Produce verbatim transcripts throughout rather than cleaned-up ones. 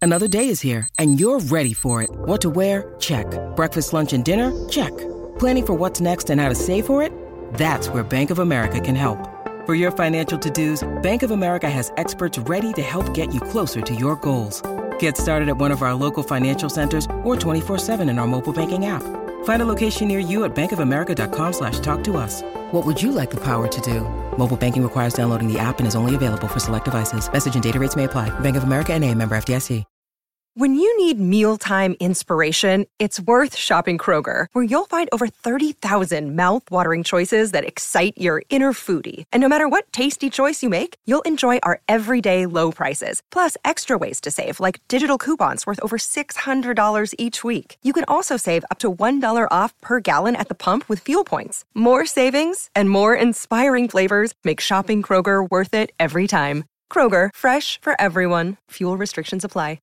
Another day is here, and you're ready for it. What to wear? Check. Breakfast, lunch, and dinner? Check. Planning for what's next and how to save for it? That's where Bank of America can help. For your financial to-dos, Bank of America has experts ready to help get you closer to your goals. Get started at one of our local financial centers or twenty-four seven in our mobile banking app. Find a location near you at bankofamerica.com slash talk to us. What would you like the power to do? Mobile banking requires downloading the app and is only available for select devices. Message and data rates may apply. Bank of America N A, member F D I C. When you need mealtime inspiration, it's worth shopping Kroger, where you'll find over thirty thousand mouth-watering choices that excite your inner foodie. And no matter what tasty choice you make, you'll enjoy our everyday low prices, plus extra ways to save, like digital coupons worth over six hundred dollars each week. You can also save up to one dollar off per gallon at the pump with fuel points. More savings and more inspiring flavors make shopping Kroger worth it every time. Kroger, fresh for everyone. Fuel restrictions apply.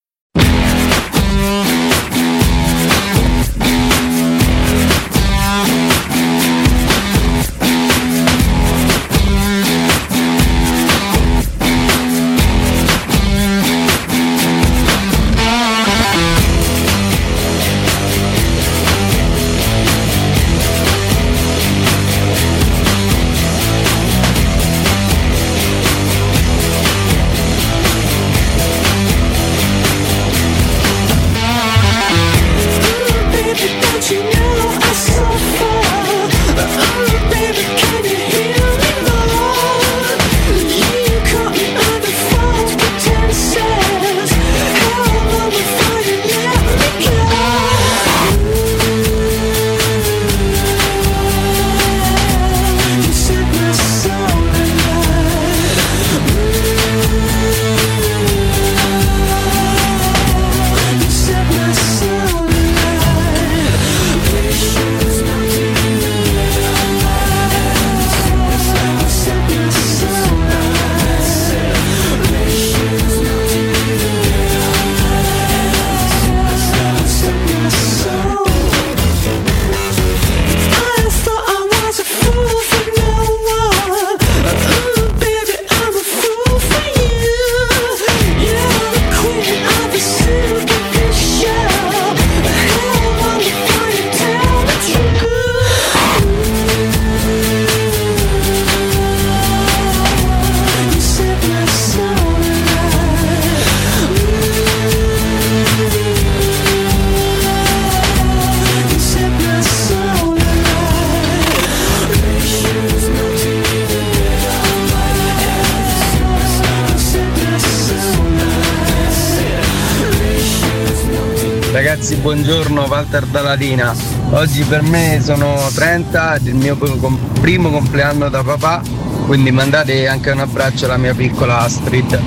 Ragazzi, buongiorno, Walter da Latina. Oggi per me sono trenta, il mio primo compleanno da papà, quindi mandate anche un abbraccio alla mia piccola Astrid.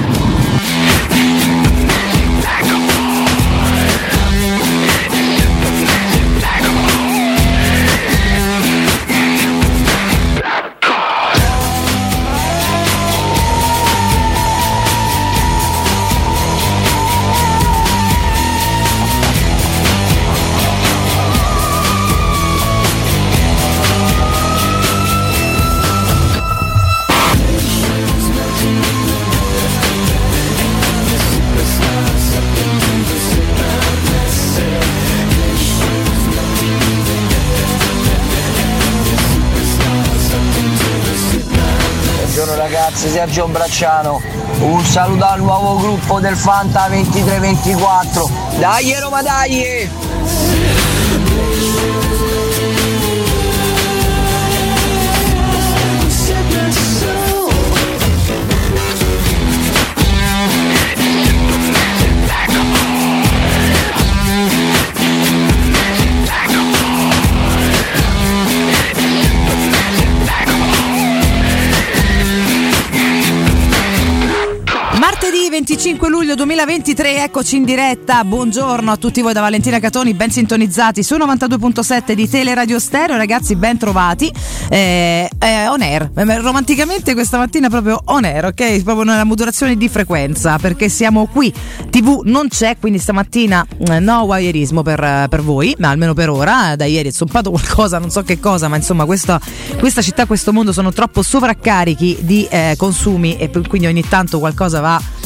Sergio Bracciano, un saluto al nuovo gruppo del Fanta ventitré ventiquattro. Dai Roma, dai! Martedì venticinque luglio duemilaventitré, eccoci in diretta. Buongiorno a tutti voi da Valentina Catoni, ben sintonizzati su novantadue virgola sette di Teleradio Stereo. Ragazzi, ben trovati. Eh, eh, on air, romanticamente questa mattina proprio on air, ok? Proprio nella modulazione di frequenza, perché siamo qui. tivù non c'è, quindi stamattina eh, no voyeurismo per, per voi, ma almeno per ora. Da ieri è zompato qualcosa, non so che cosa, ma insomma questa, questa città, questo mondo sono troppo sovraccarichi di eh, consumi, e quindi ogni tanto qualcosa va in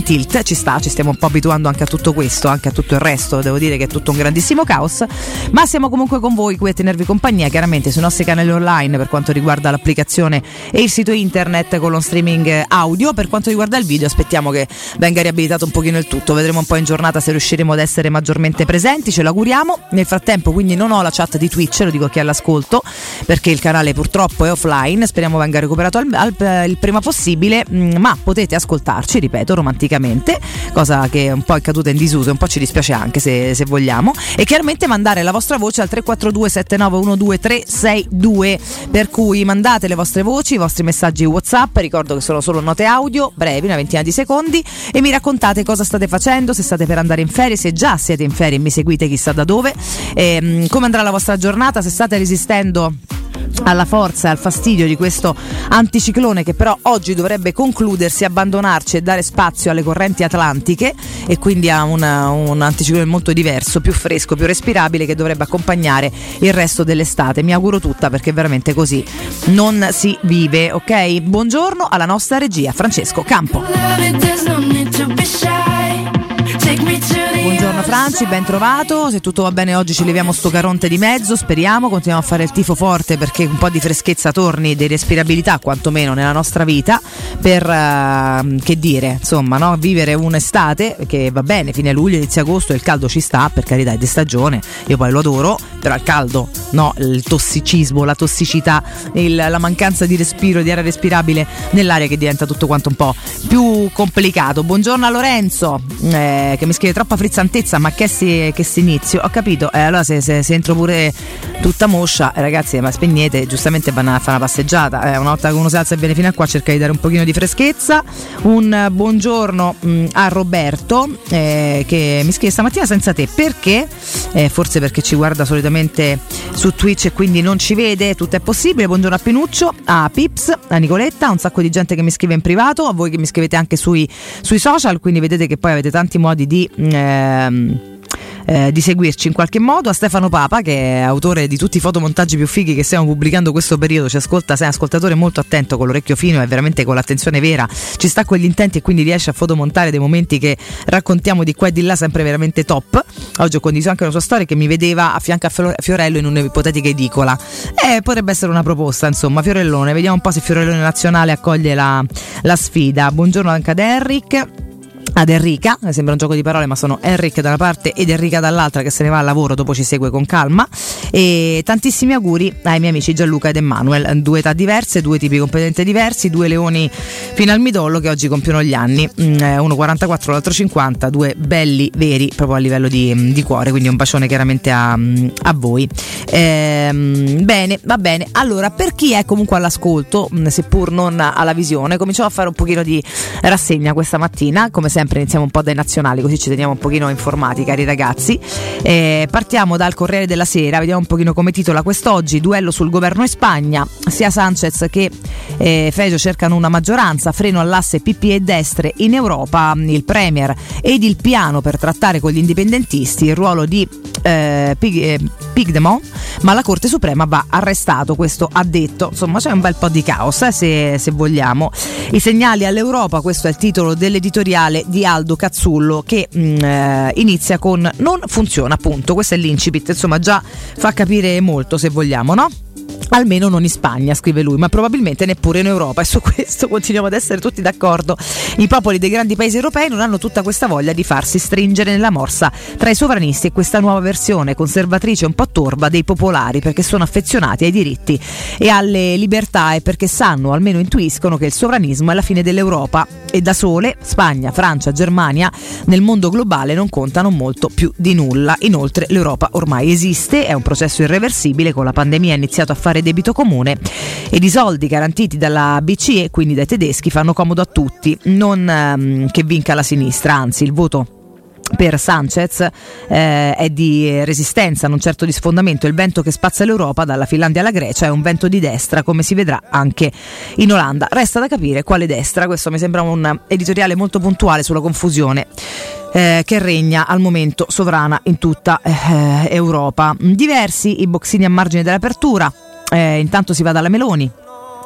tilt, ci sta, ci stiamo un po' abituando anche a tutto questo, anche a tutto il resto, devo dire che è tutto un grandissimo caos, ma siamo comunque con voi qui a tenervi compagnia, chiaramente sui nostri canali online per quanto riguarda l'applicazione e il sito internet con lo streaming audio. Per quanto riguarda il video aspettiamo che venga riabilitato un pochino il tutto, vedremo un po' in giornata se riusciremo ad essere maggiormente presenti, ce l'auguriamo. Nel frattempo quindi non ho la chat di Twitch, lo dico a chi è all'ascolto, perché il canale purtroppo è offline, speriamo venga recuperato al, al, il prima possibile, ma potete ascoltarci, ripeto, romanticamente, cosa che un po' è caduta in disuso, un po' ci dispiace anche se, se vogliamo, e chiaramente mandare la vostra voce al tre quattro due sette nove uno due tre sei due, per cui mandate le vostre voci, i vostri messaggi WhatsApp, ricordo che sono solo note audio brevi, una ventina di secondi, e mi raccontate cosa state facendo, se state per andare in ferie, se già siete in ferie e mi seguite chissà da dove, ehm, come andrà la vostra giornata, se state resistendo alla forza e al fastidio di questo anticiclone che però oggi dovrebbe concludersi, abbandonarci e dare spazio alle correnti atlantiche, e quindi a una, un anticiclone molto diverso, più fresco, più respirabile, che dovrebbe accompagnare il resto dell'estate. Mi auguro tutta, perché veramente così non si vive, ok? Buongiorno alla nostra regia Francesco Campo. Buongiorno Franci, ben trovato. Se tutto va bene oggi ci leviamo sto Caronte di mezzo, speriamo, continuiamo a fare il tifo forte perché un po' di freschezza torni, di respirabilità quantomeno nella nostra vita, per uh, che dire, insomma, no? Vivere un'estate che va bene, fine luglio, inizio agosto, il caldo ci sta, per carità, è di stagione, io poi lo adoro, però il caldo, no, il tossicismo, la tossicità, il, la mancanza di respiro, di aria respirabile nell'aria, che diventa tutto quanto un po' più complicato. Buongiorno a Lorenzo, eh, che mi scrive: troppa frizzantezza, ma che si, che si inizio? Ho capito, eh, allora se, se, se entro pure tutta moscia, eh, ragazzi, ma spegnete, giustamente vanno a fare una passeggiata, eh, una volta che uno si alza e viene fino a qua cerca di dare un pochino di freschezza. Un buongiorno mh, a Roberto, eh, che mi scrive stamattina senza te, perché? Eh, forse perché ci guarda solitamente su Twitch e quindi non ci vede, tutto è possibile. Buongiorno a Pinuccio, a Pips, a Nicoletta, a un sacco di gente che mi scrive in privato, a voi che mi scrivete anche sui, sui social, quindi vedete che poi avete tanti modi di ehm, eh, di seguirci in qualche modo. A Stefano Papa, che è autore di tutti i fotomontaggi più fighi che stiamo pubblicando questo periodo, ci ascolta, sei un ascoltatore molto attento, con l'orecchio fino e veramente con l'attenzione vera, ci sta con gli intenti e quindi riesce a fotomontare dei momenti che raccontiamo di qua e di là, sempre veramente top. Oggi ho condiviso anche una sua storia che mi vedeva a fianco a Fiorello in un'ipotetica edicola, e eh, potrebbe essere una proposta, insomma. Fiorellone, vediamo un po' se Fiorellone Nazionale accoglie la, la sfida. Buongiorno anche ad Enric, ad Enrica, sembra un gioco di parole, ma sono Enric da una parte ed Enrica dall'altra, che se ne va al lavoro, dopo ci segue con calma. E tantissimi auguri ai miei amici Gianluca ed Emanuel, due età diverse, due tipi completamente diversi, due leoni fino al midollo che oggi compiono gli anni, uno quarantaquattro, l'altro cinquanta, due belli veri proprio a livello di, di cuore, quindi un bacione chiaramente a, a voi. Ehm, bene, va bene. Allora, per chi è comunque all'ascolto, seppur non alla visione, cominciamo a fare un pochino di rassegna questa mattina, come sempre. Iniziamo un po' dai nazionali, così ci teniamo un pochino informati, cari ragazzi. Eh, partiamo dal Corriere della Sera, vediamo un pochino come titola quest'oggi: duello sul governo in Spagna, sia Sanchez che eh, Feijóo cercano una maggioranza, freno all'asse P P e destre in Europa, il Premier ed il piano per trattare con gli indipendentisti, il ruolo di eh, Pig, eh, Puigdemont, ma la Corte Suprema va arrestato, questo ha detto. Insomma, c'è un bel po' di caos, eh, se, se vogliamo. I segnali all'Europa, questo è il titolo dell'editoriale di Aldo Cazzullo, che mh, eh, inizia con non funziona, appunto. Questo è l'incipit, insomma già fa capire molto, se vogliamo, no? Almeno non in Spagna, scrive lui, ma probabilmente neppure in Europa, e su questo continuiamo ad essere tutti d'accordo. I popoli dei grandi paesi europei non hanno tutta questa voglia di farsi stringere nella morsa tra i sovranisti e questa nuova versione conservatrice un po' torva dei popolari, perché sono affezionati ai diritti e alle libertà, e perché sanno, o almeno intuiscono, che il sovranismo è la fine dell'Europa, e da sole Spagna, Francia, Germania nel mondo globale non contano molto più di nulla. Inoltre l'Europa ormai esiste, è un processo irreversibile, con la pandemia ha iniziato a fare debito comune, ed i soldi garantiti dalla B C E, quindi dai tedeschi, fanno comodo a tutti, non ehm, che vinca la sinistra, anzi il voto per Sanchez eh, è di resistenza, non certo di sfondamento. Il vento che spazza l'Europa dalla Finlandia alla Grecia è un vento di destra, come si vedrà anche in Olanda. Resta da capire quale destra. Questo mi sembra un editoriale molto puntuale sulla confusione eh, che regna al momento sovrana in tutta eh, Europa. Diversi i boxini a margine dell'apertura. Eh, intanto si va dalla Meloni,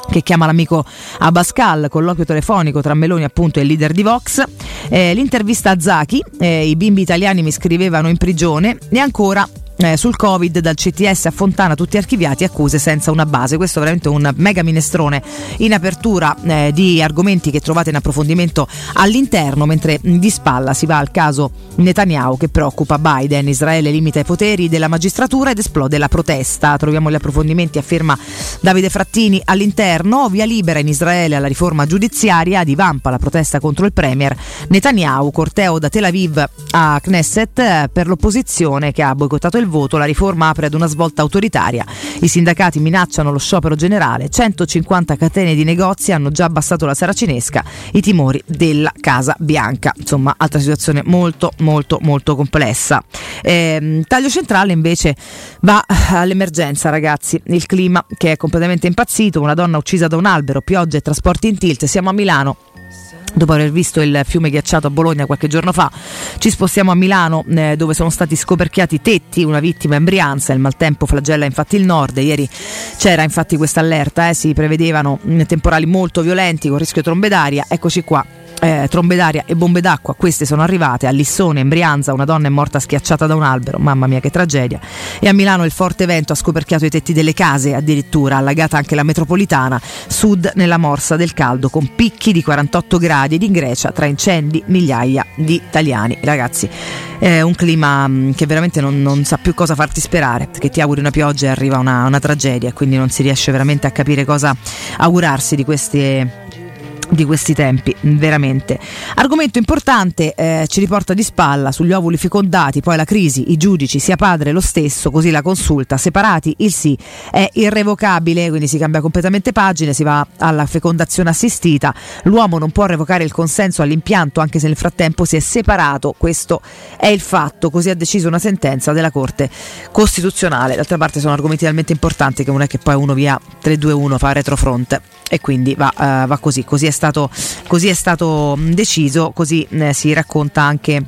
che chiama l'amico Abascal, colloquio telefonico tra Meloni appunto e il leader di Vox, eh, l'intervista a Zaki, eh, i bimbi italiani mi scrivevano in prigione, e ancora Eh, sul Covid dal C T S a Fontana tutti archiviati, accuse senza una base. Questo è veramente un mega minestrone in apertura eh, di argomenti che trovate in approfondimento all'interno, mentre di spalla si va al caso Netanyahu che preoccupa Biden. Israele limita i poteri della magistratura ed esplode la protesta. Troviamo gli approfondimenti, afferma Davide Frattini all'interno. Via libera in Israele alla riforma giudiziaria, divampa la protesta contro il premier Netanyahu, corteo da Tel Aviv a Knesset eh, per l'opposizione che ha boicottato il voto. La riforma apre ad una svolta autoritaria, i sindacati minacciano lo sciopero generale, centocinquanta catene di negozi hanno già abbassato la saracinesca, i timori della Casa Bianca. Insomma, altra situazione molto molto molto complessa. Eh, taglio centrale invece va all'emergenza, ragazzi, il clima che è completamente impazzito, una donna uccisa da un albero, pioggia e trasporti in tilt. Siamo a Milano. Dopo aver visto il fiume ghiacciato a Bologna qualche giorno fa, ci spostiamo a Milano eh, dove sono stati scoperchiati tetti, una vittima in Brianza, il maltempo flagella infatti il nord. Ieri c'era infatti questa allerta, eh, si prevedevano mh, temporali molto violenti con rischio trombe d'aria. Eccoci qua. Eh, trombe d'aria e bombe d'acqua, queste sono arrivate a Lissone in Brianza, una donna è morta schiacciata da un albero, mamma mia che tragedia, e a Milano il forte vento ha scoperchiato i tetti delle case, addirittura allagata anche la metropolitana sud nella morsa del caldo con picchi di quarantotto gradi, ed in Grecia tra incendi migliaia di italiani. Ragazzi, è un clima che veramente non, non sa più cosa farti sperare, che ti auguri una pioggia e arriva una, una tragedia, quindi non si riesce veramente a capire cosa augurarsi di queste di questi tempi, veramente. Argomento importante, eh, ci riporta di spalla sugli ovuli fecondati, poi la crisi, i giudici, sia padre lo stesso, così la consulta, separati il sì è irrevocabile, quindi si cambia completamente pagina, si va alla fecondazione assistita, l'uomo non può revocare il consenso all'impianto anche se nel frattempo si è separato, questo è il fatto, così ha deciso una sentenza della Corte Costituzionale. D'altra parte sono argomenti talmente importanti che non è che poi uno via tre due uno fa retrofront e quindi va, uh, va così, così è stato, così è stato deciso, così eh, si racconta anche,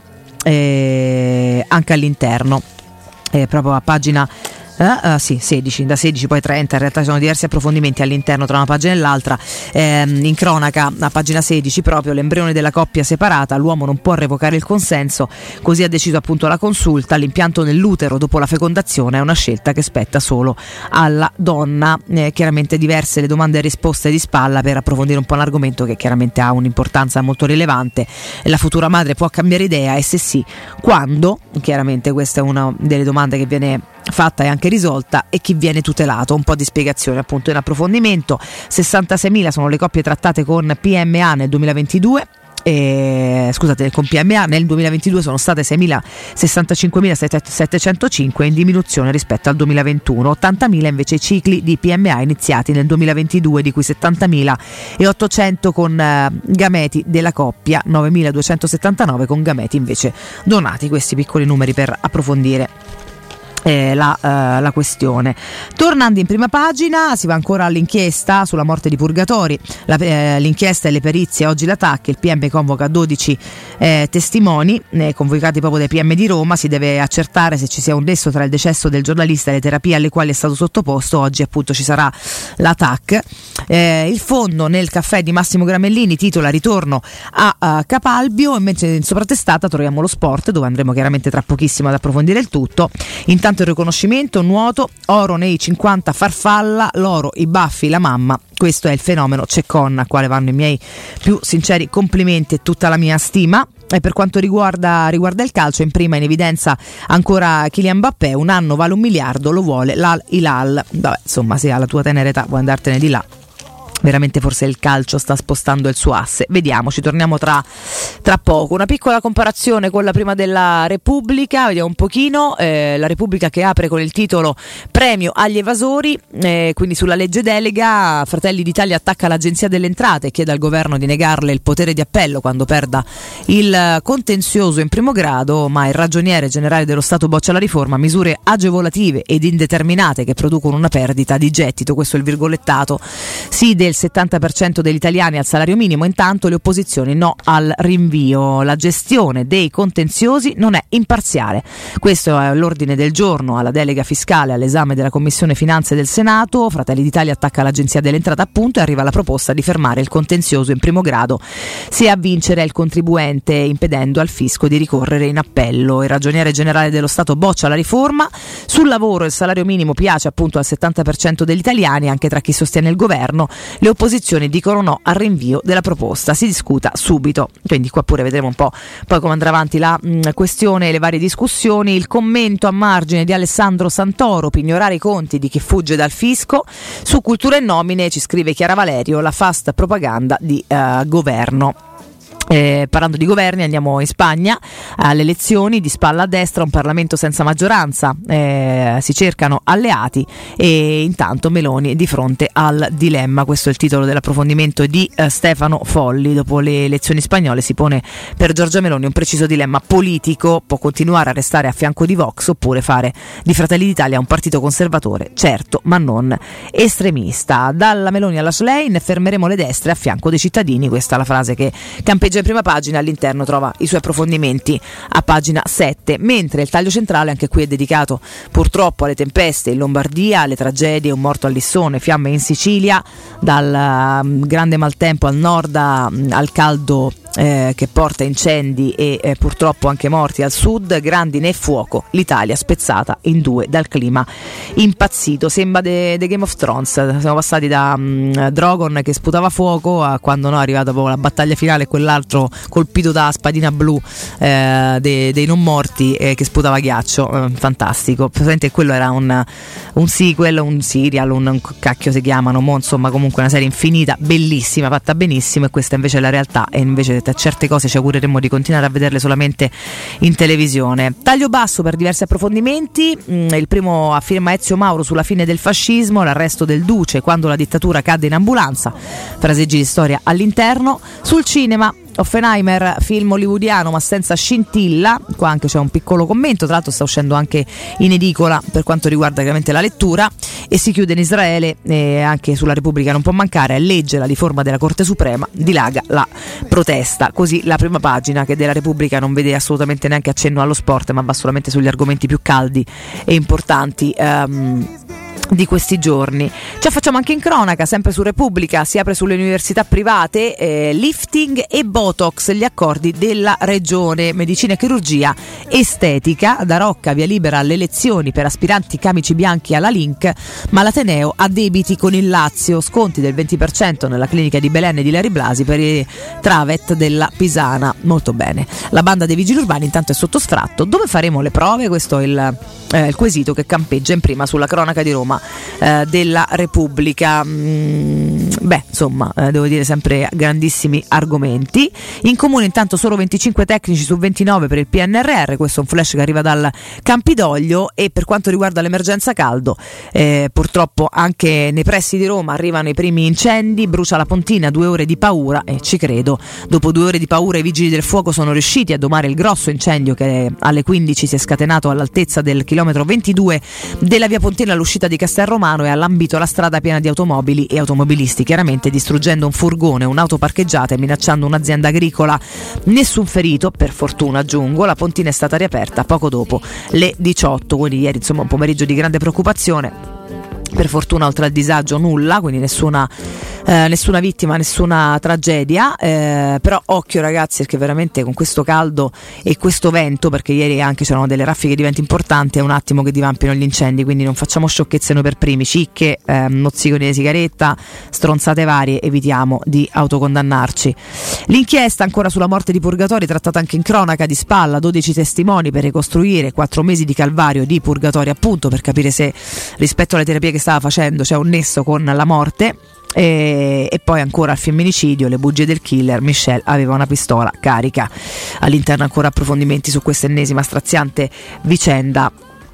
eh, anche all'interno, eh, proprio a pagina Uh, uh, sì, sedici, da sedici poi trenta, in realtà ci sono diversi approfondimenti all'interno tra una pagina e l'altra. Ehm, in cronaca a pagina sedici proprio l'embrione della coppia separata, l'uomo non può revocare il consenso, così ha deciso appunto la consulta, l'impianto nell'utero dopo la fecondazione è una scelta che spetta solo alla donna. Eh, chiaramente diverse le domande e risposte di spalla per approfondire un po' l'argomento che chiaramente ha un'importanza molto rilevante. La futura madre può cambiare idea e se sì, quando? Chiaramente questa è una delle domande che viene fatta e anche risolta, e chi viene tutelato. Un po' di spiegazione appunto in approfondimento. sessantaseimila sono le coppie trattate con P M A nel duemilaventidue. Eh, scusate, con P M A nel duemilaventidue sono state sessantacinquemilasettecentocinque, in diminuzione rispetto al duemilaventuno. ottantamila invece i cicli di P M A iniziati nel duemilaventidue, di cui settantamilaottocento con eh, gameti della coppia, novemiladuecentosettantanove con gameti invece donati. Questi piccoli numeri per approfondire Eh, la, uh, la questione. Tornando in prima pagina, si va ancora all'inchiesta sulla morte di Purgatori. La, eh, l'inchiesta e le perizie, oggi la T A C, il P M convoca dodici eh, testimoni eh, convocati proprio dai P M di Roma. Si deve accertare se ci sia un nesso tra il decesso del giornalista e le terapie alle quali è stato sottoposto. Oggi appunto ci sarà la T A C. Eh, il fondo nel caffè di Massimo Gramellini titola Ritorno a, a Capalbio, invece in sopratestata troviamo lo sport, dove andremo chiaramente tra pochissimo ad approfondire il tutto. Intanto il riconoscimento, nuoto, oro nei cinquanta farfalla, l'oro, i baffi, la mamma. Questo è il fenomeno Ceccon, a quale vanno i miei più sinceri complimenti e tutta la mia stima. E per quanto riguarda, riguarda il calcio, in prima in evidenza ancora Kylian Mbappé, un anno vale un miliardo, lo vuole l'Al Hilal. Vabbè, insomma, se alla tua tenera età vuoi andartene di là, veramente forse il calcio sta spostando il suo asse. Vediamo, ci torniamo tra, tra poco. Una piccola comparazione con la prima della Repubblica, vediamo un pochino. eh, la Repubblica che apre con il titolo Premio agli evasori, eh, quindi sulla legge delega. Fratelli d'Italia attacca l'Agenzia delle Entrate e chiede al governo di negarle il potere di appello quando perda il contenzioso in primo grado, ma il ragioniere generale dello Stato boccia la riforma, misure agevolative ed indeterminate che producono una perdita di gettito. Questo è il virgolettato sì del del settanta per cento degli italiani al salario minimo, intanto le opposizioni no al rinvio. La gestione dei contenziosi non è imparziale. Questo è l'ordine del giorno alla delega fiscale all'esame della Commissione Finanze del Senato. Fratelli d'Italia attacca l'Agenzia delle Entrate appunto e arriva la proposta di fermare il contenzioso in primo grado se a vincere è il contribuente, impedendo al fisco di ricorrere in appello. Il ragioniere generale dello Stato boccia la riforma. Sul lavoro il salario minimo piace appunto al settanta per cento degli italiani, anche tra chi sostiene il governo. Le opposizioni dicono no al rinvio della proposta, si discuta subito. Quindi qua pure vedremo un po' poi come andrà avanti la mh, questione e le varie discussioni. Il commento a margine di Alessandro Santoro: pignorare i conti di chi fugge dal fisco. Su Cultura e Nomine ci scrive Chiara Valerio: la fast propaganda di uh, governo. Eh, parlando di governi, andiamo in Spagna alle elezioni, di spalla a destra un Parlamento senza maggioranza, eh, si cercano alleati e intanto Meloni è di fronte al dilemma. Questo è il titolo dell'approfondimento di eh, Stefano Folli. Dopo le elezioni spagnole si pone per Giorgia Meloni un preciso dilemma politico: può continuare a restare a fianco di Vox oppure fare di Fratelli d'Italia un partito conservatore, certo ma non estremista. Dalla Meloni alla Schlein: fermeremo le destre a fianco dei cittadini. Questa è la frase che campeggia in prima pagina, all'interno trova i suoi approfondimenti a pagina sette, mentre il taglio centrale anche qui è dedicato purtroppo alle tempeste in Lombardia, alle tragedie, un morto a Lissone, fiamme in Sicilia, dal um, grande maltempo al nord a, um, al caldo Eh, che porta incendi e eh, purtroppo anche morti al sud, grandine e fuoco, l'Italia spezzata in due dal clima impazzito. Sembra The Game of Thrones, siamo passati da um, Drogon che sputava fuoco a quando no è arrivata proprio la battaglia finale, quell'altro colpito da spadina blu eh, dei, dei non morti eh, che sputava ghiaccio, eh, fantastico. Presente, quello era un, un sequel, un serial, un, un cacchio si chiamano, mo, insomma comunque una serie infinita, bellissima, fatta benissimo, e questa invece è la realtà, e invece a certe cose ci augureremmo di continuare a vederle solamente in televisione. Taglio basso per diversi approfondimenti, mm, il primo a firma Ezio Mauro sulla fine del fascismo, l'arresto del Duce quando la dittatura cadde in ambulanza, fraseggi di storia all'interno. Sul cinema Oppenheimer, film hollywoodiano ma senza scintilla, qua anche c'è un piccolo commento, tra l'altro sta uscendo anche in edicola per quanto riguarda chiaramente la lettura, e si chiude in Israele, e anche sulla Repubblica non può mancare: legge la riforma della Corte Suprema, dilaga la protesta. Così la prima pagina, che della Repubblica non vede assolutamente neanche accenno allo sport, ma va solamente sugli argomenti più caldi e importanti um, di questi giorni. Ce la facciamo anche in cronaca, sempre su Repubblica, si apre sulle università private, eh, lifting e Botox, gli accordi della regione, medicina e chirurgia estetica, da Rocca via libera alle elezioni per aspiranti camici bianchi alla Link, ma l'Ateneo ha debiti con il Lazio, sconti del venti per cento nella clinica di Belen e di Larry Blasi per i Travet della Pisana. Molto bene. La banda dei vigili urbani intanto è sotto sfratto. Dove faremo le prove? Questo è il, eh, il quesito che campeggia in prima sulla cronaca di Roma eh, della Repubblica. Mm, beh, insomma, eh, devo dire sempre grandissimi argomenti. In comune intanto solo venticinque tecnici su ventinove per il P N R R, questo è un flash che arriva dal Campidoglio. E per quanto riguarda l'emergenza caldo, eh, purtroppo anche nei pressi di Roma arrivano i primi incendi, brucia la Pontina, due ore di paura, e ci credo. Dopo due ore di paura i vigili del fuoco sono riusciti a domare il grosso incendio che alle quindici si è scatenato all'altezza del chilometro ventidue della via Pontina all'uscita di Castelromano, e ha lambito la strada piena di automobili e automobilisti, chiaramente distruggendo un furgone, un'auto parcheggiata e minacciando un'azienda agricola. Nessun ferito, per fortuna aggiungo. La Pontina è stata riaperta poco dopo le diciotto, quindi ieri insomma un pomeriggio di grande preoccupazione. Per fortuna oltre al disagio nulla, quindi nessuna, eh, nessuna vittima, nessuna tragedia, eh, però occhio ragazzi, perché veramente con questo caldo e questo vento, perché ieri anche c'erano delle raffiche di vento importanti, è un attimo che divampino gli incendi, quindi non facciamo sciocchezze noi per primi, cicche, eh, mozziconi di sigaretta, stronzate varie, evitiamo di autocondannarci. L'inchiesta ancora sulla morte di Purgatori, trattata anche in cronaca di spalla, dodici testimoni per ricostruire quattro mesi di calvario di Purgatori, appunto per capire se rispetto alle terapie che stava facendo c'è un nesso con la morte. E, e poi ancora al femminicidio, le bugie del killer, Michelle aveva una pistola carica. All'interno ancora approfondimenti su questa ennesima straziante vicenda.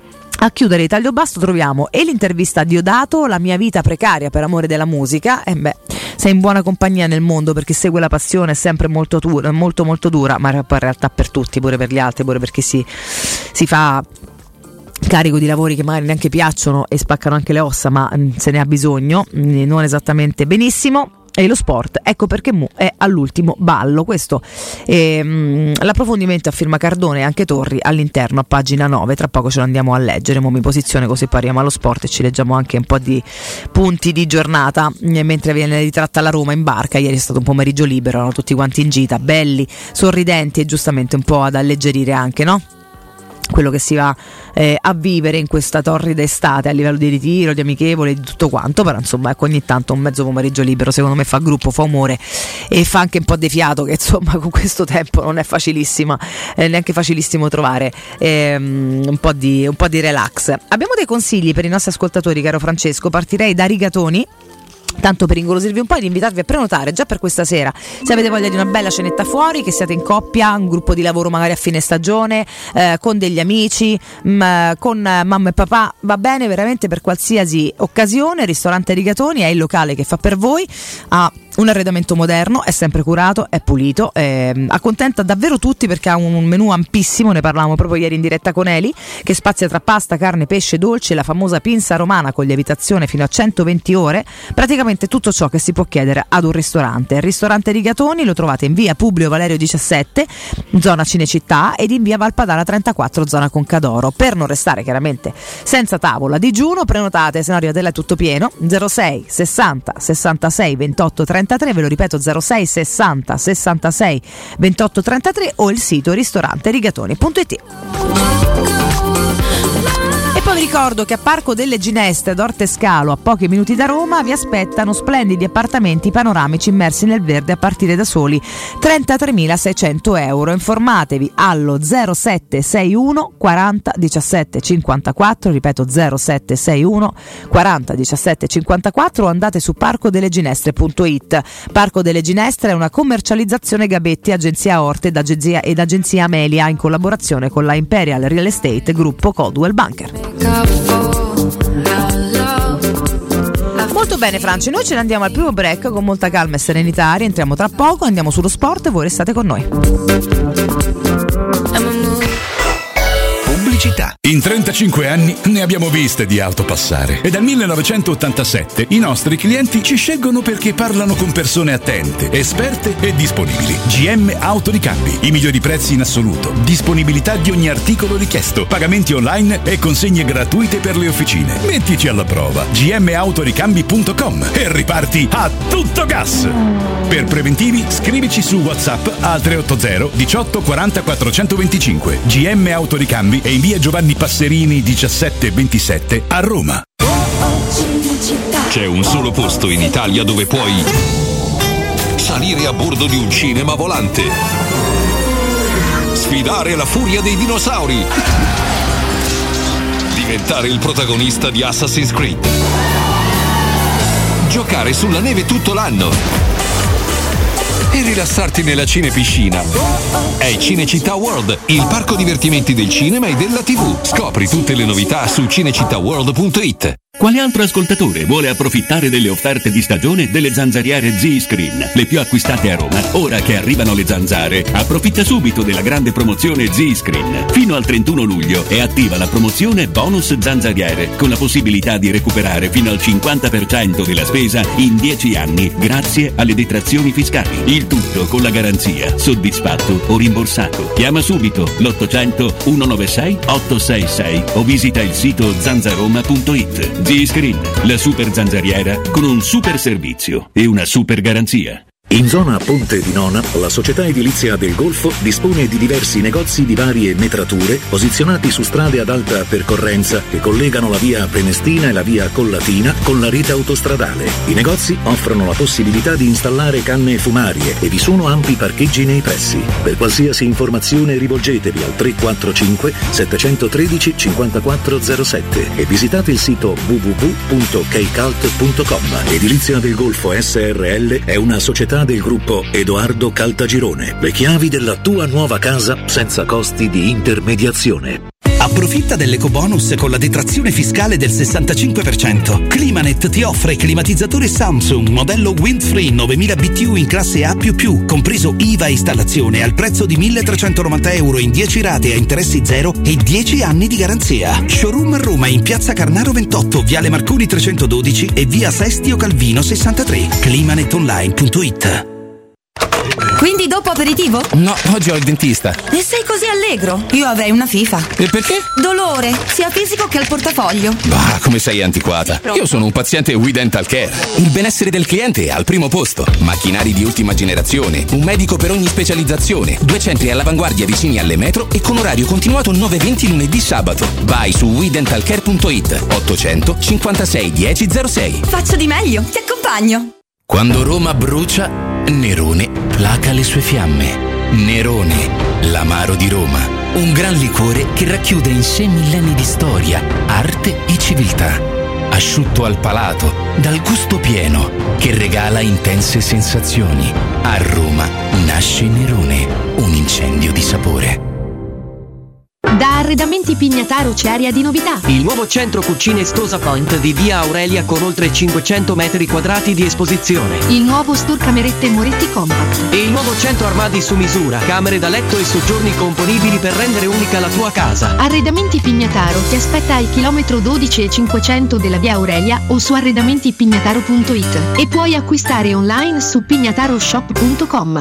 A chiudere il taglio basso troviamo e l'intervista a Diodato, la mia vita precaria per amore della musica. E beh, sei in buona compagnia nel mondo, perché segue la passione, è sempre molto dura, molto molto dura, ma poi in realtà per tutti, pure per gli altri, pure perché si, si fa carico di lavori che magari neanche piacciono e spaccano anche le ossa, ma mh, se ne ha bisogno, mh, non esattamente benissimo. E lo sport, ecco perché Mu è all'ultimo ballo. Questo è mh, l'approfondimento a firma Cardone e anche Torri all'interno a pagina nove. Tra poco ce lo andiamo a leggere, mo mi posiziono così poi arriviamo allo sport e ci leggiamo anche un po' di punti di giornata eh, mentre viene ritratta la Roma in barca. Ieri è stato un pomeriggio libero, erano tutti quanti in gita, belli, sorridenti e giustamente un po' ad alleggerire anche, no? Quello che si va eh, a vivere in questa torrida estate a livello di ritiro, di amichevole, di tutto quanto. Però insomma ecco, ogni tanto un mezzo pomeriggio libero secondo me fa gruppo, fa umore e fa anche un po' di fiato, che insomma con questo tempo non è facilissima eh, neanche facilissimo trovare ehm, un, po' di, un po' di relax. Abbiamo dei consigli per i nostri ascoltatori, caro Francesco. Partirei da Rigatoni, tanto per ingolosirvi un po' ed invitarvi a prenotare già per questa sera, se avete voglia di una bella cenetta fuori, che siate in coppia, un gruppo di lavoro magari a fine stagione, eh, con degli amici, mh, con mamma e papà, va bene veramente per qualsiasi occasione. Il ristorante Rigatoni è il locale che fa per voi, ha un arredamento moderno, è sempre curato, è pulito, eh, accontenta davvero tutti perché ha un menù ampissimo, ne parlavamo proprio ieri in diretta con Eli, che spazia tra pasta, carne, pesce, dolce, la famosa pinza romana con lievitazione fino a centoventi ore, praticamente tutto ciò che si può chiedere ad un ristorante. Il ristorante Rigatoni lo trovate in via Publio Valerio diciassette, zona Cinecittà, ed in via Valpadana trentaquattro, zona Concadoro. Per non restare chiaramente senza tavola digiuno, prenotate, se no arrivate là tutto pieno, zero sei sessanta sessantasei ventotto trentatré, ve lo ripeto, zero sei sessanta sessantasei ventotto trentatré, o il sito ristorante rigatoni punto it. E poi vi ricordo che a Parco delle Ginestre ad Ortescalo, a pochi minuti da Roma, vi aspettano splendidi appartamenti panoramici immersi nel verde a partire da soli trentatremilaseicento euro. Informatevi allo zero sette sei uno quaranta diciassette cinquantaquattro, ripeto zero sette sei uno quaranta diciassette cinquantaquattro, o andate su parco delle ginestre punto it. Parco delle Ginestre è una commercializzazione Gabetti, agenzia Orte ed agenzia, ed agenzia Amelia, in collaborazione con la Imperial Real Estate Gruppo Coldwell Banker. Molto bene Franci, noi ce ne andiamo al primo break con molta calma e serenità, rientriamo tra poco, andiamo sullo sport e voi restate con noi. Pubblicità. In trentacinque anni ne abbiamo viste di auto passare e dal millenovecentottantasette i nostri clienti ci scelgono perché parlano con persone attente, esperte e disponibili. G M Autoricambi, i migliori prezzi in assoluto, disponibilità di ogni articolo richiesto, pagamenti online e consegne gratuite per le officine. Mettici alla prova. g m autoricambi punto com e riparti a tutto gas. Per preventivi scrivici su WhatsApp al tre otto zero diciotto quaranta quattrocentoventicinque. G M Autoricambi è in via Giovanni Passerini diciassette ventisette a Roma. C'è un solo posto in Italia dove puoi salire a bordo di un cinema volante, sfidare la furia dei dinosauri, diventare il protagonista di Assassin's Creed, giocare sulla neve tutto l'anno e rilassarti nella cinepiscina. È Cinecittà World, il parco divertimenti del cinema e della tivù. Scopri tutte le novità su cinecittà world punto it. Quale altro ascoltatore vuole approfittare delle offerte di stagione delle zanzariere Z-Screen, le più acquistate a Roma? Ora che arrivano le zanzare, approfitta subito della grande promozione Z-Screen. Fino al trentuno luglio è attiva la promozione bonus zanzariere, con la possibilità di recuperare fino al cinquanta per cento della spesa in dieci anni grazie alle detrazioni fiscali. Il tutto con la garanzia soddisfatto o rimborsato. Chiama subito l'ottocento centonovantasei ottocentosessantasei o visita il sito zanzaroma punto it. Z-Screen, la super zanzariera con un super servizio e una super garanzia. In zona Ponte di Nona, la società edilizia del Golfo dispone di diversi negozi di varie metrature posizionati su strade ad alta percorrenza che collegano la via Prenestina e la via Collatina con la rete autostradale. I negozi offrono la possibilità di installare canne fumarie e vi sono ampi parcheggi nei pressi. Per qualsiasi informazione rivolgetevi al tre quattro cinque sette uno tre cinque zero sette e visitate il sito w w w punto keycult punto com. Edilizia del Golfo S R L è una società del gruppo Edoardo Caltagirone. Le chiavi della tua nuova casa senza costi di intermediazione. Approfitta dell'ecobonus con la detrazione fiscale del sessantacinque per cento. Climanet ti offre climatizzatore Samsung modello Windfree novemila B T U in classe A più più, compreso I V A e installazione, al prezzo di milletrecentonovanta euro in dieci rate a interessi zero e dieci anni di garanzia. Showroom a Roma in piazza Carnaro ventotto, viale Marconi trecentododici e via Sestio Calvino sessantatré. climanetonline punto it. Quindi dopo aperitivo? No, oggi ho il dentista. E sei così allegro? Io avrei una FIFA. E perché? Dolore, sia fisico che al portafoglio. Bah, come sei antiquata. Io sono un paziente We Dental Care. Il benessere del cliente è al primo posto. Macchinari di ultima generazione, un medico per ogni specializzazione, due centri all'avanguardia vicini alle metro e con orario continuato nove venti lunedì sabato. Vai su we dental care punto it. ottocento cinquantasei dieci zero sei. Faccio di meglio, ti accompagno. Quando Roma brucia, Nerone placa le sue fiamme. Nerone, l'amaro di Roma. Un gran liquore che racchiude in sé millenni di storia, arte e civiltà. Asciutto al palato, dal gusto pieno, che regala intense sensazioni. A Roma nasce Nerone, un incendio di sapore. Da Arredamenti Pignataro c'è aria di novità. Il nuovo centro cucine Stosa Point di via Aurelia con oltre cinquecento metri quadrati di esposizione. Il nuovo store camerette Moretti Compact. E il nuovo centro armadi su misura, camere da letto e soggiorni componibili per rendere unica la tua casa. Arredamenti Pignataro ti aspetta al chilometro dodici e cinquecento della via Aurelia o su arredamenti pignataro punto it e puoi acquistare online su pignataroshop punto com.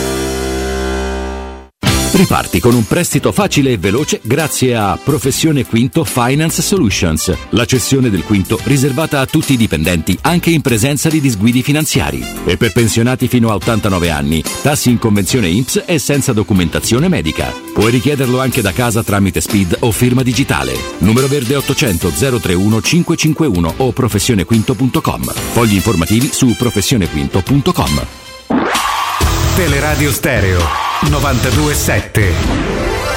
Riparti con un prestito facile e veloce grazie a Professione Quinto Finance Solutions, la cessione del quinto riservata a tutti i dipendenti anche in presenza di disguidi finanziari. E per pensionati fino a ottantanove anni, tassi in convenzione I N P S e senza documentazione medica. Puoi richiederlo anche da casa tramite S P I D o firma digitale. Numero verde ottocento zero trentuno cinquecentocinquantuno o professionequinto punto com. Fogli informativi su professionequinto punto com. Teleradio Stereo novantadue sette.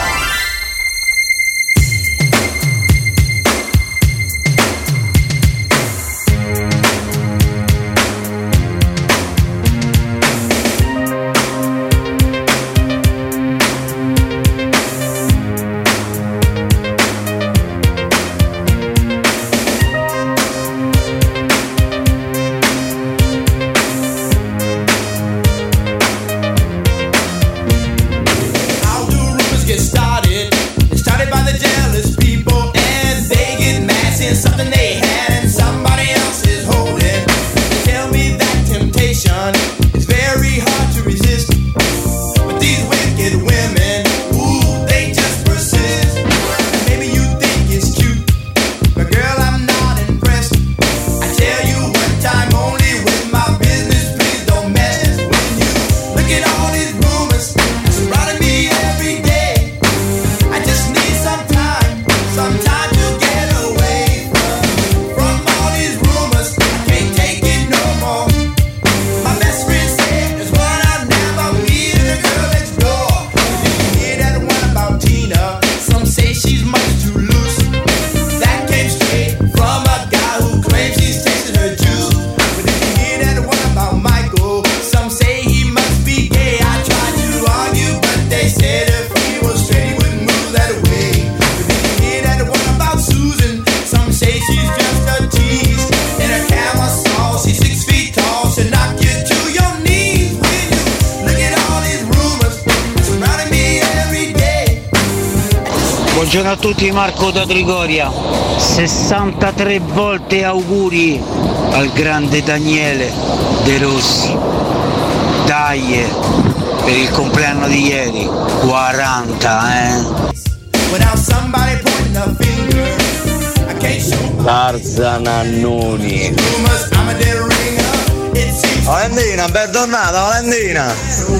Buongiorno a tutti, Marco da Trigoria. sessantatré volte auguri al grande Daniele De Rossi. Dai, per il compleanno di ieri, quaranta, eh. Tarzan Annoni. Valentina, bentornata Valentina.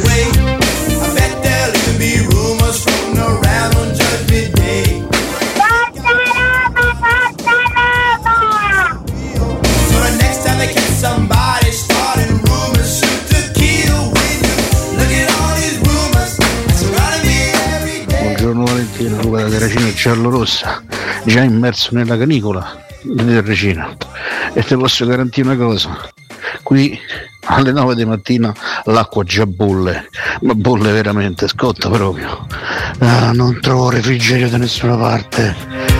Buongiorno Valentina, Luca da Terracina e Giallorossa, già immerso nella canicola di Terracina. E ti posso garantire una cosa, qui alle nove di mattina l'acqua già bolle, ma bolle veramente, scotta proprio. Ah, non trovo refrigerio da nessuna parte.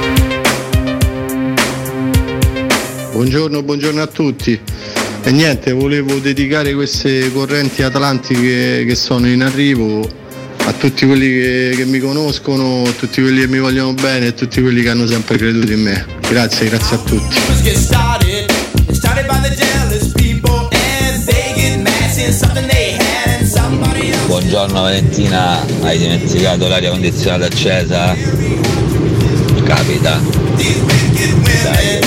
Buongiorno, buongiorno a tutti. E niente, volevo dedicare queste correnti atlantiche che sono in arrivo a tutti quelli che, che mi conoscono, a tutti quelli che mi vogliono bene e a tutti quelli che hanno sempre creduto in me. Grazie, grazie a tutti. Buongiorno Valentina, hai dimenticato l'aria condizionata accesa? Capita. Dai.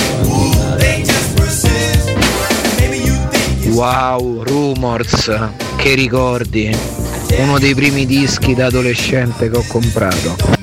Wow, Rumors, che ricordi, uno dei primi dischi da adolescente che ho comprato.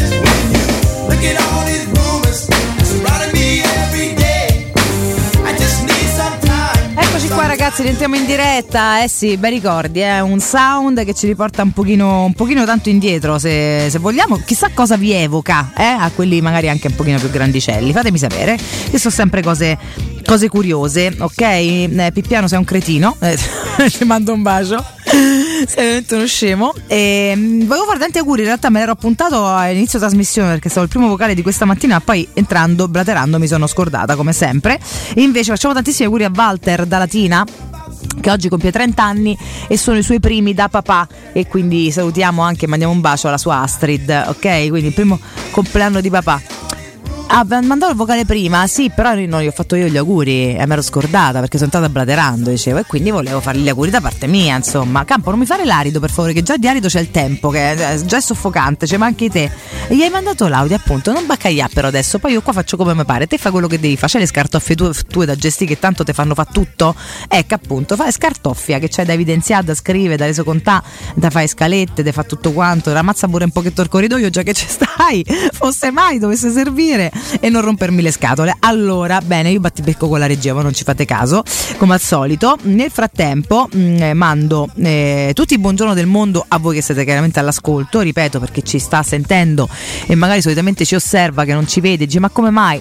Eccoci qua ragazzi, rientriamo in diretta, eh sì, bei ricordi, è eh? un sound che ci riporta un pochino, un pochino tanto indietro se, se vogliamo, chissà cosa vi evoca, eh? A quelli magari anche un pochino più grandicelli, fatemi sapere, che sono sempre cose... cose curiose, ok? Eh, Pippiano sei un cretino, eh, ci mando un bacio, sei veramente uno scemo. E, mh, volevo fare tanti auguri, in realtà me l'ero appuntato all'inizio trasmissione perché stavo il primo vocale di questa mattina, poi entrando, blaterando mi sono scordata come sempre. E invece facciamo tantissimi auguri a Walter da Latina, che oggi compie trenta anni e sono i suoi primi da papà, e quindi salutiamo anche, mandiamo un bacio alla sua Astrid, ok? Quindi il primo compleanno di papà. Ah, mandato il vocale prima, sì, però non gli ho fatto io gli auguri e mi ero scordata perché sono stata blaterando, dicevo, e quindi volevo fargli gli auguri da parte mia, insomma. Campo, non mi fare l'arido per favore, che già di arido c'è il tempo, che è già è soffocante, c'è, ma anche te. E gli hai mandato l'audio, appunto, non baccaglià però adesso, poi io qua faccio come mi pare, te fai quello che devi fare, c'è le scartoffie tue, tue da gestire che tanto te fanno fa tutto, ecco appunto, fai scartoffia che c'è da evidenziare, da scrivere, da resocontà, da fare scalette, da fare tutto quanto, ramazza pure un pochetto il corridoio già che ci stai, fosse mai dovesse servire, e non rompermi le scatole. Allora, bene, io battibecco con la regia, ma non ci fate caso, come al solito. Nel frattempo mh, mando eh, tutti i buongiorno del mondo a voi che siete chiaramente all'ascolto, ripeto, perché ci sta sentendo e magari solitamente ci osserva, che non ci vede, dice ma come mai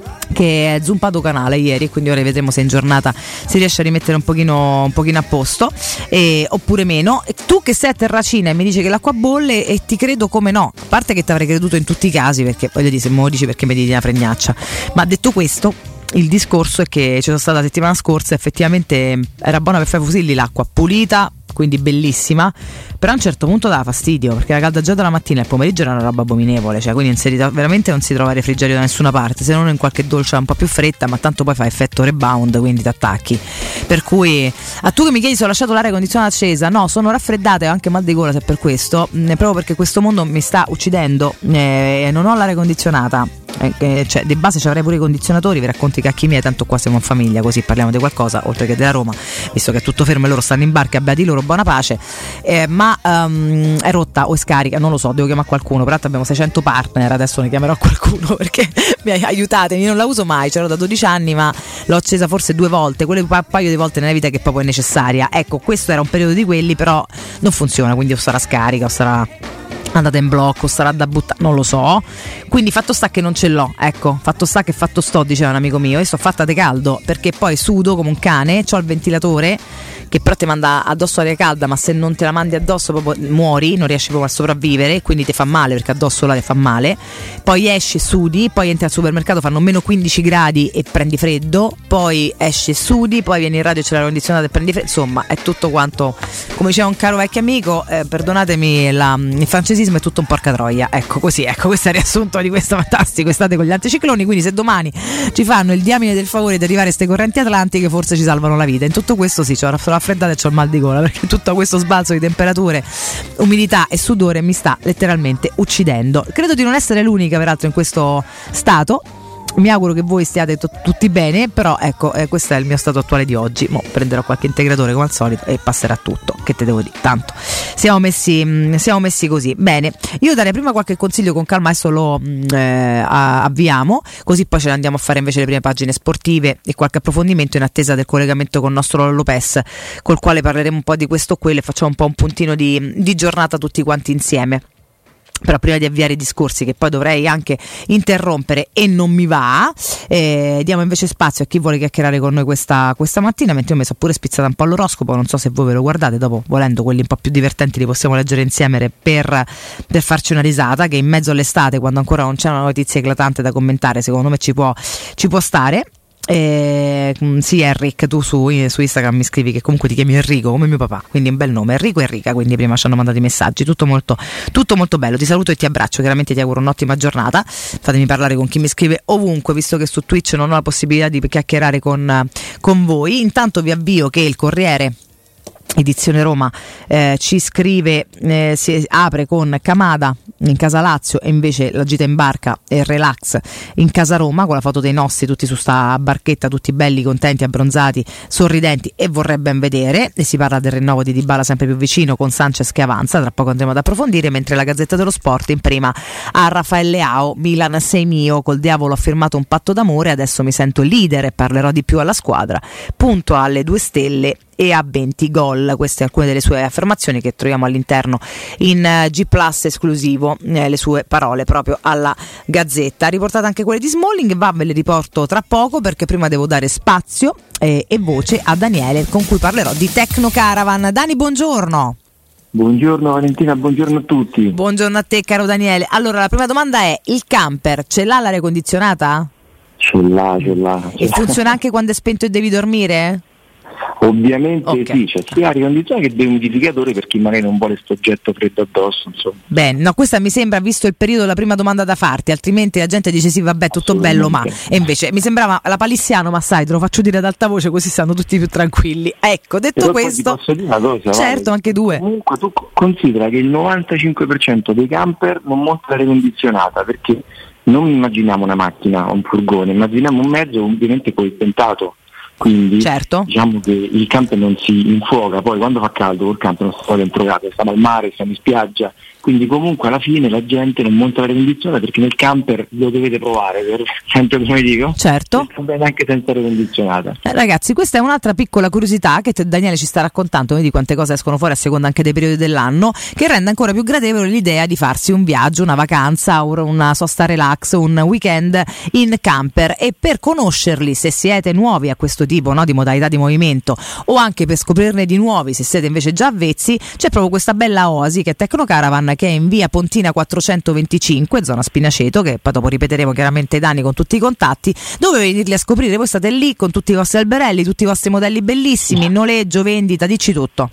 che è zumpato canale ieri, e quindi ora vedremo se in giornata si riesce a rimettere un pochino, un pochino a posto, eh, oppure meno. E tu che sei a Terracina e mi dici che l'acqua bolle, e ti credo come no, a parte che ti avrei creduto in tutti i casi, perché voglio dire, se me lo dici perché mi dici una fregnaccia, ma detto questo, il discorso è che ci sono stata la settimana scorsa, effettivamente era buona per fare fusilli l'acqua, pulita, quindi bellissima, però a un certo punto dava fastidio perché la calda già dalla mattina e il pomeriggio era una roba abominevole, cioè quindi inserita, veramente non si trova refrigerio da nessuna parte, se non in qualche dolce un po' più fretta, ma tanto poi fa effetto rebound, quindi ti attacchi. Per cui a tu che mi chiedi se ho lasciato l'aria condizionata accesa, no, sono raffreddata e ho anche mal di gola, se per questo, eh, proprio perché questo mondo mi sta uccidendo, e eh, non ho l'aria condizionata. Eh, cioè di base ci avrei pure i condizionatori, vi racconto i cacchi miei, tanto qua siamo in famiglia, così parliamo di qualcosa oltre che della Roma, visto che è tutto fermo e loro stanno in barca, beati loro, buona pace, eh, ma um, è rotta o è scarica, non lo so, devo chiamare qualcuno, peraltro abbiamo seicento partner, adesso ne chiamerò qualcuno perché mi aiutatemi, non la uso mai, c'ero da dodici anni ma l'ho accesa forse due volte, quelle un paio di volte nella vita che proprio è necessaria, ecco, questo era un periodo di quelli, però non funziona, quindi o sarà scarica o sarà andata in blocco, sarà da buttare, non lo so, quindi fatto sta che non ce l'ho, ecco, fatto sta che fatto sto, diceva un amico mio, e sto fatta di caldo perché poi sudo come un cane, c'ho il ventilatore che però ti manda addosso aria calda, ma se non te la mandi addosso proprio muori, non riesci proprio a sopravvivere, quindi ti fa male perché addosso l'aria fa male, poi esci e sudi, poi entri al supermercato, fanno meno quindici gradi e prendi freddo, poi esci e sudi, poi vieni in radio e c'è l'aria condizionata e prendi freddo, insomma è tutto quanto, come diceva un caro vecchio amico, eh, perdonatemi la, il francesismo, è tutto un porca troia, ecco così, ecco questo è il riassunto di questo fantastico estate con gli anticicloni, quindi se domani ci fanno il diamine del favore di arrivare a queste correnti atlantiche forse ci salvano la vita, in tutto questo sì, c'ho la raffreddata e c'ho il mal di gola perché tutto questo sbalzo di temperature, umidità e sudore mi sta letteralmente uccidendo. Credo di non essere l'unica peraltro in questo stato, mi auguro che voi stiate t- tutti bene, però ecco, eh, questo è il mio stato attuale di oggi. Mo prenderò qualche integratore come al solito e passerà tutto, che te devo dire, tanto siamo messi, mh, siamo messi così. Bene, io darei prima qualche consiglio con calma, adesso lo mh, eh, avviamo, così poi ce ne andiamo a fare invece le prime pagine sportive e qualche approfondimento in attesa del collegamento con il nostro Lopez, col quale parleremo un po' di questo o quello e facciamo un po' un puntino di, di giornata tutti quanti insieme. Però prima di avviare i discorsi, che poi dovrei anche interrompere e non mi va, eh, diamo invece spazio a chi vuole chiacchierare con noi questa, questa mattina, mentre io mi sono pure spizzata un po' l'oroscopo, non so se voi ve lo guardate, dopo volendo quelli un po' più divertenti li possiamo leggere insieme per, per farci una risata, che in mezzo all'estate, quando ancora non c'è una notizia eclatante da commentare, secondo me ci può, ci può stare. Eh, sì, Eric, tu su, su Instagram mi scrivi che comunque ti chiami Enrico come mio papà, quindi un bel nome, Enrico e Enrica, quindi prima ci hanno mandato i messaggi, tutto molto, tutto molto bello. Ti saluto e ti abbraccio, chiaramente ti auguro un'ottima giornata, fatemi parlare con chi mi scrive ovunque, visto che su Twitch non ho la possibilità di chiacchierare con, con voi. Intanto vi avvio che il Corriere Edizione Roma eh, ci scrive, eh, si apre con Camada in casa Lazio e invece la gita in barca e relax in casa Roma, con la foto dei nostri tutti su sta barchetta, tutti belli, contenti, abbronzati, sorridenti, e vorrei ben vedere. E si parla del rinnovo di Dybala sempre più vicino, con Sanchez che avanza, tra poco andremo ad approfondire, mentre la Gazzetta dello Sport in prima a Raffaele Leao: Milan sei mio, col diavolo ho firmato un patto d'amore, adesso mi sento leader e parlerò di più alla squadra, punto alle due stelle e a venti gol. Queste alcune delle sue affermazioni che troviamo all'interno in uh, G Plus esclusivo, eh, le sue parole proprio alla Gazzetta. Riportate anche quelle di Smalling, va, ve le riporto tra poco, perché prima devo dare spazio eh, e voce a Daniele, con cui parlerò di Tecno Caravan. Dani, buongiorno. Buongiorno Valentina, buongiorno a tutti. Buongiorno a te, caro Daniele. Allora, la prima domanda è: il camper ce l'ha l'aria condizionata? Ce l'ha, ce l'ha. E funziona anche quando è spento e devi dormire? Ovviamente okay. Sì, c'è sia aria condizionata che dehumidificatore per chi magari non vuole sto oggetto freddo addosso, insomma. Bene, no, questa mi sembra, visto il periodo, la prima domanda da farti, altrimenti la gente dice sì, vabbè, tutto bello, ma e invece mi sembrava la palissiano, ma sai, te lo faccio dire ad alta voce così stanno tutti più tranquilli. Ecco, detto Però questo, posso dire una cosa, certo, vale. Anche due. Comunque tu considera che il novantacinque per cento dei camper non monta l'aria condizionata, perché non immaginiamo una macchina o un furgone, immaginiamo un mezzo ovviamente coibentato. Quindi certo. Diciamo che il camper non si infuoca, poi quando fa caldo col camper non sta dentro casa, stiamo al mare, stiamo in spiaggia, quindi comunque alla fine la gente non monta l'aria condizionata, perché nel camper lo dovete provare, per, sempre come dico, certo, sta bene anche senza aria condizionata. Eh, ragazzi, questa è un'altra piccola curiosità che te, Daniele ci sta raccontando, vedi quante cose escono fuori a seconda anche dei periodi dell'anno, che rende ancora più gradevole l'idea di farsi un viaggio, una vacanza, una sosta relax, un weekend in camper. E per conoscerli, se siete nuovi a questo tipo, no, di modalità di movimento, o anche per scoprirne di nuovi se siete invece già avvezzi, c'è proprio questa bella oasi che è Tecno Caravan, che è in via Pontina quattrocentoventicinque, zona Spinaceto, che poi dopo ripeteremo chiaramente Dani con tutti i contatti, dove venirli a scoprire. Voi state lì con tutti i vostri alberelli, tutti i vostri modelli bellissimi, noleggio, vendita, dici tutto.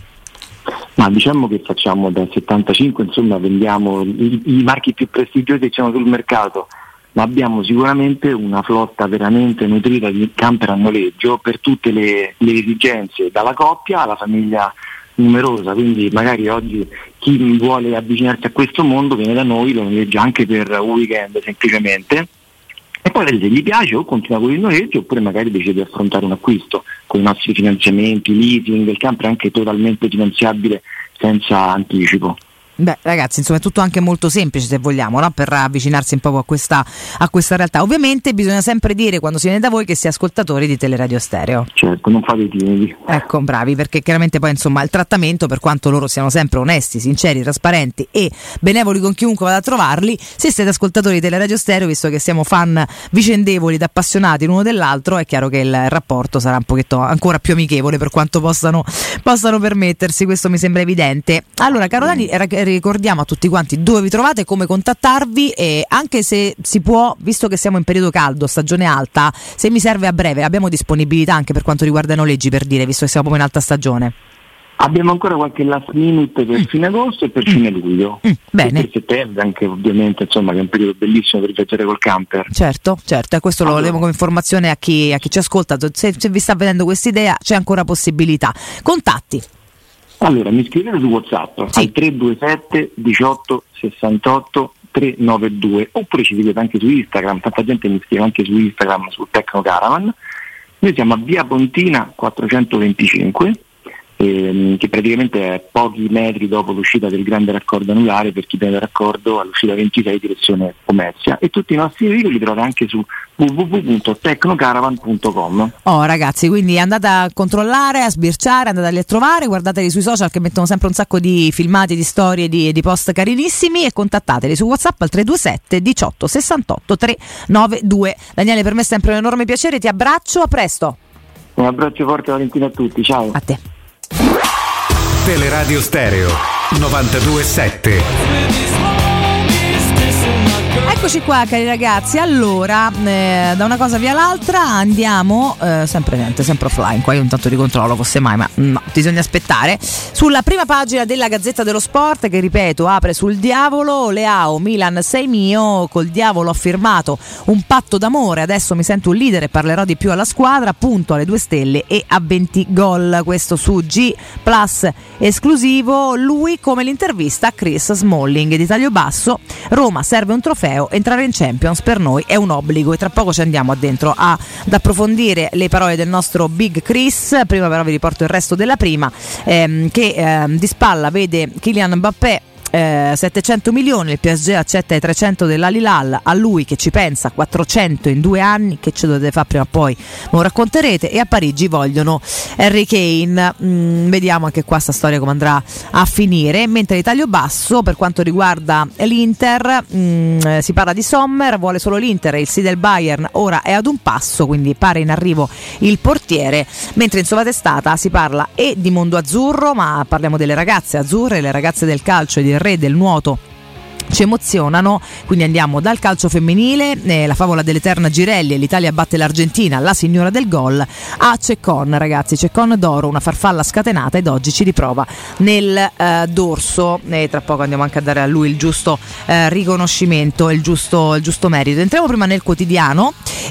Ma diciamo che facciamo dal settantacinque, insomma, vendiamo i, i marchi più prestigiosi che c'erano sul mercato, ma abbiamo sicuramente una flotta veramente nutrita di camper a noleggio per tutte le, le esigenze, dalla coppia alla famiglia numerosa. Quindi magari oggi chi vuole avvicinarsi a questo mondo viene da noi, lo noleggia anche per un weekend semplicemente, e poi se gli piace o continua con il noleggio, oppure magari decide di affrontare un acquisto con i nostri finanziamenti, leasing. Il camper è anche totalmente finanziabile senza anticipo. Beh, ragazzi, insomma, è tutto anche molto semplice, se vogliamo, no? Per avvicinarsi un po' a questa, a questa realtà. Ovviamente bisogna sempre dire, quando si viene da voi, che si è ascoltatori di Teleradio Stereo. Certo, non fate i timidi. Ecco, bravi, perché chiaramente poi, insomma, il trattamento, per quanto loro siano sempre onesti, sinceri, trasparenti e benevoli con chiunque vada a trovarli, se siete ascoltatori di Teleradio Stereo, visto che siamo fan vicendevoli ed appassionati l'uno dell'altro, è chiaro che il rapporto sarà un pochetto ancora più amichevole, per quanto possano, possano permettersi. Questo mi sembra evidente. Allora, caro Dani, era ricordiamo a tutti quanti dove vi trovate, come contattarvi, e anche se si può, visto che siamo in periodo caldo, stagione alta, se mi serve a breve, abbiamo disponibilità anche per quanto riguarda i noleggi, per dire, visto che siamo proprio in alta stagione. Abbiamo ancora qualche last minute per mm. fine agosto e per mm. fine luglio. Mm. Bene. Per settembre anche, ovviamente, insomma, che è un periodo bellissimo per viaggiare col camper. Certo, certo, e questo allora. lo levo come informazione a chi, a chi ci ascolta. Se, se vi sta venendo questa idea, c'è ancora possibilità. Contatti. Allora, mi scrivete su WhatsApp sì. al tre due sette diciotto sessantotto trecentonovantanove, oppure ci seguite anche su Instagram. Tanta gente mi scrive anche su Instagram, su Tecno Caravan. Noi siamo a via Pontina quattrocentoventicinque, ehm, che praticamente è pochi metri dopo l'uscita del grande raccordo anulare per chi prende raccordo all'uscita ventisei direzione Pomezia, e tutti i nostri video li trovate anche su w w w punto tecnocaravan punto com. Oh ragazzi, quindi andate a controllare, a sbirciare, andate a trovare, guardateli sui social che mettono sempre un sacco di filmati, di storie, di, di post carinissimi, e contattateli su WhatsApp al tre due sette diciotto sessantotto trecentonovantaduue. Daniele, per me è sempre un enorme piacere, ti abbraccio, a presto. Un abbraccio forte Valentina a tutti, ciao. A te. Teleradio Stereo novantadue sette. Eccoci qua cari ragazzi, allora eh, da una cosa via l'altra andiamo eh, sempre niente, sempre offline, qua io intanto ricontrollo fosse mai, ma no, bisogna aspettare. Sulla prima pagina della Gazzetta dello Sport, che ripeto apre sul diavolo, Leao, Milan sei mio, col diavolo ho firmato un patto d'amore, adesso mi sento un leader e parlerò di più alla squadra, punto alle due stelle e a venti gol, questo su G Plus esclusivo, lui come l'intervista a Chris Smalling di taglio basso, Roma serve un trofeo, entrare in Champions per noi è un obbligo, e tra poco ci andiamo addentro a, ad approfondire le parole del nostro Big Chris. Prima però vi riporto il resto della prima, ehm, che ehm, di spalla vede Kylian Mbappé, Eh, settecento milioni, il P S G accetta i trecento dell'Al Hilal, a lui che ci pensa quattrocento in due anni, che ci dovete fare prima o poi, me lo racconterete, e a Parigi vogliono Harry Kane. Mm, vediamo anche qua sta storia come andrà a finire. Mentre l'Italia basso per quanto riguarda l'Inter, mm, si parla di Sommer, vuole solo l'Inter, il sì del Bayern ora è ad un passo, quindi pare in arrivo il portiere. Mentre in sovratestata si parla e di mondo azzurro, ma parliamo delle ragazze azzurre, le ragazze del calcio e del re del nuoto ci emozionano, quindi andiamo dal calcio femminile, eh, la favola dell'eterna Girelli, l'Italia batte l'Argentina, la signora del gol, a Ceccon, ragazzi, Ceccon d'oro, una farfalla scatenata, ed oggi ci riprova nel eh, dorso, e tra poco andiamo anche a dare a lui il giusto eh, riconoscimento, il giusto, il giusto merito. Entriamo prima nel quotidiano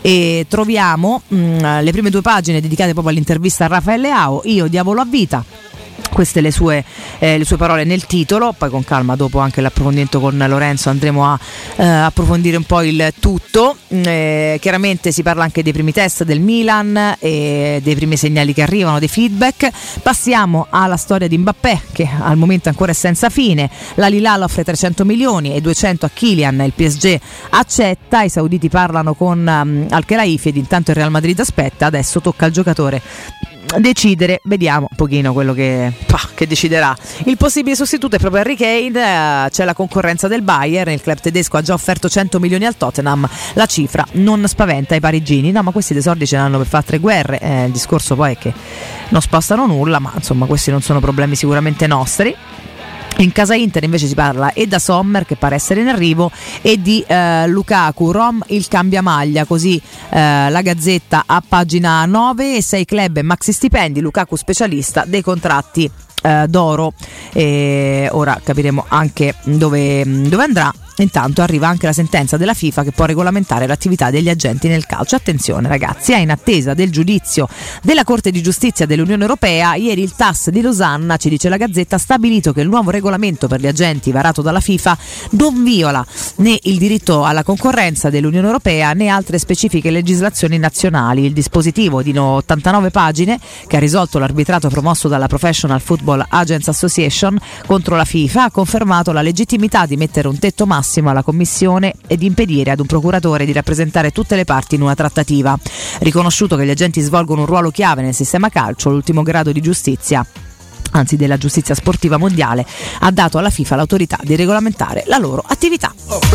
e troviamo mh, le prime due pagine dedicate proprio all'intervista a Rafael Leao, io diavolo a vita. Queste le sue, eh, le sue parole nel titolo, poi con calma dopo anche l'approfondimento con Lorenzo andremo a eh, approfondire un po' il tutto. Eh, chiaramente si parla anche dei primi test del Milan e dei primi segnali che arrivano, dei feedback. Passiamo alla storia di Mbappé, che al momento ancora è senza fine. La Hilal offre trecento milioni e duecento a Kylian, il P S G accetta, i sauditi parlano con um, Al-Khelaifi ed intanto il Real Madrid aspetta, adesso tocca al giocatore decidere, vediamo un pochino quello che, pah, che deciderà. Il possibile sostituto è proprio Harry Kane, eh, c'è la concorrenza del Bayern, il club tedesco ha già offerto cento milioni al Tottenham, la cifra non spaventa i parigini, no, ma questi dei soldi ce l'hanno per fare tre guerre, eh, il discorso poi è che non spostano nulla, ma insomma questi non sono problemi sicuramente nostri. In casa Inter invece si parla e da Sommer, che pare essere in arrivo, e di eh, Lukaku, Rom il cambiamaglia, così eh, la Gazzetta a pagina nove, sei club e maxi stipendi, Lukaku specialista dei contratti eh, d'oro, e ora capiremo anche dove, dove andrà. Intanto arriva anche la sentenza della FIFA che può regolamentare l'attività degli agenti nel calcio. Attenzione ragazzi, è in attesa del giudizio della Corte di Giustizia dell'Unione Europea. Ieri il T A S di Losanna, ci dice la Gazzetta, ha stabilito che il nuovo regolamento per gli agenti varato dalla FIFA non viola né il diritto alla concorrenza dell'Unione Europea né altre specifiche legislazioni nazionali. Il dispositivo di ottantanove pagine che ha risolto l'arbitrato promosso dalla Professional Football Agents Association contro la FIFA ha confermato la legittimità di mettere un tetto massimo alla Commissione e di impedire ad un procuratore di rappresentare tutte le parti in una trattativa. Riconosciuto che gli agenti svolgono un ruolo chiave nel sistema calcio, l'ultimo grado di giustizia, anzi della giustizia sportiva mondiale, ha dato alla FIFA l'autorità di regolamentare la loro attività.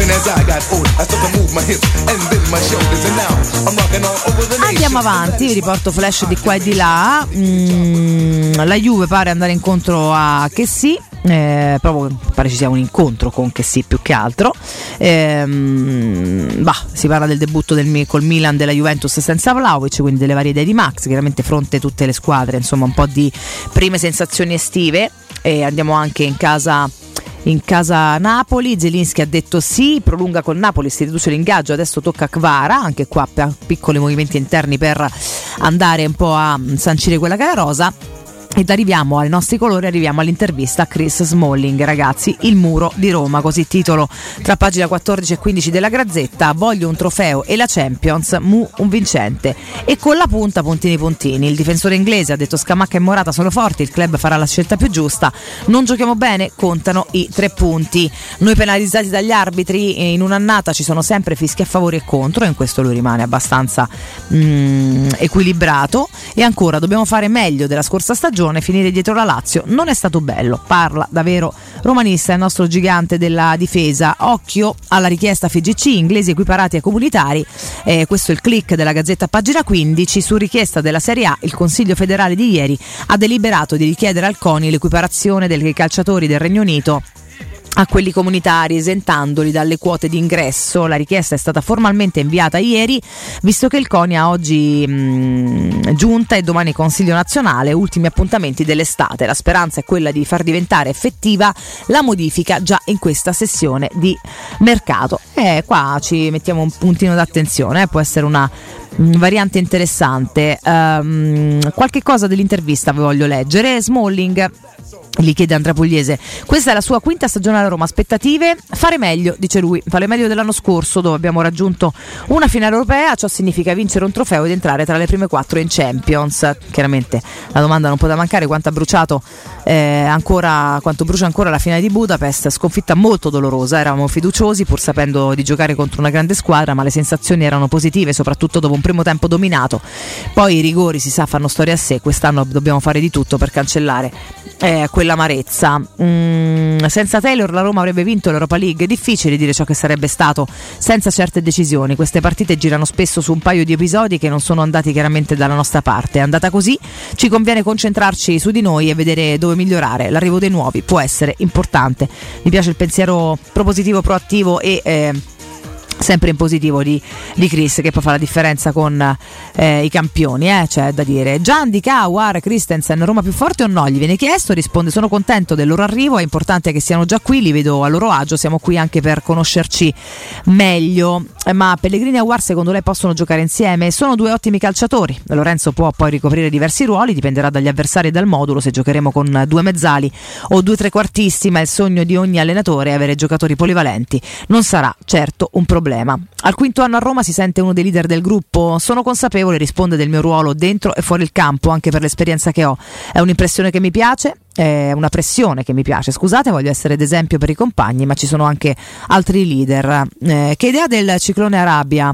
Andiamo avanti, vi riporto flash di qua e di là. Mm, la Juve pare andare incontro a Chessy, eh, proprio pare ci sia un incontro con Chessy più che altro. Ehm, bah, si parla del debutto del, col Milan della Juventus senza Vlahovic, quindi delle varie idee di Max, chiaramente fronte tutte le squadre, insomma un po' di prime sensazioni estive. E andiamo anche in casa in casa Napoli, Zelinski ha detto sì, prolunga con Napoli, si riduce l'ingaggio, adesso tocca a Kvara, anche qua piccoli movimenti interni per andare un po' a sancire quella che è la rosa. Ed arriviamo ai nostri colori, arriviamo all'intervista a Chris Smalling, ragazzi, il muro di Roma, così titolo tra pagina quattordici e quindici della Gazzetta. Voglio un trofeo e la Champions, mu un vincente. E con la punta puntini puntini, il difensore inglese ha detto Scamacca e Morata sono forti, il club farà la scelta più giusta, non giochiamo bene, contano i tre punti. Noi penalizzati dagli arbitri, in un'annata ci sono sempre fischi a favore e contro, e in questo lui rimane abbastanza mm, equilibrato. E ancora, dobbiamo fare meglio della scorsa stagione, finire dietro la Lazio non è stato bello. Parla davvero romanista il nostro gigante della difesa. Occhio alla richiesta F G C, inglesi equiparati ai comunitari, eh, questo è il click della Gazzetta pagina quindici. Su richiesta della Serie A il Consiglio federale di ieri ha deliberato di richiedere al CONI l'equiparazione dei calciatori del Regno Unito a quelli comunitari, esentandoli dalle quote di ingresso. La richiesta è stata formalmente inviata ieri, visto che il CONI ha oggi mh, giunta e domani Consiglio nazionale, ultimi appuntamenti dell'estate. La speranza è quella di far diventare effettiva la modifica già in questa sessione di mercato. E qua ci mettiamo un puntino d'attenzione, eh, può essere una mh, variante interessante. Um, qualche cosa dell'intervista vi voglio leggere. Smalling gli chiede Andrea Pugliese, questa è la sua quinta stagione alla Roma, aspettative? Fare meglio, dice lui, fare meglio dell'anno scorso dove abbiamo raggiunto una finale europea, ciò significa vincere un trofeo ed entrare tra le prime quattro in Champions. Chiaramente la domanda non poteva mancare, quanto ha bruciato eh, ancora, quanto brucia ancora la finale di Budapest, sconfitta molto dolorosa, eravamo fiduciosi pur sapendo di giocare contro una grande squadra, ma le sensazioni erano positive, soprattutto dopo un primo tempo dominato. Poi i rigori, si sa, fanno storia a sé, quest'anno dobbiamo fare di tutto per cancellare eh, quell'amarezza. Mm, senza Taylor la Roma avrebbe vinto l'Europa League, è difficile dire ciò che sarebbe stato senza certe decisioni. Queste partite girano spesso su un paio di episodi che non sono andati chiaramente dalla nostra parte. È andata così, ci conviene concentrarci su di noi e vedere dove migliorare. L'arrivo dei nuovi può essere importante. Mi piace il pensiero propositivo, proattivo e eh, sempre in positivo di, di Chris, che poi fa la differenza con eh, i campioni, eh, c'è da dire. Gian Di Cauar, Christensen, Roma più forte o no? Gli viene chiesto, risponde sono contento del loro arrivo, è importante che siano già qui, li vedo a loro agio, siamo qui anche per conoscerci meglio. Eh, ma Pellegrini e Aouar secondo lei possono giocare insieme? Sono due ottimi calciatori, Lorenzo può poi ricoprire diversi ruoli, dipenderà dagli avversari e dal modulo, se giocheremo con due mezzali o due trequartisti, ma il sogno di ogni allenatore è avere giocatori polivalenti, non sarà certo un problema. Al quinto anno a Roma si sente uno dei leader del gruppo, sono consapevole, risponde del mio ruolo dentro e fuori il campo, anche per l'esperienza che ho, è un'impressione che mi piace, è una pressione che mi piace, scusate, voglio essere d'esempio per i compagni, ma ci sono anche altri leader. Eh, che idea del ciclone Arabia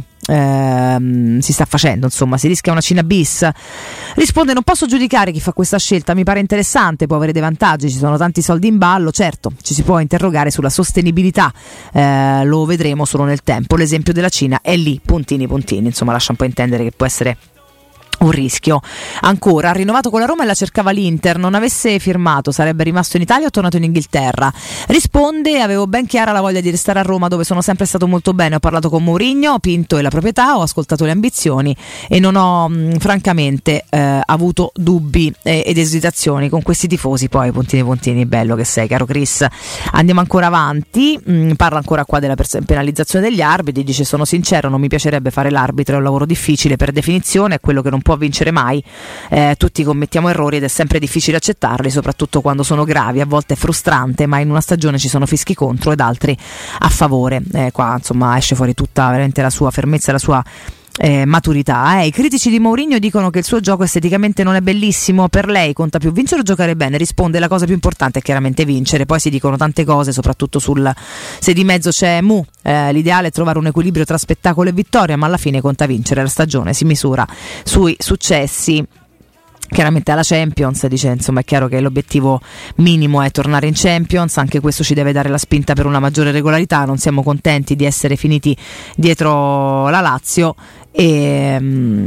Eh, si sta facendo, insomma, si rischia una Cina bis? Risponde non posso giudicare chi fa questa scelta, mi pare interessante, può avere dei vantaggi, ci sono tanti soldi in ballo, certo ci si può interrogare sulla sostenibilità, eh, lo vedremo solo nel tempo, l'esempio della Cina è lì, puntini puntini, insomma lascia un po' intendere che può essere un rischio. Ancora, ha rinnovato con la Roma e la cercava l'Inter, non avesse firmato sarebbe rimasto in Italia o tornato in Inghilterra? Risponde avevo ben chiara la voglia di restare a Roma dove sono sempre stato molto bene, ho parlato con Mourinho, Pinto e la proprietà, ho ascoltato le ambizioni e non ho mh, francamente eh, avuto dubbi eh, ed esitazioni con questi tifosi. Poi puntini puntini, bello che sei caro Chris. Andiamo ancora avanti, mh, parla ancora qua della pers- penalizzazione degli arbitri, dice sono sincero non mi piacerebbe fare l'arbitro, è un lavoro difficile per definizione, è quello che non può vincere mai, eh, tutti commettiamo errori ed è sempre difficile accettarli, soprattutto quando sono gravi, a volte è frustrante, ma in una stagione ci sono fischi contro ed altri a favore. Eh, qua insomma esce fuori tutta veramente la sua fermezza e la sua Eh, maturità. Eh. I critici di Mourinho dicono che il suo gioco esteticamente non è bellissimo, per lei conta più vincere o giocare bene? Risponde la cosa più importante è chiaramente vincere, poi si dicono tante cose soprattutto sul se di mezzo c'è Mu, eh, l'ideale è trovare un equilibrio tra spettacolo e vittoria, ma alla fine conta vincere, la stagione si misura sui successi. Chiaramente alla Champions, dice, insomma è chiaro che l'obiettivo minimo è tornare in Champions, anche questo ci deve dare la spinta per una maggiore regolarità, non siamo contenti di essere finiti dietro la Lazio e,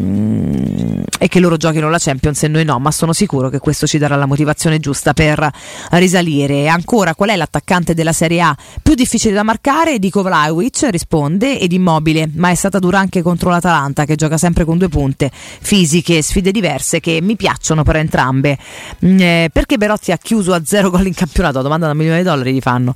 mm, e che loro giochino la Champions e noi no, ma sono sicuro che questo ci darà la motivazione giusta per risalire. Ancora, qual è l'attaccante della Serie A più difficile da marcare? Dico Vlahovic, risponde, ed Immobile, ma è stata dura anche contro l'Atalanta che gioca sempre con due punte fisiche, sfide diverse che mi piacciono per entrambe. Eh, perché Belotti ha chiuso a zero gol in campionato? Domanda da un milione di dollari gli fanno.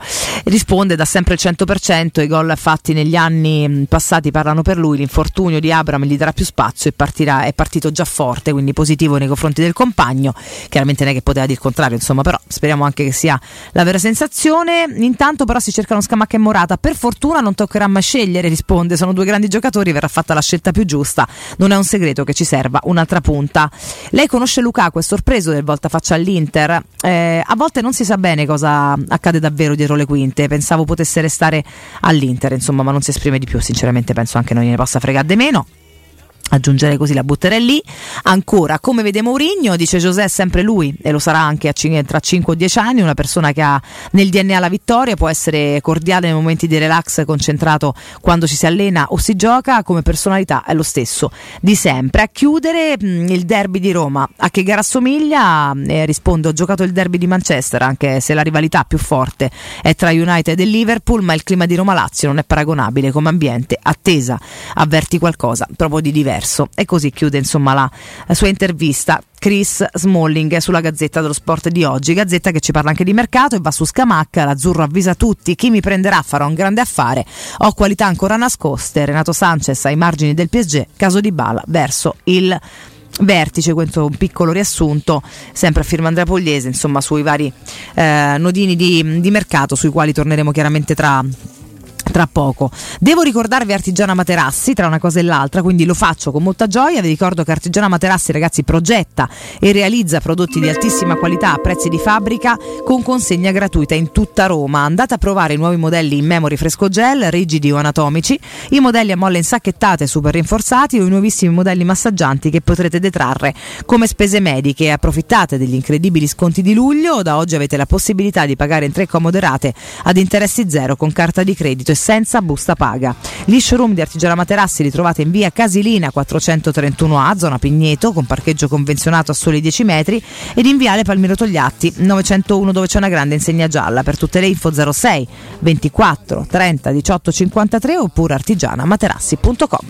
risponde da sempre il cento per cento, i gol fatti negli anni passati parlano per lui, l'infortunio di Abraham gli darà più spazio e partirà, è partito già forte, quindi positivo nei confronti del compagno. Chiaramente non è che poteva dire il contrario, insomma, però speriamo anche che sia la vera sensazione. Intanto però si cercano Scamacca e Morata, per fortuna non toccherà mai scegliere, risponde, sono due grandi giocatori, verrà fatta la scelta più giusta, non è un segreto che ci serva un'altra punta. Lei conosce Lukaku, è sorpreso del voltafaccia all'Inter, eh, a volte non si sa bene cosa accade davvero dietro le quinte, pensavo potesse restare all'Inter, insomma, ma non si esprime di più, sinceramente penso anche non gliene possa fregare di meno. Aggiungerei così, la butterei lì. Ancora, come vede Mourinho, dice José, è sempre lui e lo sarà anche a cin- tra cinque o dieci anni, una persona che ha nel D N A la vittoria, può essere cordiale nei momenti di relax, concentrato quando ci si allena o si gioca, come personalità è lo stesso di sempre. A chiudere mh, il derby di Roma, a che gara assomiglia? Eh, rispondo, ho giocato il derby di Manchester, anche se la rivalità più forte è tra United e Liverpool, ma il clima di Roma-Lazio non è paragonabile come ambiente, attesa, avverti qualcosa proprio di diverso. E così chiude insomma la, la sua intervista Chris Smalling sulla Gazzetta dello Sport di oggi, Gazzetta che ci parla anche di mercato e va su Scamacca. L'azzurro avvisa tutti, chi mi prenderà farà un grande affare, ho qualità ancora nascoste, Renato Sanchez ai margini del P S G, caso Dybala verso il vertice. Questo è un piccolo riassunto sempre a firma Andrea Pugliese, insomma, sui vari eh, nodini di, di mercato sui quali torneremo chiaramente tra tra poco. Devo ricordarvi Artigiana Materassi tra una cosa e l'altra, quindi lo faccio con molta gioia. Vi ricordo che Artigiana Materassi, ragazzi, progetta e realizza prodotti di altissima qualità a prezzi di fabbrica con consegna gratuita in tutta Roma. Andate a provare i nuovi modelli in memory fresco gel, rigidi o anatomici, i modelli a molle insacchettate super rinforzati o i nuovissimi modelli massaggianti che potrete detrarre come spese mediche. Approfittate degli incredibili sconti di luglio, da oggi avete la possibilità di pagare in tre comode rate ad interessi zero con carta di credito e senza busta paga. Gli showroom di Artigiana Materassi li trovate in via Casilina quattrocentotrentuno A, zona Pigneto, con parcheggio convenzionato a soli dieci metri, ed in viale Palmiro Togliatti novecentouno, dove c'è una grande insegna gialla. Per tutte le info zero sei ventiquattro trenta diciotto cinquantatré oppure artigianamaterassi punto com.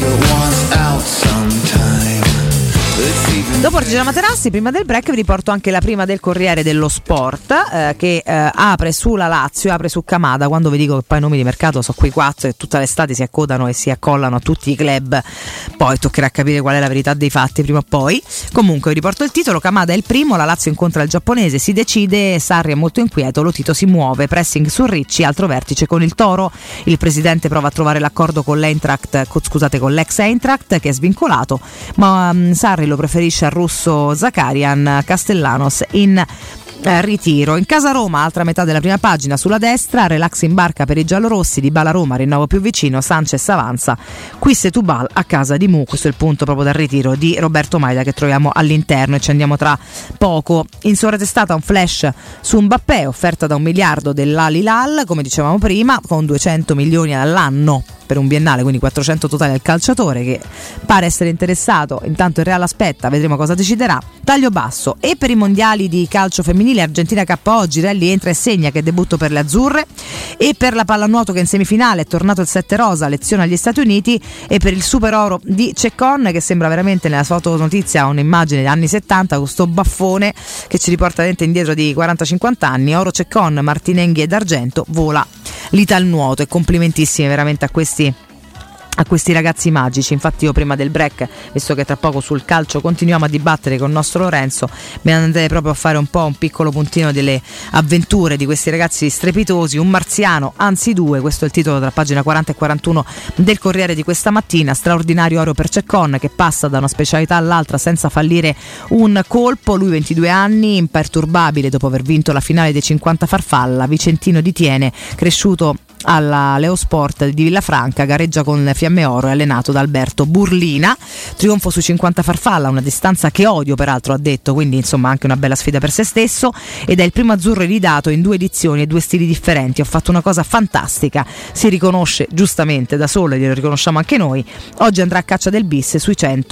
Dopo Artigiana Materassi, prima del break, vi riporto anche la prima del Corriere dello Sport, eh, che eh, apre sulla Lazio, apre su Kamada. Quando vi dico che poi i nomi di mercato sono quei quattro e tutta l'estate si accodano e si accollano a tutti i club, poi toccherà capire qual è la verità dei fatti prima o poi. Comunque vi riporto il titolo: Kamada è il primo, la Lazio incontra il giapponese, si decide, Sarri è molto inquieto, Lotito si muove, pressing su Ricci, altro vertice con il Toro, il presidente prova a trovare l'accordo con l'Eintracht, scusate con l'ex Eintracht che è svincolato, ma um, Sarri lo preferisce al russo Zakarian, Castellanos in eh, ritiro. In casa Roma, altra metà della prima pagina, sulla destra, relax in barca per i giallorossi, Dybala Roma, rinnovo più vicino, Sanchez avanza, qui Setúbal a casa di Mu. Questo è il punto proprio dal ritiro di Roberto Maida che troviamo all'interno e ci andiamo tra poco. In sovratestata un flash su Mbappé, offerta da un miliardo dell'Al Hilal, come dicevamo prima, con duecento milioni all'anno per un biennale, quindi quattrocento totali al calciatore, che pare essere interessato. Intanto il Real aspetta, vedremo cosa deciderà. Taglio basso. E per i mondiali di calcio femminile, Argentina K O, Girelli entra e segna, che debutto per le azzurre. E per la pallanuoto, che in semifinale è tornato il sette rosa, lezione agli Stati Uniti. E per il super oro di Ceccon, che sembra veramente nella foto notizia un'immagine degli anni settanta, con sto baffone che ci riporta veramente indietro di quaranta cinquanta anni. Oro Ceccon, Martinenghi ed argento, vola l'Italnuoto. E complimentissimi veramente a questi a questi ragazzi magici. Infatti io prima del break, visto che tra poco sul calcio continuiamo a dibattere con il nostro Lorenzo, mi andrei proprio a fare un po' un piccolo puntino delle avventure di questi ragazzi strepitosi, un marziano, anzi due. Questo è il titolo della pagina quaranta e quarantuno del Corriere di questa mattina. Straordinario oro per Ceccon, che passa da una specialità all'altra senza fallire un colpo. Lui ventidue anni, imperturbabile dopo aver vinto la finale dei cinquanta farfalla, vicentino di Tiene, cresciuto alla Leosport di Villafranca, gareggia con Fiamme Oro, è allenato da Alberto Burlina. Trionfo sui cinquanta farfalla, una distanza che odio peraltro, ha detto, quindi insomma anche una bella sfida per se stesso, ed è il primo azzurro iridato in due edizioni e due stili differenti. Ho fatto una cosa fantastica, si riconosce giustamente da solo e glielo riconosciamo anche noi. Oggi andrà a caccia del bis sui cento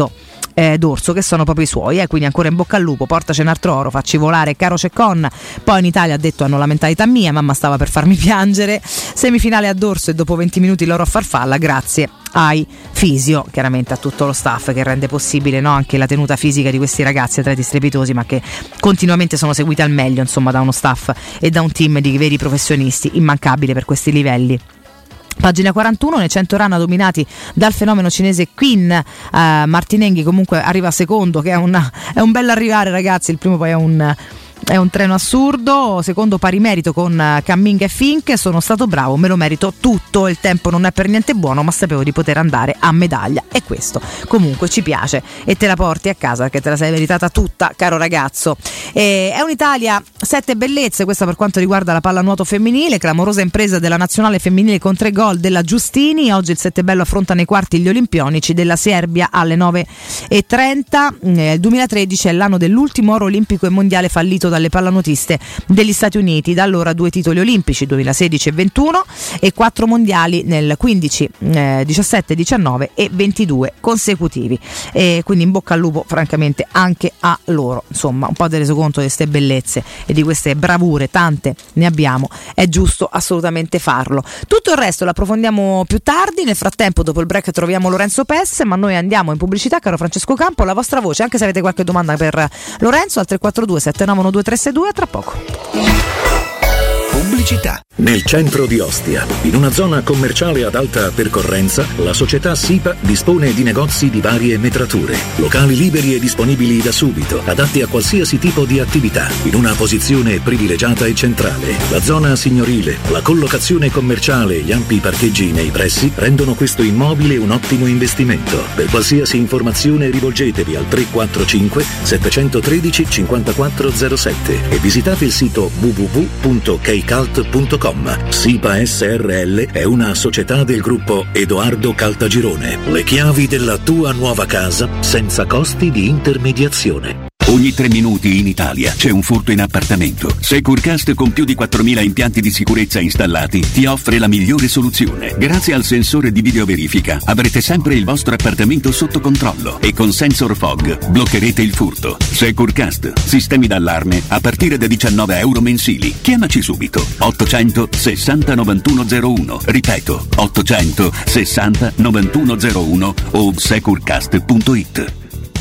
eh, d'orso, che sono proprio i suoi, eh, quindi ancora in bocca al lupo, portaci un altro oro, facci volare caro Ceccon. Poi in Italia ha detto hanno la mentalità mia, mamma stava per farmi piangere, semifinale a dorso e dopo venti minuti l'oro a farfalla, grazie ai fisio, chiaramente a tutto lo staff che rende possibile, no, anche la tenuta fisica di questi ragazzi, atleti strepitosi, ma che continuamente sono seguiti al meglio, insomma, da uno staff e da un team di veri professionisti, immancabile per questi livelli. Pagina quarantuno, nei cento run dominati dal fenomeno cinese Quinn, eh, Martinenghi comunque arriva secondo, che è, una, è un bel arrivare, ragazzi, il primo poi è un... È un treno assurdo, secondo pari merito con Camming e Fink, sono stato bravo, me lo merito tutto, il tempo non è per niente buono ma sapevo di poter andare a medaglia e questo comunque ci piace e te la porti a casa perché te la sei meritata tutta, caro ragazzo. E è un'Italia sette bellezze, questa per quanto riguarda la pallanuoto femminile, clamorosa impresa della nazionale femminile con tre gol della Giustini, oggi il Sette Bello affronta nei quarti gli olimpionici della Serbia alle nove e trenta, il duemilatredici è l'anno dell'ultimo oro olimpico e mondiale fallito dalle pallanuotiste degli Stati Uniti, da allora due titoli olimpici duemilasedici e ventuno e quattro mondiali nel quindici, eh, diciassette, diciannove e ventidue consecutivi, e quindi in bocca al lupo francamente anche a loro, insomma un po' di resoconto di queste bellezze e di queste bravure, tante ne abbiamo, è giusto assolutamente farlo. Tutto il resto lo approfondiamo più tardi, nel frattempo dopo il break troviamo Lorenzo Pesse, ma noi andiamo in pubblicità, caro Francesco Campo, la vostra voce, anche se avete qualche domanda per Lorenzo, al tre quattro due sette nove uno due tre sei due, a tra poco. Pubblicità. Nel centro di Ostia, in una zona commerciale ad alta percorrenza, la società SIPA dispone di negozi di varie metrature, locali liberi e disponibili da subito, adatti a qualsiasi tipo di attività, in una posizione privilegiata e centrale. La zona signorile, la collocazione commerciale e gli ampi parcheggi nei pressi rendono questo immobile un ottimo investimento. Per qualsiasi informazione rivolgetevi al tre quattro cinque sette uno tre cinque zero sette e visitate il sito w w w punto keicalt punto com. SIPA S R L è una società del gruppo Edoardo Caltagirone. Le chiavi della tua nuova casa senza costi di intermediazione. Ogni tre minuti in Italia c'è un furto in appartamento. Securcast, con più di quattromila impianti di sicurezza installati, ti offre la migliore soluzione. Grazie al sensore di videoverifica avrete sempre il vostro appartamento sotto controllo e con Sensor Fog bloccherete il furto. Securcast, sistemi d'allarme a partire da diciannove euro mensili. Chiamaci subito. ottocento sessanta novantuno zero uno. Ripeto, ottocento sessanta novantuno zero uno o securcast punto it.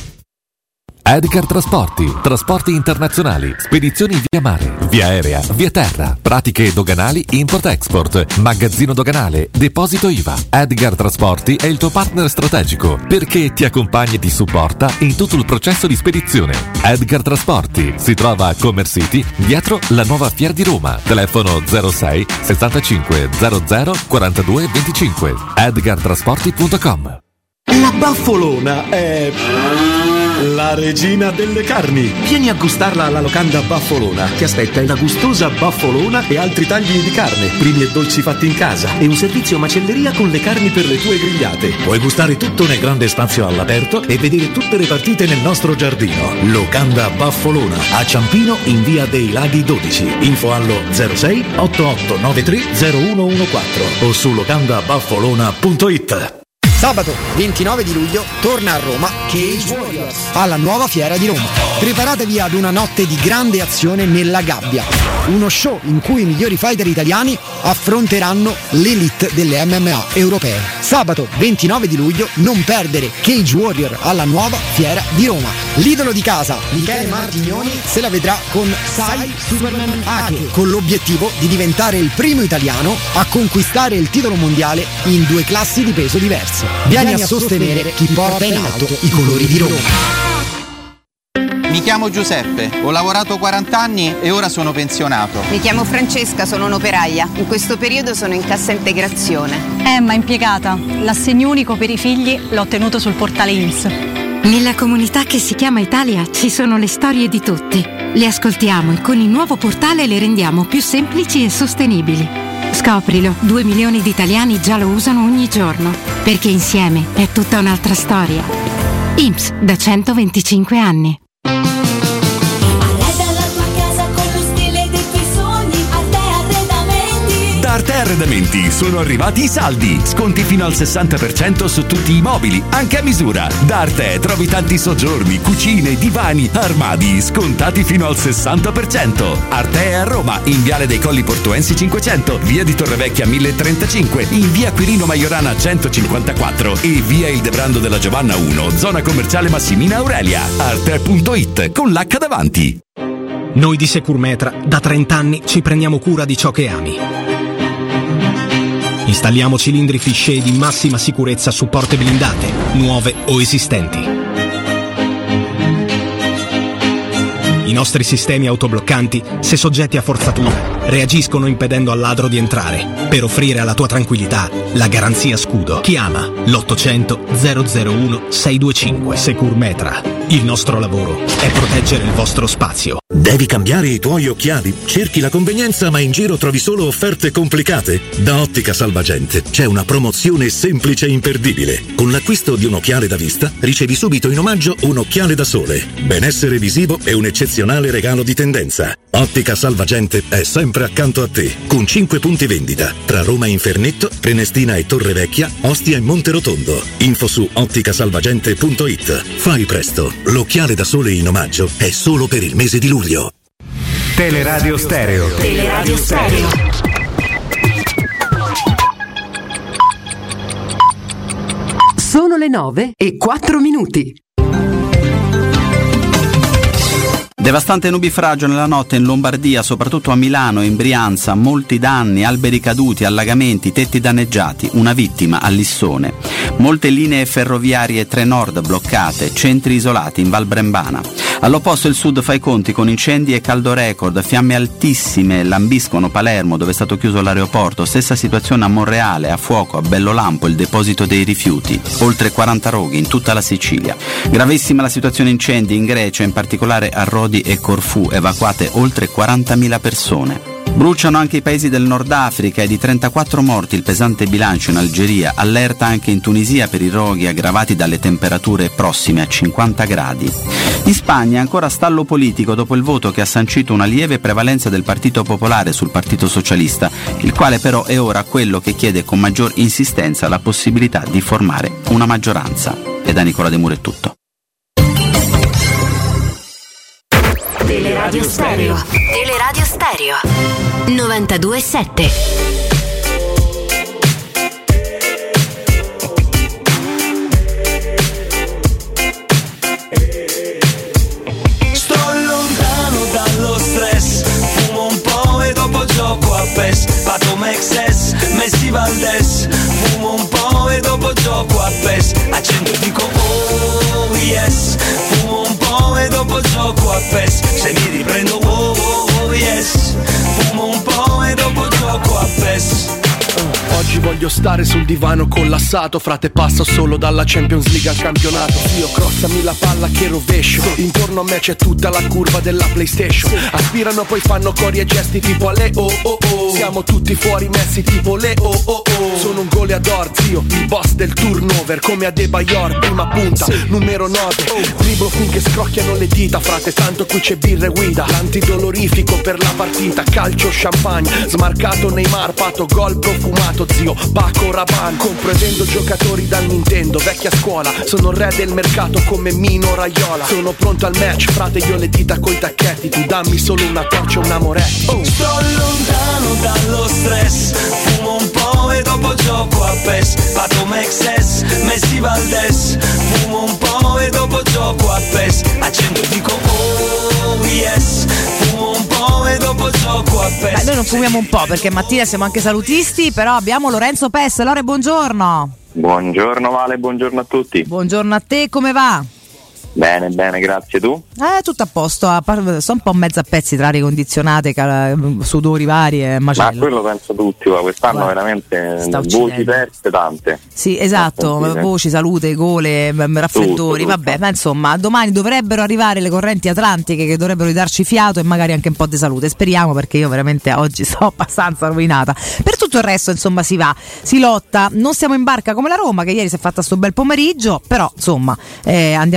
Edgar Trasporti, trasporti internazionali, spedizioni via mare, via aerea, via terra, pratiche doganali import-export, magazzino doganale, deposito I V A. Edgar Trasporti è il tuo partner strategico perché ti accompagna e ti supporta in tutto il processo di spedizione. Edgar Trasporti si trova a Commerce City, dietro la nuova Fiera di Roma. Telefono zero sei sessantacinque zero zero quarantadue venticinque. edgar trasporti punto com. La Baffolona è la regina delle carni. Vieni a gustarla alla locanda Baffolona. Ti aspetta una gustosa baffolona e altri tagli di carne, primi e dolci fatti in casa e un servizio macelleria con le carni per le tue grigliate. Puoi gustare tutto nel grande spazio all'aperto e vedere tutte le partite nel nostro giardino. Locanda Baffolona a Ciampino in via dei Laghi dodici. Info allo zero sei otto otto nove tre zero uno uno quattro o su locanda baffolona punto it. Sabato ventinove di luglio torna a Roma Cage Warriors alla nuova Fiera di Roma. Preparatevi ad una notte di grande azione nella gabbia. Uno show in cui i migliori fighter italiani affronteranno l'elite delle M M A europee. Sabato ventinove di luglio non perdere Cage Warrior alla nuova Fiera di Roma. L'idolo di casa, Michele Martignoni, se la vedrà con Sai Superman Ake, con l'obiettivo di diventare il primo italiano a conquistare il titolo mondiale in due classi di peso diverse. Vieni a sostenere chi porta in alto i colori di Roma. Mi chiamo Giuseppe, ho lavorato quaranta anni e ora sono pensionato. Mi chiamo Francesca, sono un'operaia. In questo periodo sono in cassa integrazione. Emma, impiegata. L'assegno unico per i figli l'ho ottenuto sul portale I N P S. Nella comunità che si chiama Italia ci sono le storie di tutti. Le ascoltiamo e con il nuovo portale le rendiamo più semplici e sostenibili. Scoprilo, due milioni di italiani già lo usano ogni giorno, perché insieme è tutta un'altra storia. I N P S da centoventicinque anni. Da Arte Arredamenti, sono arrivati i saldi. Sconti fino al sessanta per cento su tutti i mobili, anche a misura. Da Arte trovi tanti soggiorni, cucine, divani, armadi, scontati fino al sessanta per cento. Arte è a Roma, in Viale dei Colli Portuensi cinquecento, Via di Torrevecchia mille e trentacinque, in Via Quirino Maiorana centocinquantaquattro e Via Il Debrando della Giovanna uno, zona commerciale Massimina Aurelia. Arte punto it con l'H davanti. Noi di Securmetra da trenta anni ci prendiamo cura di ciò che ami. Installiamo cilindri Fichet di massima sicurezza su porte blindate, nuove o esistenti. I nostri sistemi autobloccanti, se soggetti a forzatura, reagiscono impedendo al ladro di entrare, per offrire alla tua tranquillità la garanzia scudo. Chiama l'ottocento zero zero uno sei due cinque. Securmetra. Il nostro lavoro è proteggere il vostro spazio. Devi cambiare i tuoi occhiali? Cerchi la convenienza ma in giro trovi solo offerte complicate? Da Ottica Salvagente c'è una promozione semplice e imperdibile. Con l'acquisto di un occhiale da vista ricevi subito in omaggio un occhiale da sole. Benessere visivo e un eccezionale regalo di tendenza. Ottica Salvagente è sempre accanto a te, con cinque punti vendita tra Roma e Infernetto, Prenestina e Torrevecchia, Ostia e Monterotondo. Info su otticasalvagente punto it. Fai presto, l'occhiale da sole in omaggio è solo per il mese di luglio. Teleradio Stereo. Teleradio Stereo. Sono le nove e quattro minuti. Devastante nubifragio nella notte in Lombardia, soprattutto a Milano e in Brianza, molti danni, alberi caduti, allagamenti, tetti danneggiati, una vittima a Lissone. Molte linee ferroviarie Trenord bloccate, centri isolati in Val Brembana. All'opposto il sud fa i conti con incendi e caldo record, fiamme altissime lambiscono Palermo dove è stato chiuso l'aeroporto, stessa situazione a Monreale, a fuoco a Bellolampo il deposito dei rifiuti, oltre quaranta roghi in tutta la Sicilia. Gravissima la situazione incendi in Grecia, in particolare a Rodi e Corfù, evacuate oltre quarantamila persone. Bruciano anche i paesi del Nord Africa e di trentaquattro morti il pesante bilancio in Algeria, allerta anche in Tunisia per i roghi aggravati dalle temperature prossime a cinquanta gradi. In Spagna è ancora stallo politico dopo il voto che ha sancito una lieve prevalenza del Partito Popolare sul Partito Socialista, il quale però è ora quello che chiede con maggior insistenza la possibilità di formare una maggioranza. E da Nicola De Muro è tutto. Teleradio Stereo. Teleradio Stereo. novantadue sette. Sto lontano dallo stress, fumo un po' e dopo gioco a P E S. Pato Mexes, Messi Valdes, fumo un po' e dopo gioco a P E S. Accendo e dico oh yes, fumo un po' e dopo gioco a P E S. Se mi riprendo oh, oh, oh yes, fumo un po' e dopo gioco a P E S. Oggi voglio stare sul divano collassato, frate, passo solo dalla Champions League al campionato. Io crossami la palla che rovescio, intorno a me c'è tutta la curva della PlayStation. Aspirano poi fanno cori e gesti tipo alle oh oh oh. Siamo tutti fuori messi tipo le oh oh oh. Sono un goleador, zio, il boss del turnover, come Adebayor, prima punta, numero nove. Dribblo finché scrocchiano le dita, frate, tanto qui c'è birra e guida. L'antidolorifico per la partita, calcio, champagne, smarcato Neymar, pato, gol profumato, zio, Paco Rabanne. Compro e vendo giocatori dal Nintendo, vecchia scuola, sono il re del mercato come Mino Raiola. Sono pronto al match, frate, io le dita coi tacchetti, tu dammi solo una torcia e un amoretto. Oh. Sto lontano dallo stress, fumo un po' e dopo gioco a P E S. Pato Mexes, Messi Valdes, fumo un po' e dopo gioco a P E S. Accendo e dico oh yes, fumo un po' e dopo gioco a P E S. Beh, noi non fumiamo un po' perché mattina siamo anche salutisti, però abbiamo Lorenzo Pes. Lore, buongiorno. Buongiorno Vale, buongiorno a tutti. Buongiorno a te, come va? Bene, bene, grazie. Tu? Eh, tutto a posto, a par- sto un po' mezzo a pezzi tra aria condizionate, cal- sudori vari e macello. Ma quello penso tutti, ma quest'anno Guarda, veramente voci perse tante. Sì, esatto, voci, salute, gole, raffreddori, tutto, tutto. Vabbè, ma insomma, domani dovrebbero arrivare le correnti atlantiche che dovrebbero ridarci fiato e magari anche un po' di salute, speriamo, perché io veramente oggi sto abbastanza rovinata. Per tutto il resto, insomma, si va, si lotta, non siamo in barca come la Roma che ieri si è fatta sto bel pomeriggio, però insomma, eh, andiamo, andiamo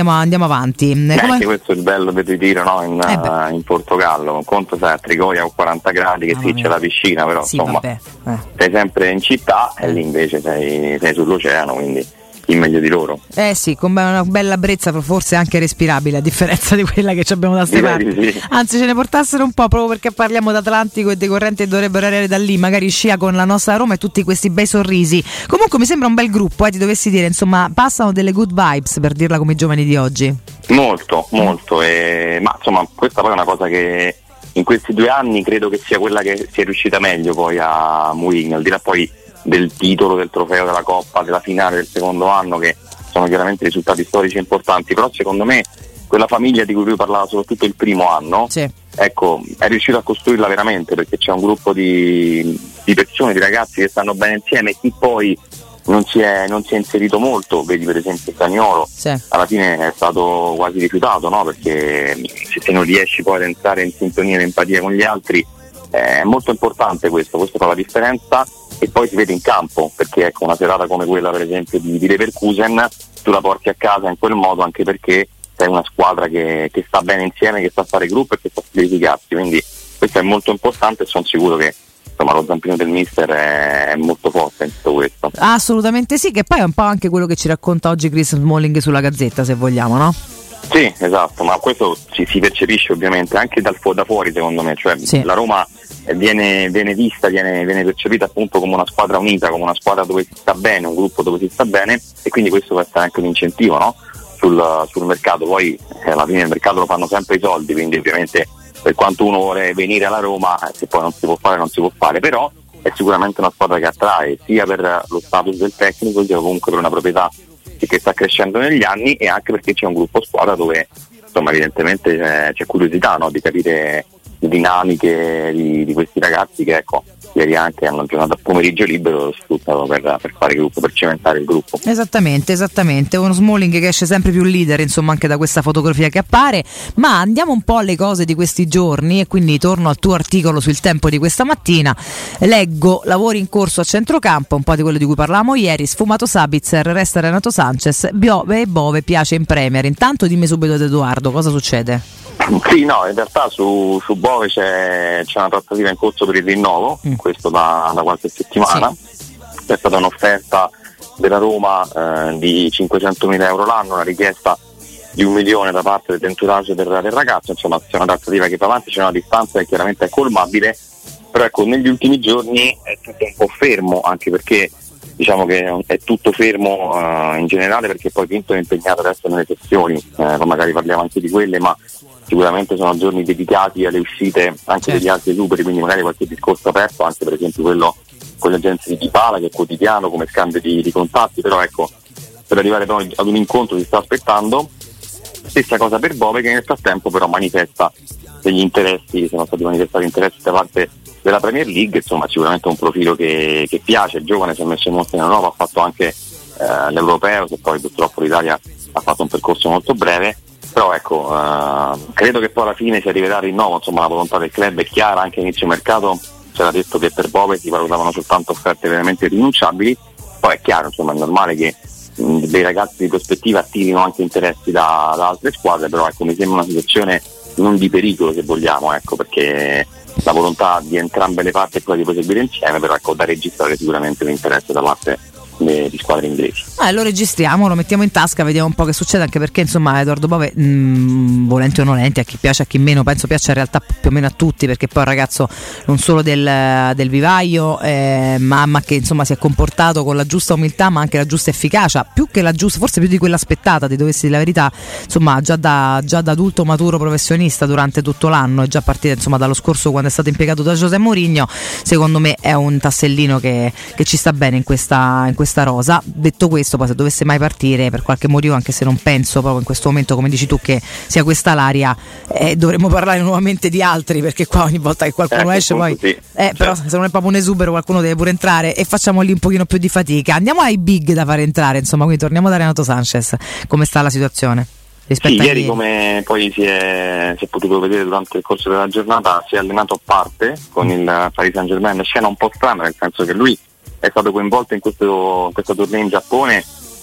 andiamo avanti. Beh, Come... anche questo è il bello del ritiro, no? in, eh uh, in Portogallo. Un conto sei a Trigoria con quaranta gradi, che ah, sì, c'è la piscina, però sì, insomma eh. sei sempre in città e lì invece sei, sei sull'oceano, quindi il meglio di loro. Eh sì, con una bella brezza forse anche respirabile, a differenza di quella che abbiamo da ste parti. Sì. Anzi, ce ne portassero un po', proprio perché parliamo d'Atlantico e dei correnti che dovrebbero arrivare da lì, magari scia con la nostra Roma e tutti questi bei sorrisi. Comunque mi sembra un bel gruppo, eh, ti dovessi dire, insomma, passano delle good vibes, per dirla come i giovani di oggi. Molto, molto, e, ma insomma questa poi è una cosa che in questi due anni credo che sia quella che sia riuscita meglio poi a Mourinho, al di là poi del titolo, del trofeo, della Coppa, della finale del secondo anno, che sono chiaramente risultati storici importanti, però secondo me quella famiglia di cui lui parlava soprattutto il primo anno, sì. ecco, è riuscito a costruirla veramente, perché c'è un gruppo di, di persone, di ragazzi che stanno bene insieme, e chi poi non si è, non si è inserito molto, vedi per esempio Zaniolo, sì. alla fine è stato quasi rifiutato, no? Perché se, se non riesci poi ad entrare in sintonia e empatia con gli altri, è molto importante questo, questo fa la differenza, e poi si vede in campo, perché ecco, una serata come quella per esempio di, di Leverkusen tu la porti a casa in quel modo, anche perché sei una squadra che, che sta bene insieme, che sa fare gruppo e che sa verificarsi, quindi questo è molto importante, e sono sicuro che insomma lo zampino del mister è, è molto forte in tutto questo. Assolutamente sì, che poi è un po' anche quello che ci racconta oggi Chris Smalling sulla Gazzetta, se vogliamo, no? Sì, esatto, ma questo si, si percepisce ovviamente anche dal fu- da fuori, secondo me, cioè sì. La Roma viene, viene vista, viene, viene percepita appunto come una squadra unita, come una squadra dove si sta bene, un gruppo dove si sta bene, e quindi questo può essere anche un incentivo, no? sul, sul mercato. Poi eh, alla fine il mercato lo fanno sempre i soldi, quindi ovviamente per quanto uno vuole venire alla Roma, se poi non si può fare non si può fare, però è sicuramente una squadra che attrae sia per lo status del tecnico, sia comunque per una proprietà che sta crescendo negli anni, e anche perché c'è un gruppo squadra dove insomma evidentemente c'è, c'è curiosità, no? Di capire le dinamiche di, di questi ragazzi che ecco ieri anche hanno giornata a pomeriggio libero, lo sfruttano per, per fare gruppo, per cementare il gruppo. Esattamente, esattamente, uno Smalling che esce sempre più leader insomma anche da questa fotografia che appare. Ma andiamo un po' alle cose di questi giorni, e quindi torno al tuo articolo sul Tempo di questa mattina. Leggo: lavori in corso a centrocampo, un po' di quello di cui parlavamo ieri, sfumato Sabitzer, resta Renato Sanchez, Bove e Bove piace in Premier. Intanto dimmi subito ad Edoardo cosa succede. Sì, no, in realtà su, su Bove c'è, c'è una trattativa in corso per il rinnovo, mm. questo da, da qualche settimana. Sì. C'è stata un'offerta della Roma eh, di cinquecentomila euro l'anno, una richiesta di un milione da parte del entourage del, del ragazzo, insomma c'è una trattativa che va avanti, c'è una distanza che chiaramente è colmabile, però ecco negli ultimi giorni è tutto un po' fermo, anche perché diciamo che è tutto fermo uh, in generale, perché poi Pinto è impegnato adesso nelle sessioni, eh, magari parliamo anche di quelle, ma sicuramente sono giorni dedicati alle uscite anche degli altri esuberi, quindi magari qualche discorso aperto, anche per esempio quello con le agenzie di Dybala, che è quotidiano come scambio di, di contatti, però ecco per arrivare poi ad un incontro si sta aspettando. Stessa cosa per Bove, che nel frattempo però manifesta degli interessi, sono stati manifestati interessi da parte della Premier League, insomma sicuramente un profilo che, che piace, è giovane, si è messo molto in Europa, ha fatto anche eh, l'Europeo, che poi purtroppo l'Italia ha fatto un percorso molto breve, però ecco eh, credo che poi alla fine si arriverà al rinnovo, insomma la volontà del club è chiara, anche inizio mercato c'era detto che per Bove si valutavano soltanto offerte veramente rinunciabili, poi è chiaro, insomma è normale che mh, dei ragazzi di prospettiva attivino anche interessi da, da altre squadre, però ecco mi sembra una situazione non di pericolo, se vogliamo, ecco, perché la volontà di entrambe le parti è quella di proseguire insieme, però ecco da registrare sicuramente l'interesse da parte di, di squadre inglesi. Ah, lo registriamo, lo mettiamo in tasca, vediamo un po' che succede, anche perché insomma Edoardo Bove mh, volenti o nolenti, a chi piace a chi meno, penso piace in realtà più o meno a tutti, perché poi è un ragazzo non solo del, del vivaio eh, ma, ma che insomma si è comportato con la giusta umiltà, ma anche la giusta efficacia, più che la giusta, forse più di quella aspettata, di dovessi dire la verità, insomma già da, già da adulto maturo professionista durante tutto l'anno, è già partito insomma dallo scorso quando è stato impiegato da José Mourinho. Secondo me è un tassellino che, che ci sta bene in questa, in questa rosa. Detto questo, poi se dovesse mai partire per qualche motivo, anche se non penso proprio in questo momento, come dici tu, che sia questa l'aria, eh, dovremmo parlare nuovamente di altri, perché qua ogni volta che qualcuno eh, esce poi sì, eh, certo. Però se non è proprio un esubero qualcuno deve pure entrare, e facciamo lì un pochino più di fatica. Andiamo ai big da fare entrare, insomma, quindi torniamo da Renato Sanchez. Come sta la situazione? Sì, ieri, come poi si è, si è potuto vedere durante il corso della giornata, si è allenato a parte con il Paris Saint-Germain, scena un po' strana, nel senso che lui è stato coinvolto in questo, in questo torneo in Giappone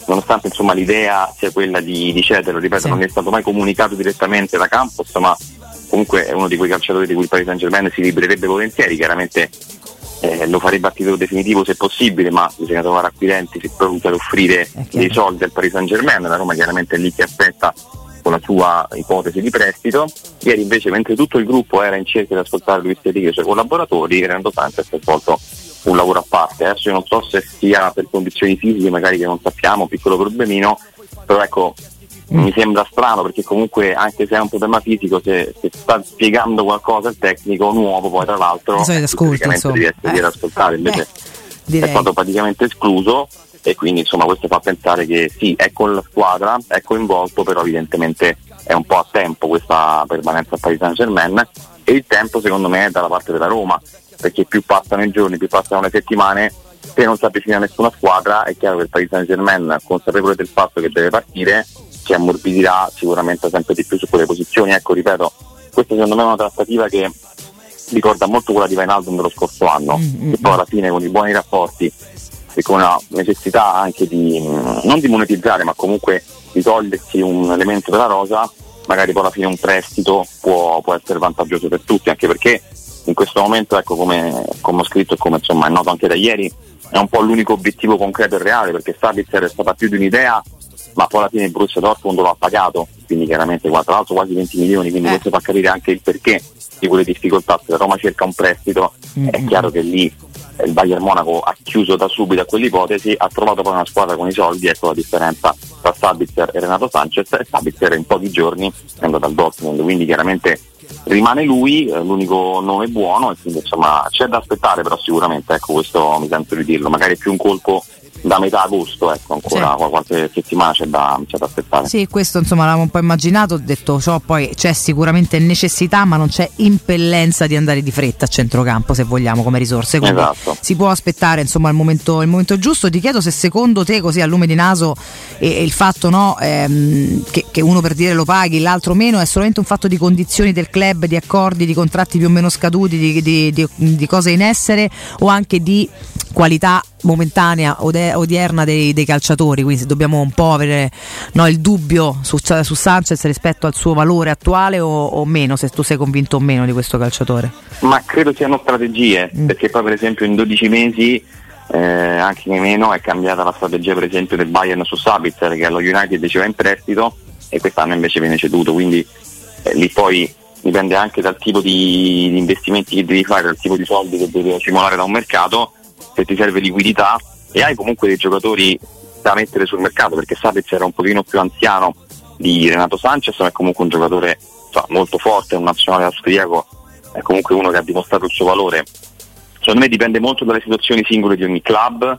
nonostante insomma l'idea sia quella di, di cederlo, ripeto, sì. non è stato mai comunicato direttamente da Campos, ma comunque è uno di quei calciatori di cui il Paris Saint-Germain si libererebbe volentieri, chiaramente eh, lo farebbe a titolo definitivo se possibile, ma bisogna trovare acquirenti se pronti ad offrire dei soldi al Paris Saint-Germain. La Roma chiaramente è lì che aspetta con la sua ipotesi di prestito. Ieri invece, mentre tutto il gruppo era in cerca di ascoltare Luis Enrique e i suoi collaboratori, Renato Sanchez ha svolto un lavoro a parte. Adesso io non so se sia per condizioni fisiche magari che non sappiamo, piccolo problemino, però ecco mm. mi sembra strano, perché comunque anche se è un problema fisico, se, se sta spiegando qualcosa il tecnico nuovo, poi tra l'altro eh, ascolta, deve essere eh. ascoltato, invece eh, è stato praticamente escluso, e quindi insomma questo fa pensare che sì, è con la squadra, è coinvolto, però evidentemente è un po' a tempo questa permanenza a Paris Saint-Germain, e il tempo secondo me è dalla parte della Roma, perché più passano i giorni, più passano le settimane, se non si avvicina nessuna squadra è chiaro che il Paris Saint-Germain, consapevole del fatto che deve partire, si ammorbidirà sicuramente sempre di più su quelle posizioni. Ecco, ripeto, questa secondo me è una trattativa che ricorda molto quella di Wijnaldum dello scorso anno, mm-hmm. che poi alla fine con i buoni rapporti e con una necessità anche di non di monetizzare, ma comunque di togliersi un elemento della rosa, magari poi alla fine un prestito può, può essere vantaggioso per tutti, anche perché in questo momento, ecco, come, come ho scritto e come insomma è noto anche da ieri, è un po' l'unico obiettivo concreto e reale, perché Sabitzer è stata più di un'idea, ma poi alla fine il Borussia Dortmund lo ha pagato, quindi chiaramente tra l'altro quasi venti milioni, quindi eh. questo fa capire anche il perché di quelle difficoltà. Se la Roma cerca un prestito, mm-hmm. è chiaro che lì il Bayern Monaco ha chiuso da subito a quell'ipotesi, ha trovato poi una squadra con i soldi, ecco la differenza tra Sabitzer e Renato Sanchez, e Sabitzer in pochi giorni è andato al Dortmund, quindi chiaramente rimane lui, eh, l'unico nome buono, e quindi insomma c'è da aspettare, però sicuramente, ecco, questo mi sento di dirlo, magari più un colpo da metà agosto, ecco, ancora sì. qualche settimana c'è da, c'è da aspettare. Sì, questo insomma l'avevamo un po' immaginato, ho detto ciò, poi c'è sicuramente necessità, ma non c'è impellenza di andare di fretta a centrocampo, se vogliamo, come risorse, quindi esatto. si può aspettare insomma il momento, il momento giusto. Ti chiedo se secondo te, così a lume di naso, e, e il fatto no ehm, che, che uno per dire lo paghi, l'altro meno, è solamente un fatto di condizioni del club, di accordi, di contratti più o meno scaduti, di, di, di, di cose in essere, o anche di qualità momentanea odierna dei, dei calciatori, quindi se dobbiamo un po' avere no, il dubbio su, su Sanchez rispetto al suo valore attuale o, o meno, se tu sei convinto o meno di questo calciatore? Ma credo siano strategie, mm. perché poi per esempio in dodici mesi eh, anche meno è cambiata la strategia per esempio del Bayern su Sabitzer, che allo United diceva in prestito e quest'anno invece viene ceduto, quindi eh, lì poi dipende anche dal tipo di, di investimenti che devi fare, dal tipo di soldi che devi accumulare da un mercato, se ti serve liquidità e hai comunque dei giocatori da mettere sul mercato, perché Sabitzer era un pochino più anziano di Renato Sanchez, ma è comunque un giocatore cioè, molto forte, un nazionale austriaco, è comunque uno che ha dimostrato il suo valore. Secondo me dipende molto dalle situazioni singole di ogni club,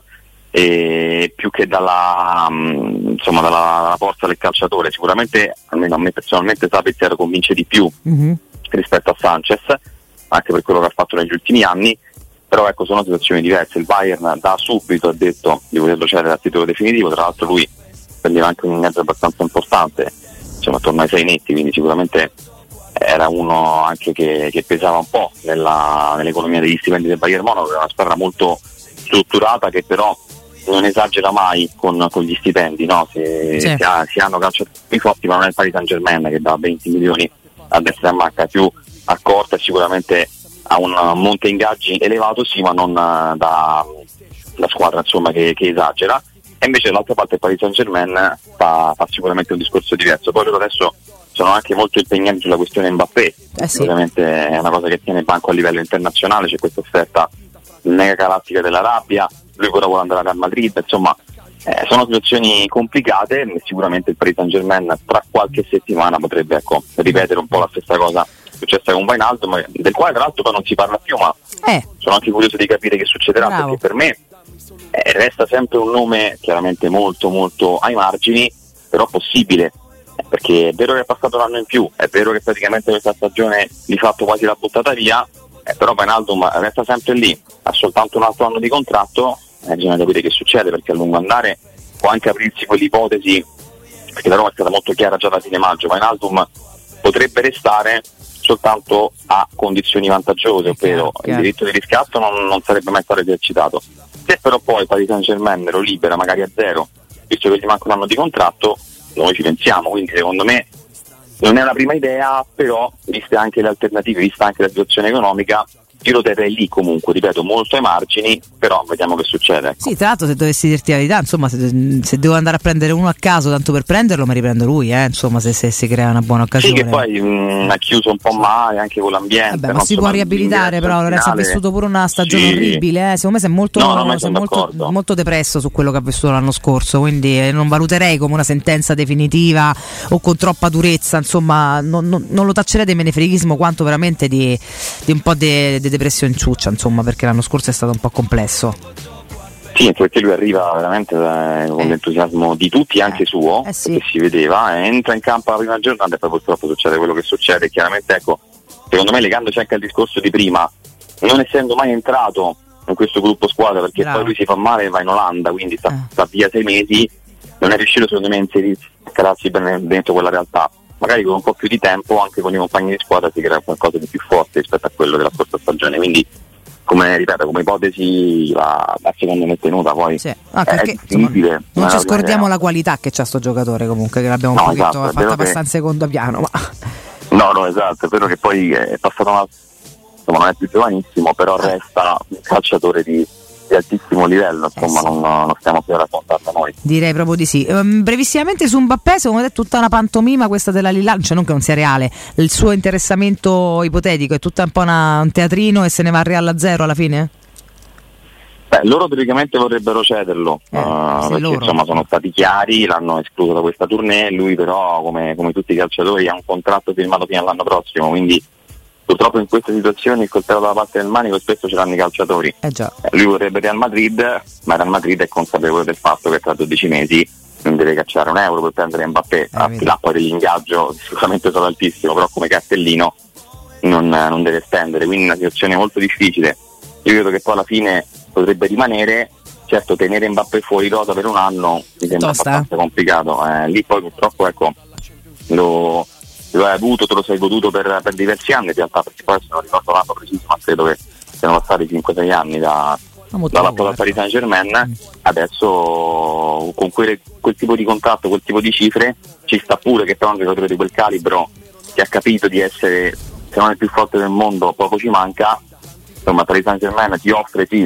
e più che dalla, mh, insomma, dalla, dalla forza del calciatore. Sicuramente, almeno a me personalmente, Sabitzer convince di più mm-hmm. rispetto a Sanchez, anche per quello che ha fatto negli ultimi anni. Però ecco, sono situazioni diverse. Il Bayern da subito ha detto di volerlo cedere a titolo definitivo, tra l'altro lui prendeva anche un mezzo abbastanza importante, insomma attorno ai sei netti, quindi sicuramente era uno anche che, che pesava un po' nella, nell'economia degli stipendi del Bayern Monaco, che è una squadra molto strutturata che però non esagera mai con, con gli stipendi, no? Se, sì. si, ha, si hanno calciatori forti, ma non è il Paris Saint-Germain che dà venti milioni a destra e a manca, più accorta, sicuramente ha un monte ingaggi elevato, sì, ma non da, da squadra insomma che, che esagera. E invece dall'altra parte il Paris Saint-Germain fa, fa sicuramente un discorso diverso. Poi loro adesso sono anche molto impegnati sulla questione Mbappé, eh sì. ovviamente è una cosa che tiene banco a livello internazionale, c'è questa offerta mega galattica dell'Arabia, lui ora vuole andare al Madrid, insomma eh, sono situazioni complicate e sicuramente il Paris Saint-Germain tra qualche settimana potrebbe ecco, ripetere un po' la stessa cosa successa con Wijnaldum, del quale tra l'altro poi non si parla più, ma eh. sono anche curioso di capire che succederà. Bravo. Perché per me eh, resta sempre un nome chiaramente molto molto ai margini, però possibile, eh, perché è vero che è passato un anno in più, è vero che praticamente questa stagione di fatto quasi l'ha buttata via, eh, però Wijnaldum resta sempre lì, ha soltanto un altro anno di contratto, eh, bisogna capire che succede, perché a lungo andare può anche aprirsi quell'ipotesi, perché la Roma è stata molto chiara già da fine maggio, Wijnaldum potrebbe restare soltanto a condizioni vantaggiose, ovvero okay, il diritto di riscatto non, non sarebbe mai stato esercitato. Se però poi Paris Saint-Germain lo libera magari a zero visto che gli manca un anno di contratto, noi ci pensiamo, quindi secondo me non è una prima idea, però viste anche le alternative, vista anche la situazione economica, io lo terrei lì comunque, ripeto, molto ai margini, però vediamo che succede. Ecco. Sì, tra l'altro se dovessi dirti la verità, insomma, se, se devo andare a prendere uno a caso tanto per prenderlo, mi riprendo lui, eh, insomma, se, se si crea una buona occasione. Sì, che poi mh, ha chiuso un po' male anche con l'ambiente. Vabbè, ma si può riabilitare, però Lorenzo ha vissuto pure una stagione sì. orribile, eh. Secondo me sei molto, no, no, sei molto, molto depresso su quello che ha vissuto l'anno scorso, quindi eh, non valuterei come una sentenza definitiva o con troppa durezza, insomma, non, non, non lo taccerei di menefreghismo quanto veramente di, di un po' di de, depressione ciuccia, insomma, perché l'anno scorso è stato un po' complesso. Sì, perché lui arriva veramente eh, con eh. l'entusiasmo di tutti, anche eh. suo, eh sì. che si vedeva, eh, entra in campo la prima giornata e poi purtroppo succede quello che succede. Chiaramente, ecco, secondo me legandoci anche al discorso di prima, non essendo mai entrato in questo gruppo squadra, perché Bravo. poi lui si fa male e va in Olanda, quindi sta, eh. sta via sei mesi, non è riuscito secondo me a inserirsi, a calarsi bene dentro quella realtà. Magari con un po' più di tempo anche con i compagni di squadra si crea qualcosa di più forte rispetto a quello della scorsa stagione, quindi come ripeto, come ipotesi va, va secondo me tenuta, poi sì. ah, perché, insomma, non ci scordiamo la qualità che c'ha sto giocatore comunque, che l'abbiamo no, un pochetto esatto, fatto abbastanza in secondo piano, ma... no no esatto, è vero che poi è passato una, insomma non è più giovanissimo, però resta un calciatore di di altissimo livello, insomma, eh sì. non, non stiamo più a raccontarla noi. Direi proprio di sì. Um, brevissimamente su Mbappé, secondo te è tutta una pantomima questa della Lilla, cioè non che non sia reale, il suo interessamento ipotetico è tutta un po' una, un teatrino e se ne va a Real a zero alla fine? Beh, loro teoricamente vorrebbero cederlo, eh, uh, sì, perché loro. insomma sono stati chiari, l'hanno escluso da questa tournée, lui però come, come tutti i calciatori ha un contratto firmato fino all'anno prossimo, quindi purtroppo in queste situazioni il coltello dalla parte del manico spesso ce l'hanno i calciatori. Eh già. Eh, lui vorrebbe Real Madrid, ma Real Madrid è consapevole del fatto che tra dodici mesi non deve cacciare un euro per prendere Mbappé. Eh, là poi dell'ingaggio sicuramente sono altissimo, però come cartellino non, non deve spendere, quindi è una situazione molto difficile. Io credo che poi alla fine potrebbe rimanere, certo tenere Mbappé fuori rosa per un anno mi sembra Tosta. abbastanza complicato. Eh, lì poi purtroppo ecco lo... lo hai avuto, te lo sei goduto per, per diversi anni in realtà, perché poi se non ricordo l'anno preciso, ma credo che siano passati cinque sei anni da, dalla dal Paris Saint Germain, mm. adesso con quel, quel tipo di contratto, quel tipo di cifre ci sta pure che però un giocatore di quel calibro che ha capito di essere, se non il più forte del mondo, poco ci manca. Insomma, Paris Saint Germain ti offre sì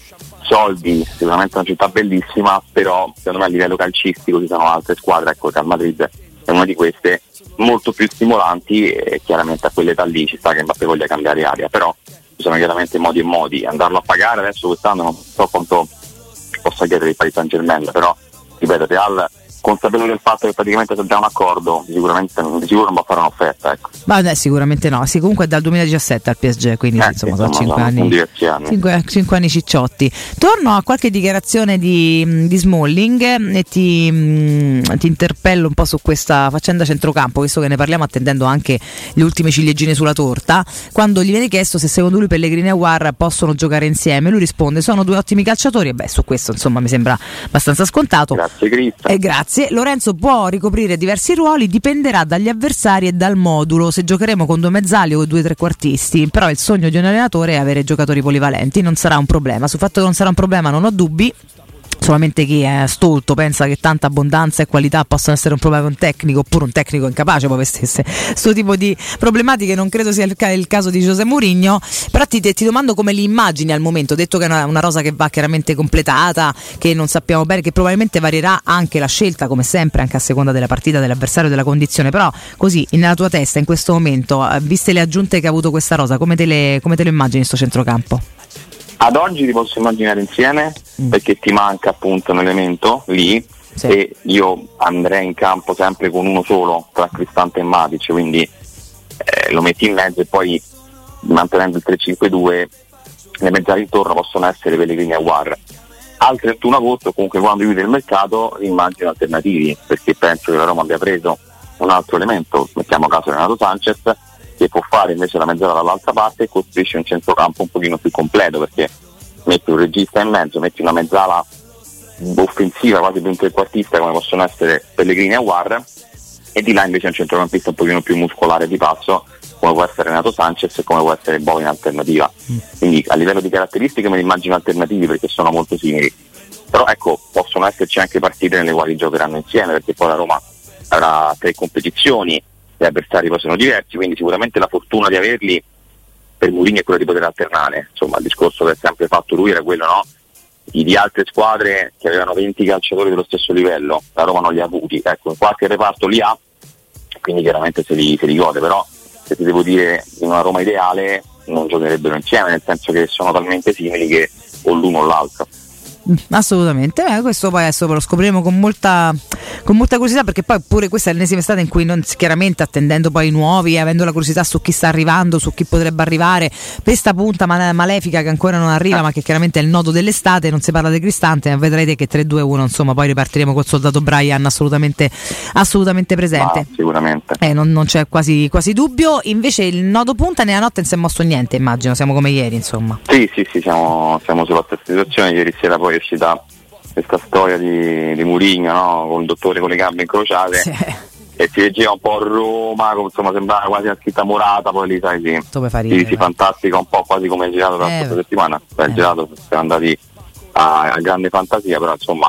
soldi, sicuramente una città bellissima, però secondo me a livello calcistico ci sono altre squadre, ecco Real Madrid è una di queste, molto più stimolanti, e chiaramente a quell'età lì ci sta che Mbappé voglia cambiare aria, però ci sono chiaramente modi e modi. Andarlo a pagare adesso quest'anno non so quanto possa chiedere il Paris Saint Germain, però ripeto, Real consapevole del fatto che praticamente c'è già un accordo, sicuramente di sicuro non va a fare un'offerta, ecco. Ma beh, sicuramente no, sì, comunque è dal duemiladiciassette al P S G, quindi eh, insomma, insomma sono cinque anni, anni. cinque, cinque anni cicciotti. Torno a qualche dichiarazione di, di Smalling e ti, mh, ti interpello un po' su questa faccenda centrocampo, visto che ne parliamo attendendo anche le ultime ciliegine sulla torta. Quando gli viene chiesto se secondo lui Pellegrini e Aouar possono giocare insieme, lui risponde: sono due ottimi calciatori, e beh, su questo insomma mi sembra abbastanza scontato. Grazie Cristo. E grazie. Lorenzo può ricoprire diversi ruoli, dipenderà dagli avversari e dal modulo, se giocheremo con due mezzali o due trequartisti, però il sogno di un allenatore è avere giocatori polivalenti, non sarà un problema. Sul fatto che non sarà un problema non ho dubbi. Solamente chi è stolto pensa che tanta abbondanza e qualità possano essere un problema un tecnico, oppure un tecnico incapace poi per stesse questo tipo di problematiche. Non credo sia il, ca- il caso di José Mourinho, però ti, ti domando come li immagini al momento, detto che è una, una rosa che va chiaramente completata, che non sappiamo bene, che probabilmente varierà anche la scelta come sempre anche a seconda della partita, dell'avversario, della condizione, però così nella tua testa in questo momento, viste le aggiunte che ha avuto questa rosa, come te le, come te lo immagini sto centrocampo? Ad oggi ti posso immaginare insieme, mm. perché ti manca appunto un elemento lì, sì. E io andrei in campo sempre con uno solo tra Cristante e Matic, quindi eh, lo metti in mezzo e poi mantenendo il tre cinque due le mezzali intorno possono essere Pellegrini e Aouar. Al trentuno agosto, comunque quando chiude il mercato, immagino alternativi, perché penso che la Roma abbia preso un altro elemento, mettiamo caso Renato Sanchez, che può fare invece la mezzala dall'altra parte e costruisce un centrocampo un pochino più completo, perché metti un regista in mezzo, metti una mezzala offensiva quasi più un trequartista come possono essere Pellegrini e Aouar, e di là invece un centrocampista un pochino più muscolare di passo come può essere Renato Sanchez e come può essere Bowen in alternativa. Mm. Quindi a livello di caratteristiche me li immagino alternativi perché sono molto simili. però ecco, possono esserci anche partite nelle quali giocheranno insieme, perché poi la Roma avrà tre competizioni, gli avversari poi sono diversi, quindi sicuramente la fortuna di averli per Mourinho è quella di poter alternare. Insomma, il discorso che ha sempre fatto lui era quello, no? Di altre squadre che avevano venti calciatori dello stesso livello, la Roma non li ha avuti, ecco, in qualche reparto li ha, quindi chiaramente se li, se li gode, però se ti devo dire in una Roma ideale non giocherebbero insieme, nel senso che sono talmente simili che o l'uno o l'altro. Assolutamente, eh, questo poi adesso lo scopriremo con molta, con molta curiosità, perché poi pure questa è l'ennesima estate in cui non, chiaramente attendendo poi i nuovi, avendo la curiosità su chi sta arrivando, su chi potrebbe arrivare, per sta punta male- malefica che ancora non arriva, ma che chiaramente è il nodo dell'estate, non si parla di Cristante, ma vedrete che tre due uno, insomma, poi ripartiremo col soldato Brian assolutamente, assolutamente presente. Ah, sicuramente. Eh, non, non c'è quasi, quasi dubbio. Invece il nodo punta nella notte non si è mosso niente, immagino, siamo come ieri, insomma. Sì, sì, sì, siamo, siamo sulla stessa situazione. Ieri sera poi è uscita questa storia di, di Mourinho, no? Con il dottore con le gambe incrociate, sì. E si leggeva un po' Roma, insomma sembrava quasi una scritta morata, poi lì sai sì, farire, si, si fantastica un po' quasi come è girato la scorsa eh, settimana, è eh. girato, siamo andati a, a grande fantasia, però insomma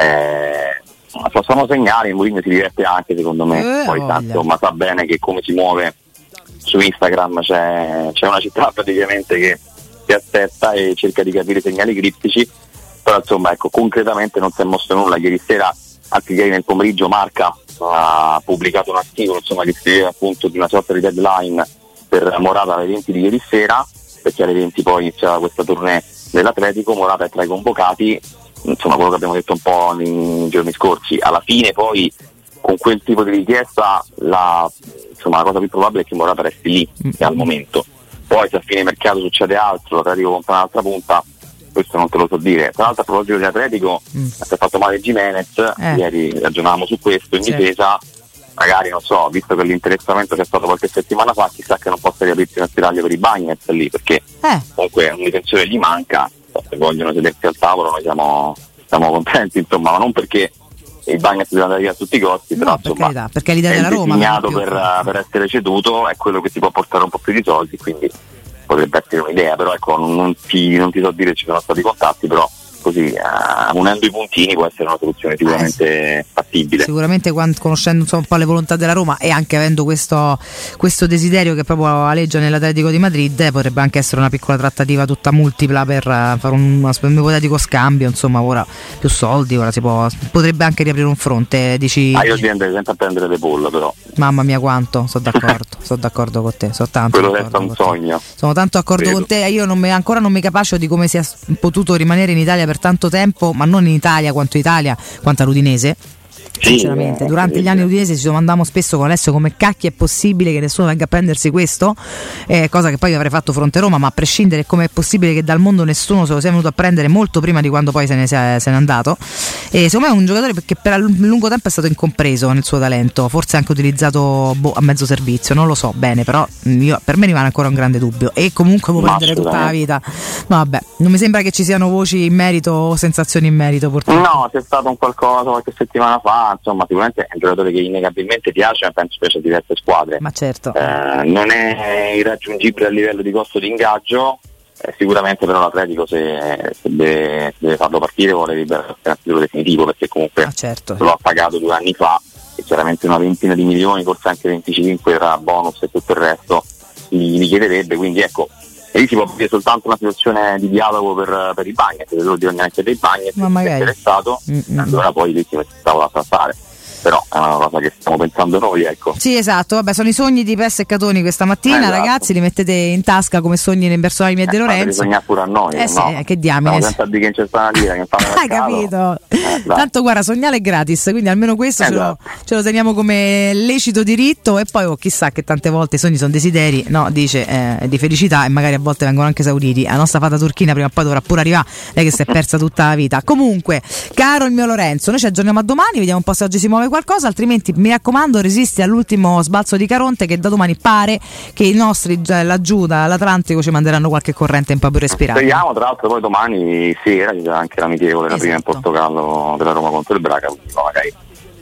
eh, sono segnali, Mourinho si diverte anche secondo me, eh, poi tanto, ma sa bene che come si muove su Instagram c'è, c'è una città praticamente che si aspetta e cerca di capire segnali criptici, però insomma ecco, concretamente non si è mosso nulla. Ieri sera, anzi ieri nel pomeriggio, Marca ha pubblicato un articolo, insomma, che scriveva appunto di una sorta di deadline per Morata alle venti di ieri sera, perché alle venti poi iniziava questa tournée dell'Atletico. Morata è tra i convocati, insomma quello che abbiamo detto un po' nei giorni scorsi. Alla fine poi con quel tipo di richiesta la, insomma, la cosa più probabile è che Morata resti lì mm. al momento. Poi se a fine mercato succede altro, l'Atletico compra un'altra punta, questo non te lo so dire. Tra l'altro a proposito di Atletico mm. si è fatto male Gimenez, eh. ieri ragionavamo su questo in sì. difesa, magari non so, visto che l'interessamento c'è stato qualche settimana fa, chissà che non possa riaprirsi una spiraglio per i Bagnets lì, perché eh. comunque un difensore gli manca, se vogliono sedersi al tavolo noi siamo, siamo contenti, insomma, ma non perché il Bagnets deve andare via a tutti i costi, no, però per insomma carità, perché l'idea della Roma è disegnato per, per essere ceduto, è quello che ti può portare un po' più di soldi, quindi potrebbe essere un'idea, però ecco, non, non, ti, non ti so dire ci sono stati contatti, però così uh, unendo i puntini può essere una soluzione sicuramente eh, fattibile. Sicuramente quando, conoscendo insomma, un po' le volontà della Roma e anche avendo questo, questo desiderio che proprio aleggia nell'Atletico di Madrid, eh, potrebbe anche essere una piccola trattativa tutta multipla per uh, fare un, un ipotetico scambio, insomma ora più soldi, ora si può, potrebbe anche riaprire un fronte, dici. Ah, io andrei sempre a prendere le bolle, però mamma mia quanto, sono d'accordo, sono d'accordo con te, sono tanto quello resta un sogno, sono tanto d'accordo Credo. con te, io non mi, ancora non mi capisco di come sia potuto rimanere in Italia per tanto tempo, ma non in Italia quanto Italia, quanto all'Udinese. Sinceramente, sì, durante sì, gli anni udinesi ci domandavamo spesso con Alessio come cacchio è possibile che nessuno venga a prendersi questo, eh, cosa che poi avrei fatto fronte Roma, ma a prescindere come è possibile che dal mondo nessuno se lo sia venuto a prendere molto prima di quando poi se ne, sia, se n'è andato. E secondo me è un giocatore che per lungo tempo è stato incompreso nel suo talento, forse anche utilizzato boh, a mezzo servizio, non lo so bene, però io, per me rimane ancora un grande dubbio e comunque può prendere tutta la vita. No, vabbè, non mi sembra che ci siano voci in merito o sensazioni in merito purtroppo. No, c'è stato un qualcosa qualche settimana fa, insomma sicuramente è un giocatore che innegabilmente piace, ma penso piace a diverse squadre, ma certo eh, non è irraggiungibile a livello di costo di ingaggio, eh, sicuramente però l'Atletico se, se, deve, se deve farlo partire vuole liberare il titolo definitivo, perché comunque ah, certo, lo ha pagato due anni fa e chiaramente una ventina di milioni, forse anche venticinque tra bonus e tutto il resto gli, gli chiederebbe, quindi ecco, e lì si può vedere soltanto una situazione di dialogo per, per i Bagnets, per loro neanche dei Bagnets, ma magari interessato, Mm-mm. allora poi lì si stava a trattare. Però è una cosa che stiamo pensando noi, ecco. Sì, esatto, vabbè, sono i sogni di Pes e Catoni questa mattina, eh, esatto. Ragazzi, li mettete in tasca come sogni nei personali miei eh, De Lorenzo. Bisogna pure a noi, eh, no? Sì, che diamine. Senza dire che non c'è sta una lira, che fanno hai capito? Eh, tanto guarda, sognare è gratis, quindi almeno questo esatto. ce, lo, ce lo teniamo come lecito diritto, e poi oh, chissà che tante volte i sogni sono desideri, no? Dice eh, di felicità, e magari a volte vengono anche esauriti. La nostra fata turchina prima o poi dovrà pure arrivare, lei che si è persa tutta la vita. Comunque, caro il mio Lorenzo, noi ci aggiorniamo a domani, vediamo un po' se oggi si muove qualcosa, altrimenti mi raccomando resisti all'ultimo sbalzo di Caronte, che da domani pare che i nostri laggiù dall'Atlantico ci manderanno qualche corrente un po' più respirabile. Speriamo, tra l'altro poi domani sera ci sarà anche l'amichevole, esatto. La prima in Portogallo della Roma contro il Braga, quindi magari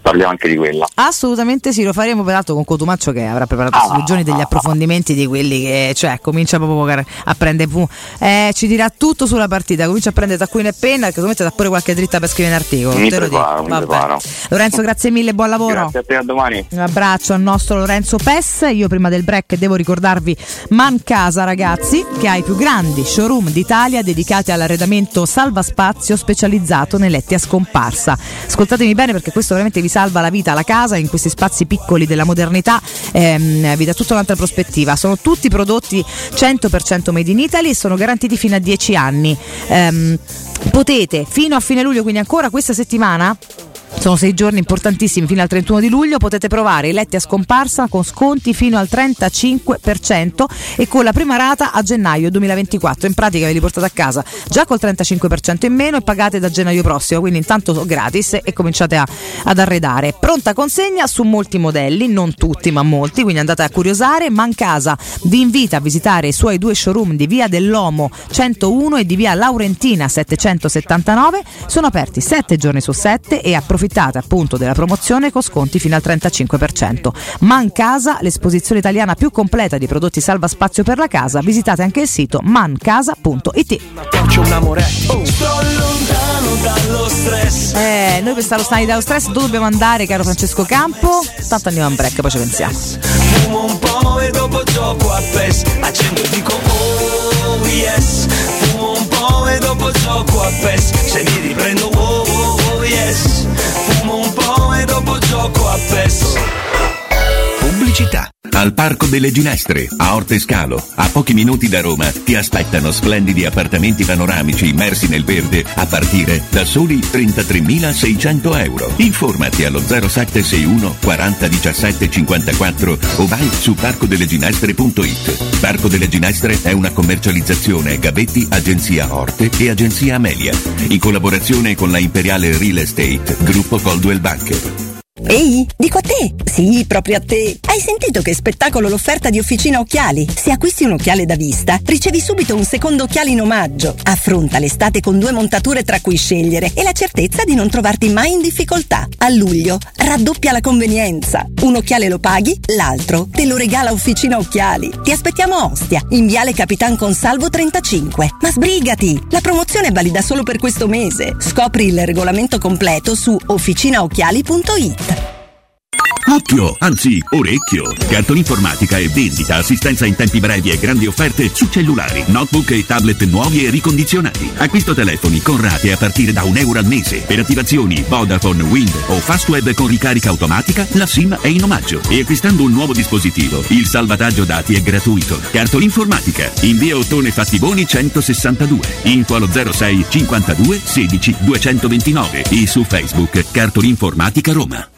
parliamo anche di quella. Assolutamente sì, lo faremo peraltro con Cotumaccio che avrà preparato questi due giorni degli approfondimenti di quelli che, cioè, comincia proprio a prendere eh, ci dirà tutto sulla partita, comincia a prendere taccuino e penna, che ovviamente dà pure qualche dritta per scrivere un articolo. Mi te preparo, lo dico. mi preparo. Lorenzo, grazie mille, buon lavoro. Grazie a te, a domani. Un abbraccio al nostro Lorenzo Pes. Io prima del break devo ricordarvi Mancasa, ragazzi, che ha i più grandi showroom d'Italia dedicati all'arredamento salvaspazio specializzato nei letti a scomparsa. Ascoltatemi bene, perché questo veramente vi salva la vita alla casa in questi spazi piccoli della modernità, ehm, vi dà tutta un'altra prospettiva. Sono tutti prodotti cento per cento made in Italy e sono garantiti fino a dieci anni. Ehm, potete fino a fine luglio, quindi ancora questa settimana, sono sei giorni importantissimi fino al trentuno di luglio, potete provare i letti a scomparsa con sconti fino al trentacinque per cento e con la prima rata a gennaio duemilaventiquattro. In pratica ve li portate a casa già col trentacinque per cento in meno e pagate da gennaio prossimo, quindi intanto gratis e cominciate a, ad arredare. Pronta consegna su molti modelli, non tutti ma molti, quindi andate a curiosare. Mancasa vi invita a visitare i suoi due showroom di via dell'Omo centouno e di via Laurentina settecentosettantanove, sono aperti sette giorni su sette e approfittate appunto della promozione con sconti fino al trentacinque per cento. Mancasa, l'esposizione italiana più completa di prodotti salvaspazio per la casa. Visitate anche il sito mancasa punto it. Sto lontano dallo stress. Eh, noi per stare lontani dallo stress dove dobbiamo andare, caro Francesco Campo? Tanto andiamo a break, poi ci pensiamo. Fumo un po' e dopo gioco a P E S. Accendo e dico oh yes. Fumo un po' e dopo gioco a P E S. Se mi riprendo oh, oh, oh yes. Fumo un po' e dopo gioco a P E S. Pubblicità. Al Parco delle Ginestre, a Orte Scalo, a pochi minuti da Roma, ti aspettano splendidi appartamenti panoramici immersi nel verde a partire da soli trentatremilaseicento euro. Informati allo zero sette sei uno quaranta diciassette cinquantaquattro o vai su parco delle ginestre punto it. Parco delle Ginestre è una commercializzazione Gabetti, Agenzia Orte e Agenzia Amelia, in collaborazione con la Imperiale Real Estate, Gruppo Coldwell Banker. Ehi, dico a te! Sì, proprio a te! Hai sentito che spettacolo l'offerta di Officina Occhiali? Se acquisti un occhiale da vista, ricevi subito un secondo occhiale in omaggio. Affronta l'estate con due montature tra cui scegliere e la certezza di non trovarti mai in difficoltà. A luglio raddoppia la convenienza. Un occhiale lo paghi, l'altro te lo regala Officina Occhiali. Ti aspettiamo a Ostia, in viale Capitan Consalvo trentacinque. Ma sbrigati! La promozione è valida solo per questo mese. Scopri il regolamento completo su officinaocchiali punto it. Occhio, anzi orecchio! Cartolinformatica e vendita, assistenza in tempi brevi e grandi offerte su cellulari, notebook e tablet nuovi e ricondizionati. Acquisto telefoni con rate a partire da un euro al mese. Per attivazioni Vodafone, Wind o Fastweb con ricarica automatica, la SIM è in omaggio. E acquistando un nuovo dispositivo, il salvataggio dati è gratuito. Cartolinformatica, in via Ottone Fattiboni centosessantadue. Info allo zero sei cinquantadue sedici duecentoventinove e su Facebook Cartolinformatica Roma.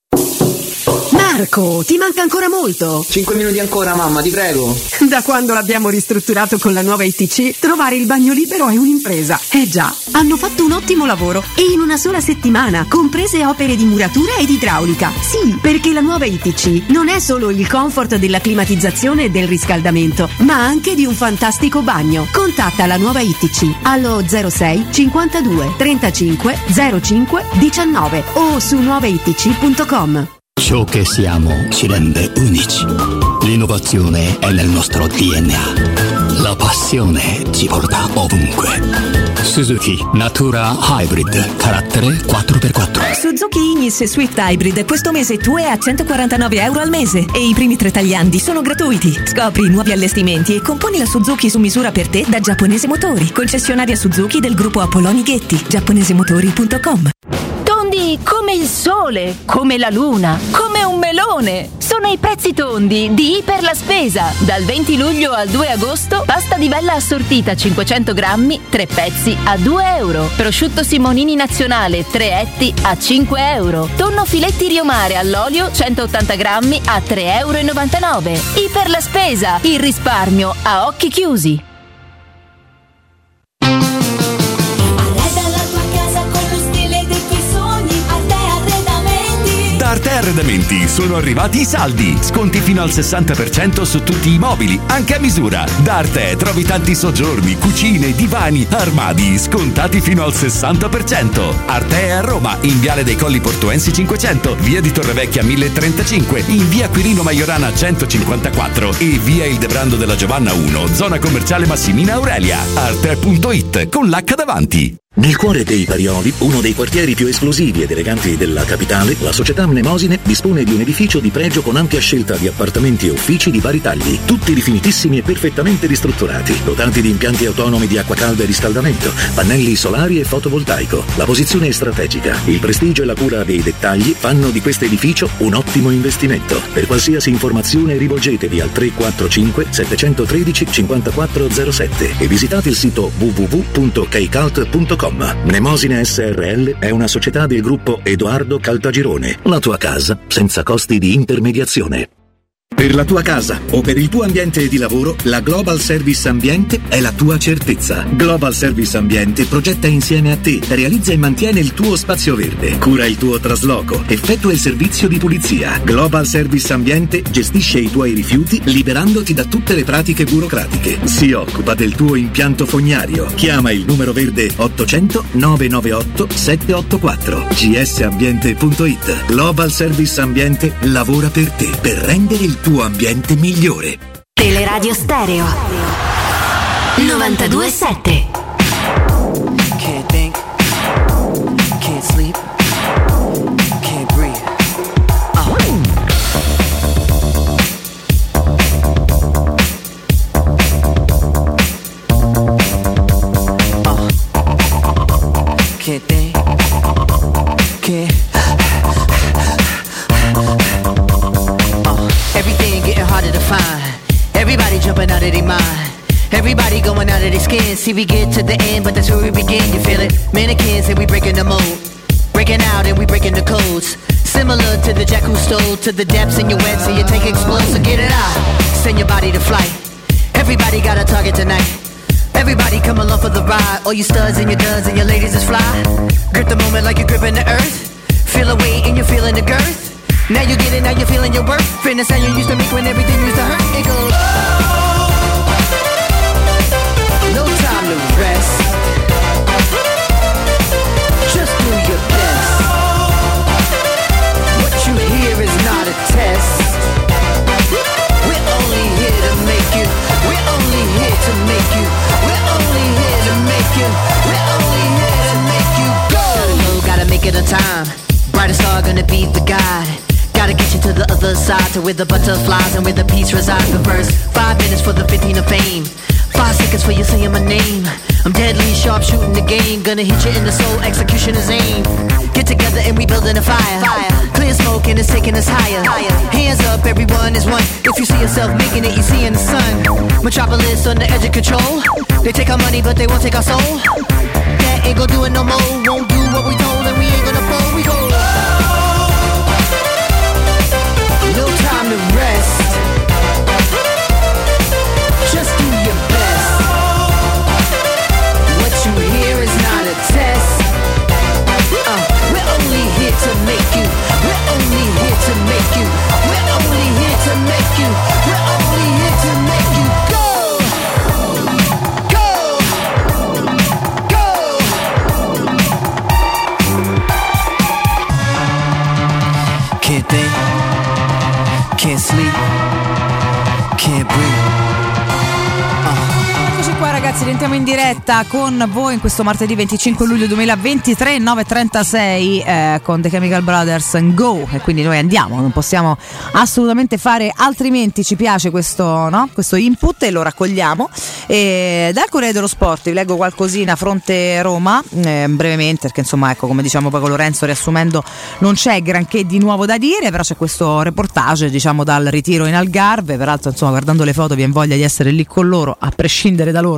Marco, ti manca ancora molto? cinque minuti ancora, mamma, ti prego. Da quando l'abbiamo ristrutturato con la nuova I T C, trovare il bagno libero è un'impresa. Eh già, hanno fatto un ottimo lavoro e in una sola settimana, comprese opere di muratura ed idraulica. Sì, perché la nuova I T C non è solo il comfort della climatizzazione e del riscaldamento, ma anche di un fantastico bagno. Contatta la nuova I T C allo zero sei cinquantadue trentacinque zero cinque diciannove o su nuova i t c punto com. Ciò che siamo ci rende unici. L'innovazione è nel nostro D N A. La passione ci porta ovunque. Suzuki Natura Hybrid, carattere quattro per quattro. Suzuki Ignis Swift Hybrid questo mese tu è a centoquarantanove euro al mese e i primi tre tagliandi sono gratuiti. Scopri i nuovi allestimenti e componi la Suzuki su misura per te da Giapponese Motori, concessionaria Suzuki del gruppo Apolloni Ghetti, giapponesemotori punto com. Tondi come il sole, come la luna, come un melone. Sono i prezzi tondi di Iper la Spesa. Dal venti luglio al due agosto, pasta di bella assortita cinquecento grammi, tre pezzi a due euro. Prosciutto Simonini nazionale, tre etti a cinque euro. Tonno filetti Riomare all'olio, centottanta grammi a tre euro e novantanove. Iper la Spesa, il risparmio a occhi chiusi. Da Arte Arte Arredamenti, sono arrivati i saldi, sconti fino al sessanta per cento su tutti i mobili, anche a misura. Da Arte trovi tanti soggiorni, cucine, divani, armadi, scontati fino al sessanta per cento. Arte è a Roma, in Viale dei Colli Portuensi cinquecento, via di Torrevecchia mille e trentacinque, in via Quirino Maiorana centocinquantaquattro e via Il Debrando della Giovanna uno, zona commerciale Massimina Aurelia. Arte punto it con l'H davanti. Nel cuore dei Parioli, uno dei quartieri più esclusivi ed eleganti della capitale, la società Mnemosine dispone di un edificio di pregio con ampia scelta di appartamenti e uffici di vari tagli, tutti rifinitissimi e perfettamente ristrutturati, dotati di impianti autonomi di acqua calda e riscaldamento, pannelli solari e fotovoltaico. La posizione è strategica, il prestigio e la cura dei dettagli fanno di questo edificio un ottimo investimento. Per qualsiasi informazione rivolgetevi al tre quattro cinque sette uno tre cinque zero sette e visitate il sito w w w punto keycult punto com. Mnemosine S R L è una società del gruppo Edoardo Caltagirone. La tua casa senza costi di intermediazione. Per la tua casa o per il tuo ambiente di lavoro, la Global Service Ambiente è la tua certezza. Global Service Ambiente progetta insieme a te, realizza e mantiene il tuo spazio verde, cura il tuo trasloco, effettua il servizio di pulizia. Global Service Ambiente gestisce i tuoi rifiuti liberandoti da tutte le pratiche burocratiche. Si occupa del tuo impianto fognario. Chiama il numero verde ottocento nove nove otto sette otto quattro. g s ambiente punto it. Global Service Ambiente lavora per te, per rendere il tuo ambiente migliore. Teleradio Stereo novantadue sette. Can't think, can't sleep, can't breathe. Uh. Uh. Can't think, can't. Everything getting harder to find. Everybody jumping out of their mind. Everybody going out of their skin. See, we get to the end, but that's where we begin. You feel it? Mannequins and we breaking the mold. Breaking out and we breaking the codes. Similar to the jack who stole. To the depths in your wet, so you take explode. So get it out. Send your body to flight. Everybody got a target tonight. Everybody come along for the ride. All you studs and your duds and your ladies is fly. Grip the moment like you're gripping the earth. Feel the weight and you're feeling the girth. Now you get it, now you're feeling your worth. Fitness how you used to make when everything used to hurt. It goes, no time to rest. Just do your best. What you hear is not a test. We're only here to make you. We're only here to make you. We're only here to make you. We're only here to make you go. Gotta go, gotta make it on time. Brightest star gonna be the guide. Gotta get you to the other side, to where the butterflies and where the peace resides. But first, five minutes for the fifteen of fame. Five seconds for you saying my name. I'm deadly sharp shooting the game. Gonna hit you in the soul, execution is aim. Get together and we building a fire. fire. Clear smoke and it's taking us higher. higher. Hands up, everyone is one. If you see yourself making it, you see in the sun. Metropolis on the edge of control. They take our money, but they won't take our soul. That ain't gonna do it no more. Won't do what we told, and we ain't gonna fold. We go. No time to rest. Just do your best. What you hear is not a test. Uh, we're only here to make you. We're only here to make you. We're only here to make you. We're only here to make you go. Go. Go. Can't think. Can't sleep, can't breathe. Eccoci qua ragazzi, rientriamo in diretta con voi in questo martedì venticinque luglio duemilaventitré, nove e trentasei eh, con The Chemical Brothers and Go, e quindi noi andiamo, non possiamo assolutamente fare altrimenti. Ci piace questo, no? questo input e lo raccogliamo. E dal Corriere dello Sport vi leggo qualcosina fronte Roma, eh, brevemente, perché insomma ecco, come diciamo Paolo Lorenzo riassumendo, non c'è granché di nuovo da dire, però c'è questo reportage diciamo dal ritiro in Algarve. Peraltro insomma guardando le foto viene voglia di essere lì con loro, a prescindere da loro, perché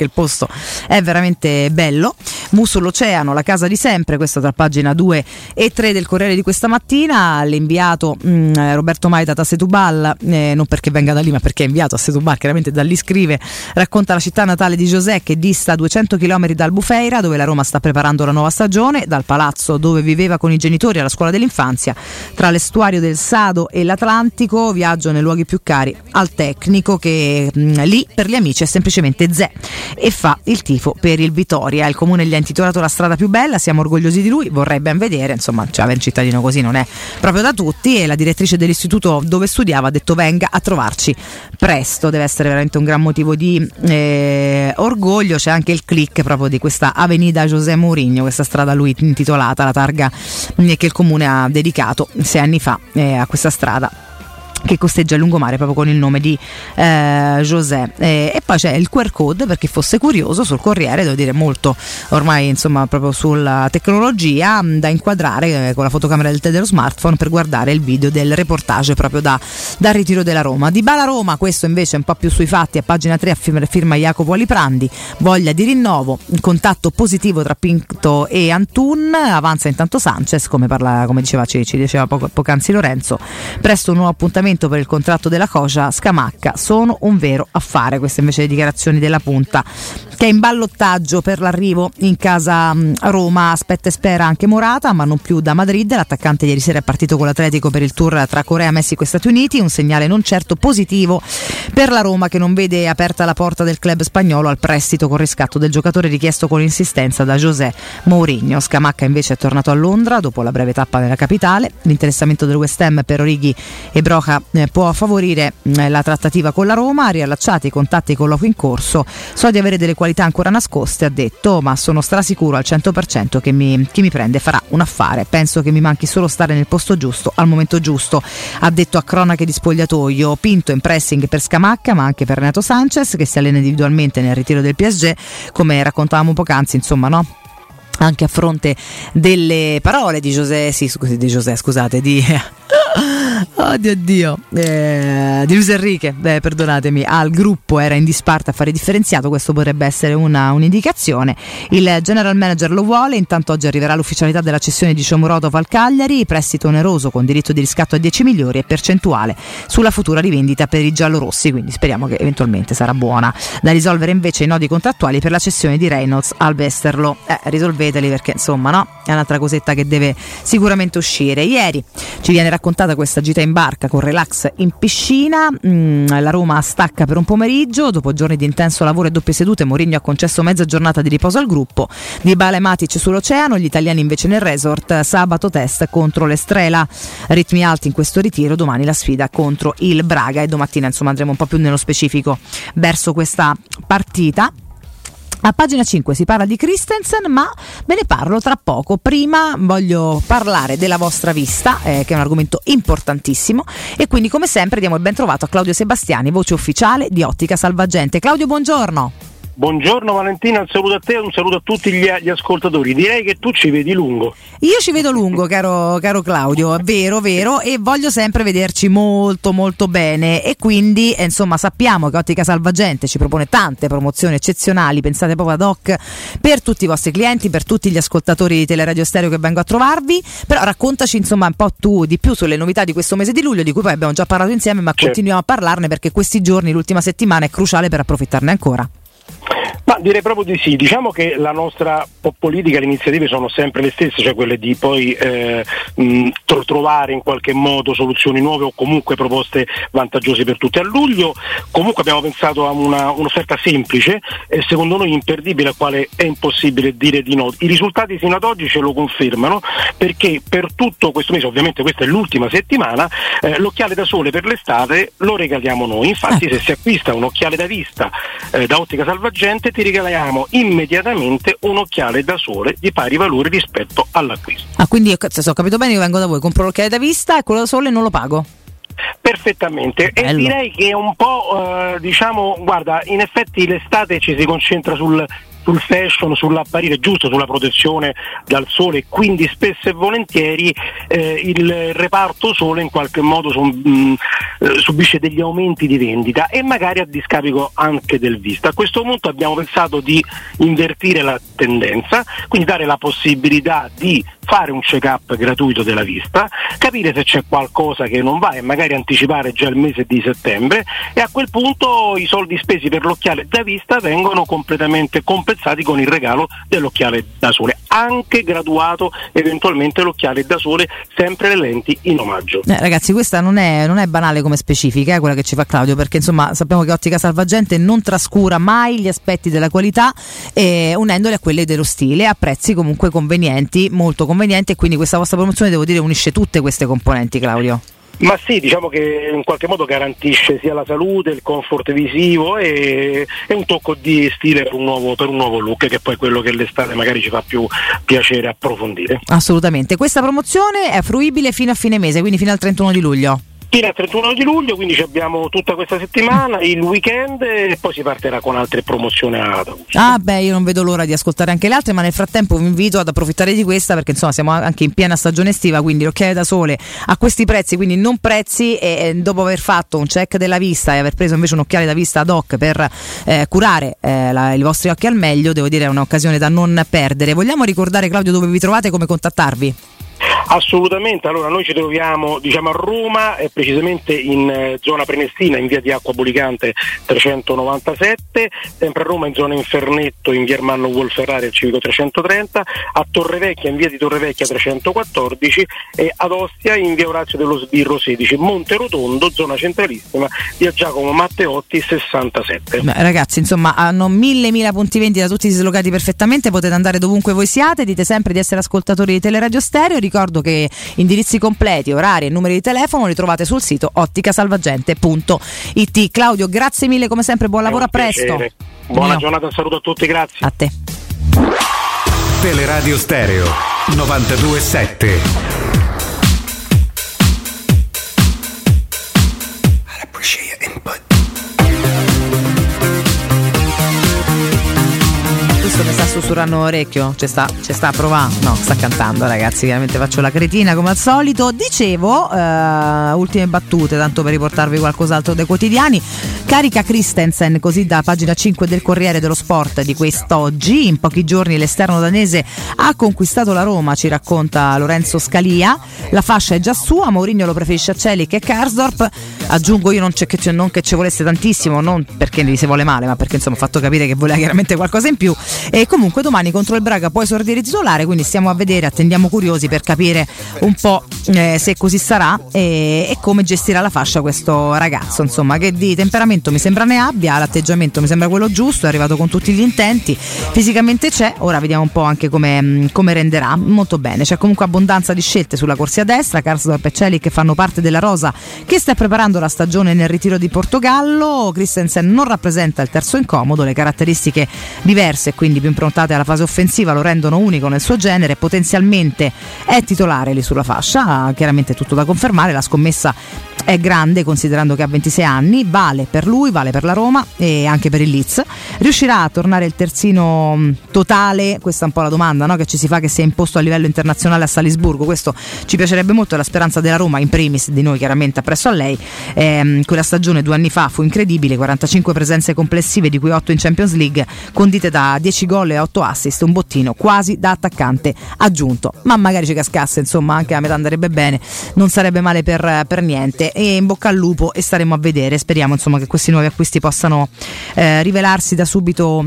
il posto è veramente bello. Mu sull'oceano, la casa di sempre, questo tra pagina due e tre del Corriere di questa mattina. L'inviato mh, Roberto Maita da Setúbal, eh, non perché venga da lì ma perché è inviato a Setúbal, chiaramente da lì scrive, racconta la città natale di José che dista duecento chilometri da Albufeira, dove la Roma sta preparando la nuova stagione, dal palazzo dove viveva con i genitori alla scuola dell'infanzia, tra l'estuario del Sado e l'Atlantico, viaggio nei luoghi più cari al tecnico che mh, lì per gli amici è semplicemente Zé e fa il tifo per il Vitoria. Il comune gli ha intitolato la strada più bella, siamo orgogliosi di lui, vorrei ben vedere, insomma, cioè avere un cittadino così non è proprio da tutti, e la direttrice dell'istituto dove studiava ha detto venga a trovarci presto, deve essere veramente un gran motivo di eh, orgoglio. C'è anche il click proprio di questa Avenida José Mourinho, questa strada a lui intitolata, la targa che il comune ha dedicato sei anni fa eh, a questa strada che costeggia il lungomare proprio con il nome di eh, José. Eh, e poi c'è il Q R code per chi fosse curioso sul Corriere, devo dire molto ormai insomma proprio sulla tecnologia, mh, da inquadrare eh, con la fotocamera del, dello smartphone per guardare il video del reportage proprio da, dal ritiro della Roma. Dybala Roma, questo invece è un po' più sui fatti, a pagina tre a firma Jacopo Aliprandi, voglia di rinnovo, contatto positivo tra Pinto e Antun, avanza intanto Sanchez, come, parla, come diceva, ci, ci diceva poco, poc'anzi Lorenzo, presto un nuovo appuntamento per il contratto della Cocia, Scamacca sono un vero affare. Queste invece le dichiarazioni della Punta, che è in ballottaggio per l'arrivo in casa Roma, aspetta e spera anche Morata, ma non più da Madrid. L'attaccante ieri sera è partito con l'Atletico per il tour tra Corea, Messico e Stati Uniti, un segnale non certo positivo per la Roma, che non vede aperta la porta del club spagnolo al prestito con riscatto del giocatore richiesto con insistenza da José Mourinho. Scamacca invece è tornato a Londra dopo la breve tappa nella capitale. L'interessamento del West Ham per Origi e Broca eh, può favorire eh, la trattativa con la Roma. Riallacciati i contatti e i colloqui in corso, so di avere delle qualità ancora nascoste, ha detto, ma sono strasicuro al cento per cento che mi, chi mi prende farà un affare, penso che mi manchi solo stare nel posto giusto al momento giusto, ha detto a cronache di spogliatoio. Pinto in pressing per Scamacca ma anche per Renato Sanchez, che si allena individualmente nel ritiro del P S G, come raccontavamo poc'anzi, insomma, no? Anche a fronte delle parole di José, sì, scusi, di José, scusate, di oddio Dio, eh, di Luis Enrique, beh, perdonatemi, al gruppo era in disparte a fare differenziato, questo potrebbe essere una, un'indicazione. Il general manager lo vuole, intanto oggi arriverà l'ufficialità della cessione di Shomurodov al Cagliari, prestito oneroso con diritto di riscatto a dieci milioni e percentuale sulla futura rivendita per i giallorossi, quindi speriamo che eventualmente sarà buona. Da risolvere invece i nodi contrattuali per la cessione di Reynolds al Westerlo, eh, risolveteli perché insomma, no, è un'altra cosetta che deve sicuramente uscire. Ieri ci viene raccontata questa gita in barca con relax in piscina, mm, la Roma stacca per un pomeriggio, dopo giorni di intenso lavoro e doppie sedute Mourinho ha concesso mezza giornata di riposo al gruppo. Dybala e Matic sull'oceano, gli italiani invece nel resort, sabato test contro l'Estrela, ritmi alti in questo ritiro, domani la sfida contro il Braga e domattina insomma andremo un po' più nello specifico verso questa partita. A pagina cinque si parla di Christensen, ma ve ne parlo tra poco. Prima voglio parlare della vostra vista, eh, che è un argomento importantissimo, e quindi come sempre diamo il ben trovato a Claudio Sebastiani, voce ufficiale di Ottica Salvagente. Claudio, buongiorno. Buongiorno Valentina, un saluto a te e un saluto a tutti gli, gli ascoltatori. Direi che tu ci vedi lungo. Io ci vedo lungo, caro, caro Claudio, vero, vero, e voglio sempre vederci molto molto bene, e quindi eh, insomma sappiamo che Ottica Salvagente ci propone tante promozioni eccezionali, pensate proprio ad hoc per tutti i vostri clienti, per tutti gli ascoltatori di Teleradio Stereo che vengo a trovarvi. Però raccontaci insomma un po' tu di più sulle novità di questo mese di luglio, di cui poi abbiamo già parlato insieme, ma certo, continuiamo a parlarne perché questi giorni, l'ultima settimana è cruciale per approfittarne ancora. Ma direi proprio di sì, diciamo che la nostra politica, le iniziative sono sempre le stesse, cioè quelle di poi eh, mh, trovare in qualche modo soluzioni nuove o comunque proposte vantaggiose per tutti. A luglio comunque abbiamo pensato a una, un'offerta semplice e secondo noi imperdibile, a quale è impossibile dire di no. I risultati fino ad oggi ce lo confermano, perché per tutto questo mese, ovviamente questa è l'ultima settimana, eh, l'occhiale da sole per l'estate lo regaliamo noi. Infatti se si acquista un occhiale da vista eh, da Ottica Salvagente ti regaliamo immediatamente un occhiale da sole di pari valore rispetto all'acquisto. Ah, quindi se ho capito bene, io vengo da voi, compro l'occhiale da vista e quello da sole non lo pago? Perfettamente. Bello. E direi che è un po' eh, diciamo, guarda, in effetti l'estate ci si concentra sul sul fashion, sull'apparire giusto, sulla protezione dal sole, quindi spesso e volentieri eh, il reparto sole in qualche modo son, mh, eh, subisce degli aumenti di vendita e magari a discapito anche del vista. A questo punto abbiamo pensato di invertire la tendenza, quindi dare la possibilità di fare un check-up gratuito della vista, capire se c'è qualcosa che non va e magari anticipare già il mese di settembre, e a quel punto i soldi spesi per l'occhiale da vista vengono completamente compensati con il regalo dell'occhiale da sole, anche graduato eventualmente l'occhiale da sole, sempre le lenti in omaggio. Eh, ragazzi, questa non è, non è banale come specifica, eh, quella che ci fa Claudio, perché insomma sappiamo che Ottica Salvagente non trascura mai gli aspetti della qualità, eh, unendoli a quelli dello stile a prezzi comunque convenienti, molto convenienti, e quindi questa vostra promozione, devo dire, unisce tutte queste componenti, Claudio. Ma sì, diciamo che in qualche modo garantisce sia la salute, il comfort visivo e, e un tocco di stile per un, nuovo, per un nuovo look, che poi è quello che l'estate magari ci fa più piacere approfondire. Assolutamente. Questa promozione è fruibile fino a fine mese, quindi fino al trentuno di luglio. Fino al trentuno di luglio, quindi abbiamo tutta questa settimana, il weekend, e poi si partirà con altre promozioni ad agosto. Ah beh, io non vedo l'ora di ascoltare anche le altre, ma nel frattempo vi invito ad approfittare di questa, perché insomma siamo anche in piena stagione estiva, quindi l'occhiale da sole a questi prezzi, quindi non prezzi, e dopo aver fatto un check della vista e aver preso invece un occhiale da vista ad hoc per eh, curare eh, la, i vostri occhi al meglio, devo dire è un'occasione da non perdere. Vogliamo ricordare, Claudio, dove vi trovate e come contattarvi? Assolutamente, allora noi ci troviamo diciamo a Roma, e precisamente in eh, zona Prenestina, in via di Acqua Bolicante trecentonovantasette, sempre a Roma in zona Infernetto, in via Ermanno Wolferrari al Civico trecentotrenta, a Torrevecchia in via di Torrevecchia trecentoquattordici e ad Ostia in via Orazio dello Sbirro sedici, Monterotondo, zona centralissima, via Giacomo Matteotti sessantasette. Beh, ragazzi, insomma, hanno mille mila punti vendita, tutti dislocati perfettamente, potete andare dovunque voi siate, dite sempre di essere ascoltatori di Teleradio Stereo. Ricordo che indirizzi completi, orari e numeri di telefono li trovate sul sito ottica salvagente punto it. Claudio, grazie mille come sempre, buon lavoro, a presto. Buona Mio. giornata, saluto a tutti, grazie. A te. Teleradio Stereo novantadue sette. Questo mi sta sussurrando orecchio, ci sta, ci sta a provare, no, sta cantando, ragazzi, chiaramente faccio la cretina come al solito. Dicevo, eh, ultime battute, tanto per riportarvi qualcos'altro dai quotidiani. Carica Christensen, così da pagina cinque del Corriere dello Sport di quest'oggi. In pochi giorni l'esterno danese ha conquistato la Roma, ci racconta Lorenzo Scalia. La fascia è già sua, Mourinho lo preferisce a Celik e Karsdorp. Aggiungo io, non, c'è che, non che ci volesse tantissimo, non perché gli si vuole male, ma perché insomma ha fatto capire che voleva chiaramente qualcosa in più. E comunque domani contro il Braga può esordire titolare, quindi stiamo a vedere, attendiamo curiosi per capire un po' eh, se così sarà e, e come gestirà la fascia questo ragazzo, insomma, che di temperamento mi sembra ne abbia, l'atteggiamento mi sembra quello giusto, è arrivato con tutti gli intenti, fisicamente c'è, ora vediamo un po' anche come, come renderà. Molto bene, c'è comunque abbondanza di scelte sulla corsia destra, Karsdorp e Celik che fanno parte della rosa che sta preparando la stagione nel ritiro di Portogallo. Christensen non rappresenta il terzo incomodo, le caratteristiche diverse, quindi più improntate alla fase offensiva, lo rendono unico nel suo genere, potenzialmente è titolare lì sulla fascia, chiaramente tutto da confermare, la scommessa è grande considerando che ha ventisei anni, vale per lui, vale per la Roma e anche per il Leeds. Riuscirà a tornare il terzino totale? Questa è un po' la domanda, no? Che ci si fa, che si è imposto a livello internazionale a Salisburgo. Questo ci piacerebbe molto, è la speranza della Roma, in primis di noi chiaramente appresso a lei. Ehm, quella stagione due anni fa fu incredibile, quarantacinque presenze complessive di cui otto in Champions League, condite da dieci gol e otto assist, un bottino quasi da attaccante aggiunto, ma magari ci cascasse, insomma anche a metà andrebbe bene, non sarebbe male per, per niente. E in bocca al lupo, e staremo a vedere, speriamo insomma che questi nuovi acquisti possano eh, rivelarsi da subito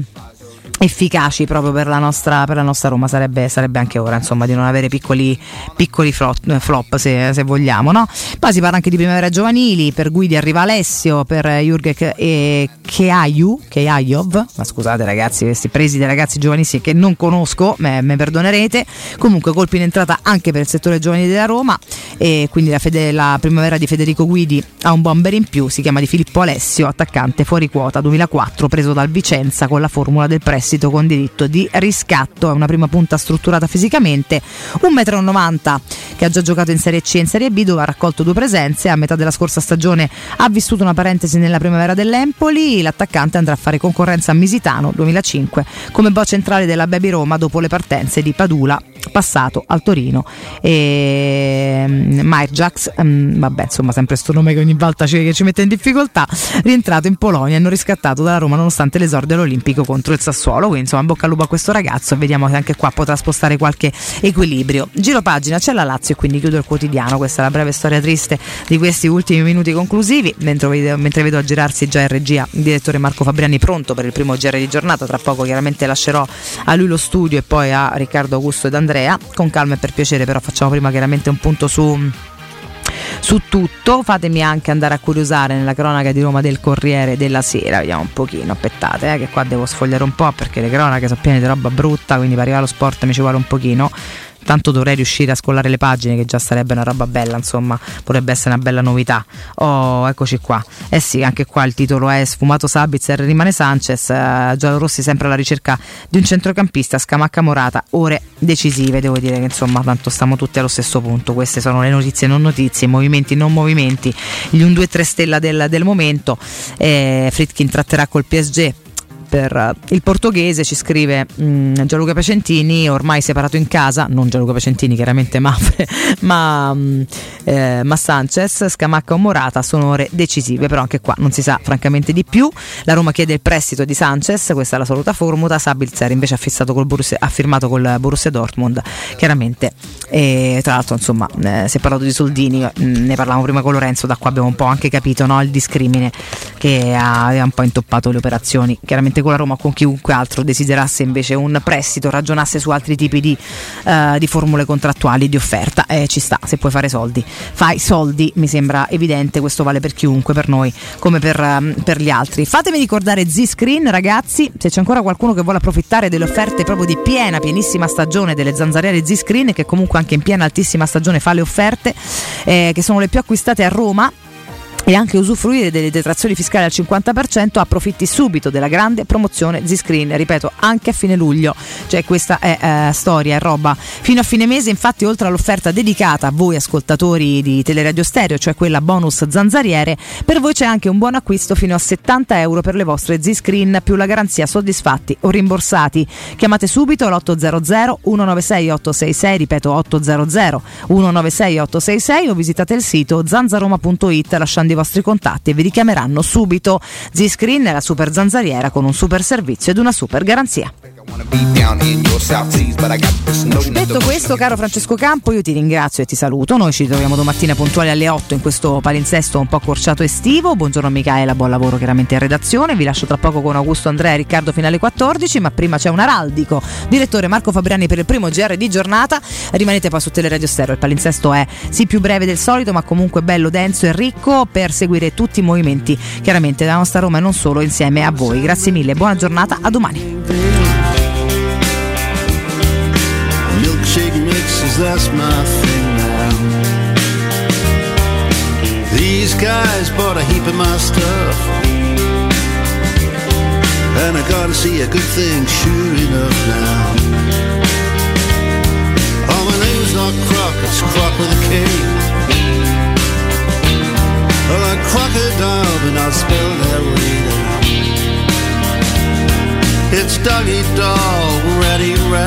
efficaci proprio per la nostra per la nostra Roma. Sarebbe, sarebbe anche ora insomma di non avere piccoli piccoli flop, flop se, se vogliamo, no? Poi si parla anche di primavera giovanili, per Guidi arriva Alessio, per Jurgek e Keayu Keayov, ma scusate ragazzi, questi presi dei ragazzi giovanissimi che non conosco, me, me perdonerete. Comunque colpi in entrata anche per il settore giovanile della Roma, e quindi la, fede, la primavera di Federico Guidi ha un bomber in più, si chiama di Filippo Alessio, attaccante fuori quota duemilaquattro, preso dal Vicenza con la formula del prestito prestito con diritto di riscatto. È una prima punta strutturata fisicamente, un metro e novanta m, che ha già giocato in Serie C e in Serie B, dove ha raccolto due presenze. A metà della scorsa stagione ha vissuto una parentesi nella primavera dell'Empoli. L'attaccante andrà a fare concorrenza a Misitano duemilacinque come boh centrale della Baby Roma dopo le partenze di Padula, passato al Torino, e Marjax, um, vabbè insomma sempre sto nome che ogni volta ci, che ci mette in difficoltà, rientrato in Polonia e non riscattato dalla Roma nonostante l'esordio all'Olimpico contro il Sassuolo. Quindi insomma bocca al lupo a questo ragazzo e vediamo che anche qua potrà spostare qualche equilibrio. Giro pagina, c'è la Lazio e quindi chiudo il quotidiano. Questa è la breve storia triste di questi ultimi minuti conclusivi, mentre vedo, mentre vedo aggirarsi già in regia il direttore Marco Fabriani pronto per il primo G R di giornata. Tra poco chiaramente lascerò a lui lo studio e poi a Riccardo Augusto ed Andrea, con calma e per piacere, però facciamo prima chiaramente un punto su su tutto. Fatemi anche andare a curiosare nella cronaca di Roma del Corriere della Sera, vediamo un pochino, aspettate eh, che qua devo sfogliare un po' perché le cronache sono piene di roba brutta, quindi per arrivare allo sport mi ci vuole un pochino. Tanto dovrei riuscire a scollare le pagine, che già sarebbe una roba bella, insomma potrebbe essere una bella novità. Oh, eccoci qua. Eh sì, anche qua il titolo è sfumato Sabitzer, rimane Sanchez, eh, giallorossi sempre alla ricerca di un centrocampista, Scamacca Morata, ore decisive. Devo dire che insomma tanto stiamo tutti allo stesso punto, queste sono le notizie non notizie, movimenti non movimenti, gli un due tre stella del, del momento. eh, Friedkin tratterà col P S G per il portoghese, ci scrive mh, Gianluca Piacentini, ormai separato in casa, non Gianluca Piacentini chiaramente, ma, ma, mh, eh, ma Sanchez, Scamacca o Morata sono ore decisive, però anche qua non si sa francamente di più. La Roma chiede il prestito di Sanchez, questa è la assoluta formula. Sabitzer invece ha, fissato col Borussia, ha firmato col Borussia Dortmund, chiaramente, e tra l'altro insomma eh, si è parlato di soldini, mh, ne parlavamo prima con Lorenzo, da qua abbiamo un po' anche capito, no, il discrimine che ha, aveva un po' intoppato le operazioni, chiaramente con la Roma o con chiunque altro desiderasse invece un prestito, ragionasse su altri tipi di, uh, di formule contrattuali, di offerta. Eh, ci sta, se puoi fare soldi fai soldi, mi sembra evidente, questo vale per chiunque, per noi come per, um, per gli altri. Fatemi ricordare Z-Screen, ragazzi, se c'è ancora qualcuno che vuole approfittare delle offerte proprio di piena, pienissima stagione delle zanzariere Z-Screen, che comunque anche in piena altissima stagione fa le offerte, eh, che sono le più acquistate a Roma, e anche usufruire delle detrazioni fiscali al cinquanta per cento, approfitti subito della grande promozione Z-Screen, ripeto, anche a fine luglio, cioè questa è eh, storia, è roba. Fino a fine mese infatti, oltre all'offerta dedicata a voi ascoltatori di Teleradio Stereo, cioè quella bonus zanzariere, per voi c'è anche un buon acquisto fino a settanta euro per le vostre Z-Screen, più la garanzia soddisfatti o rimborsati. Chiamate subito l'otto zero zero uno nove sei otto sei sei, ripeto otto zero zero uno nove sei otto sei sei, o visitate il sito zanzaroma punto it lasciando i vostri contatti e vi richiameranno subito. Z-Screen è la super zanzariera con un super servizio ed una super garanzia. Detto questo, caro Francesco Campo, io ti ringrazio e ti saluto. Noi ci troviamo domattina puntuali alle otto in questo palinsesto un po' accorciato estivo. Buongiorno Michaela, buon lavoro chiaramente in redazione. Vi lascio tra poco con Augusto, Andrea e Riccardo fino alle quattordici, ma prima c'è un araldico. Direttore Marco Fabriani per il primo G R di giornata. Rimanete poi su Teleradio Stereo, il palinsesto è sì più breve del solito, ma comunque bello, denso e ricco per seguire tutti i movimenti chiaramente della nostra Roma e non solo, insieme a voi. Grazie mille, buona giornata, a domani. Milkshake mixes, that's my thing now. These guys bought a heap of my stuff, and I gotta see a good thing sure enough now. Oh, my name's not Croc, it's Croc with a K. Oh, like crocodile, but not spelled that way now. It's Doggy Dog, Ratty Rat.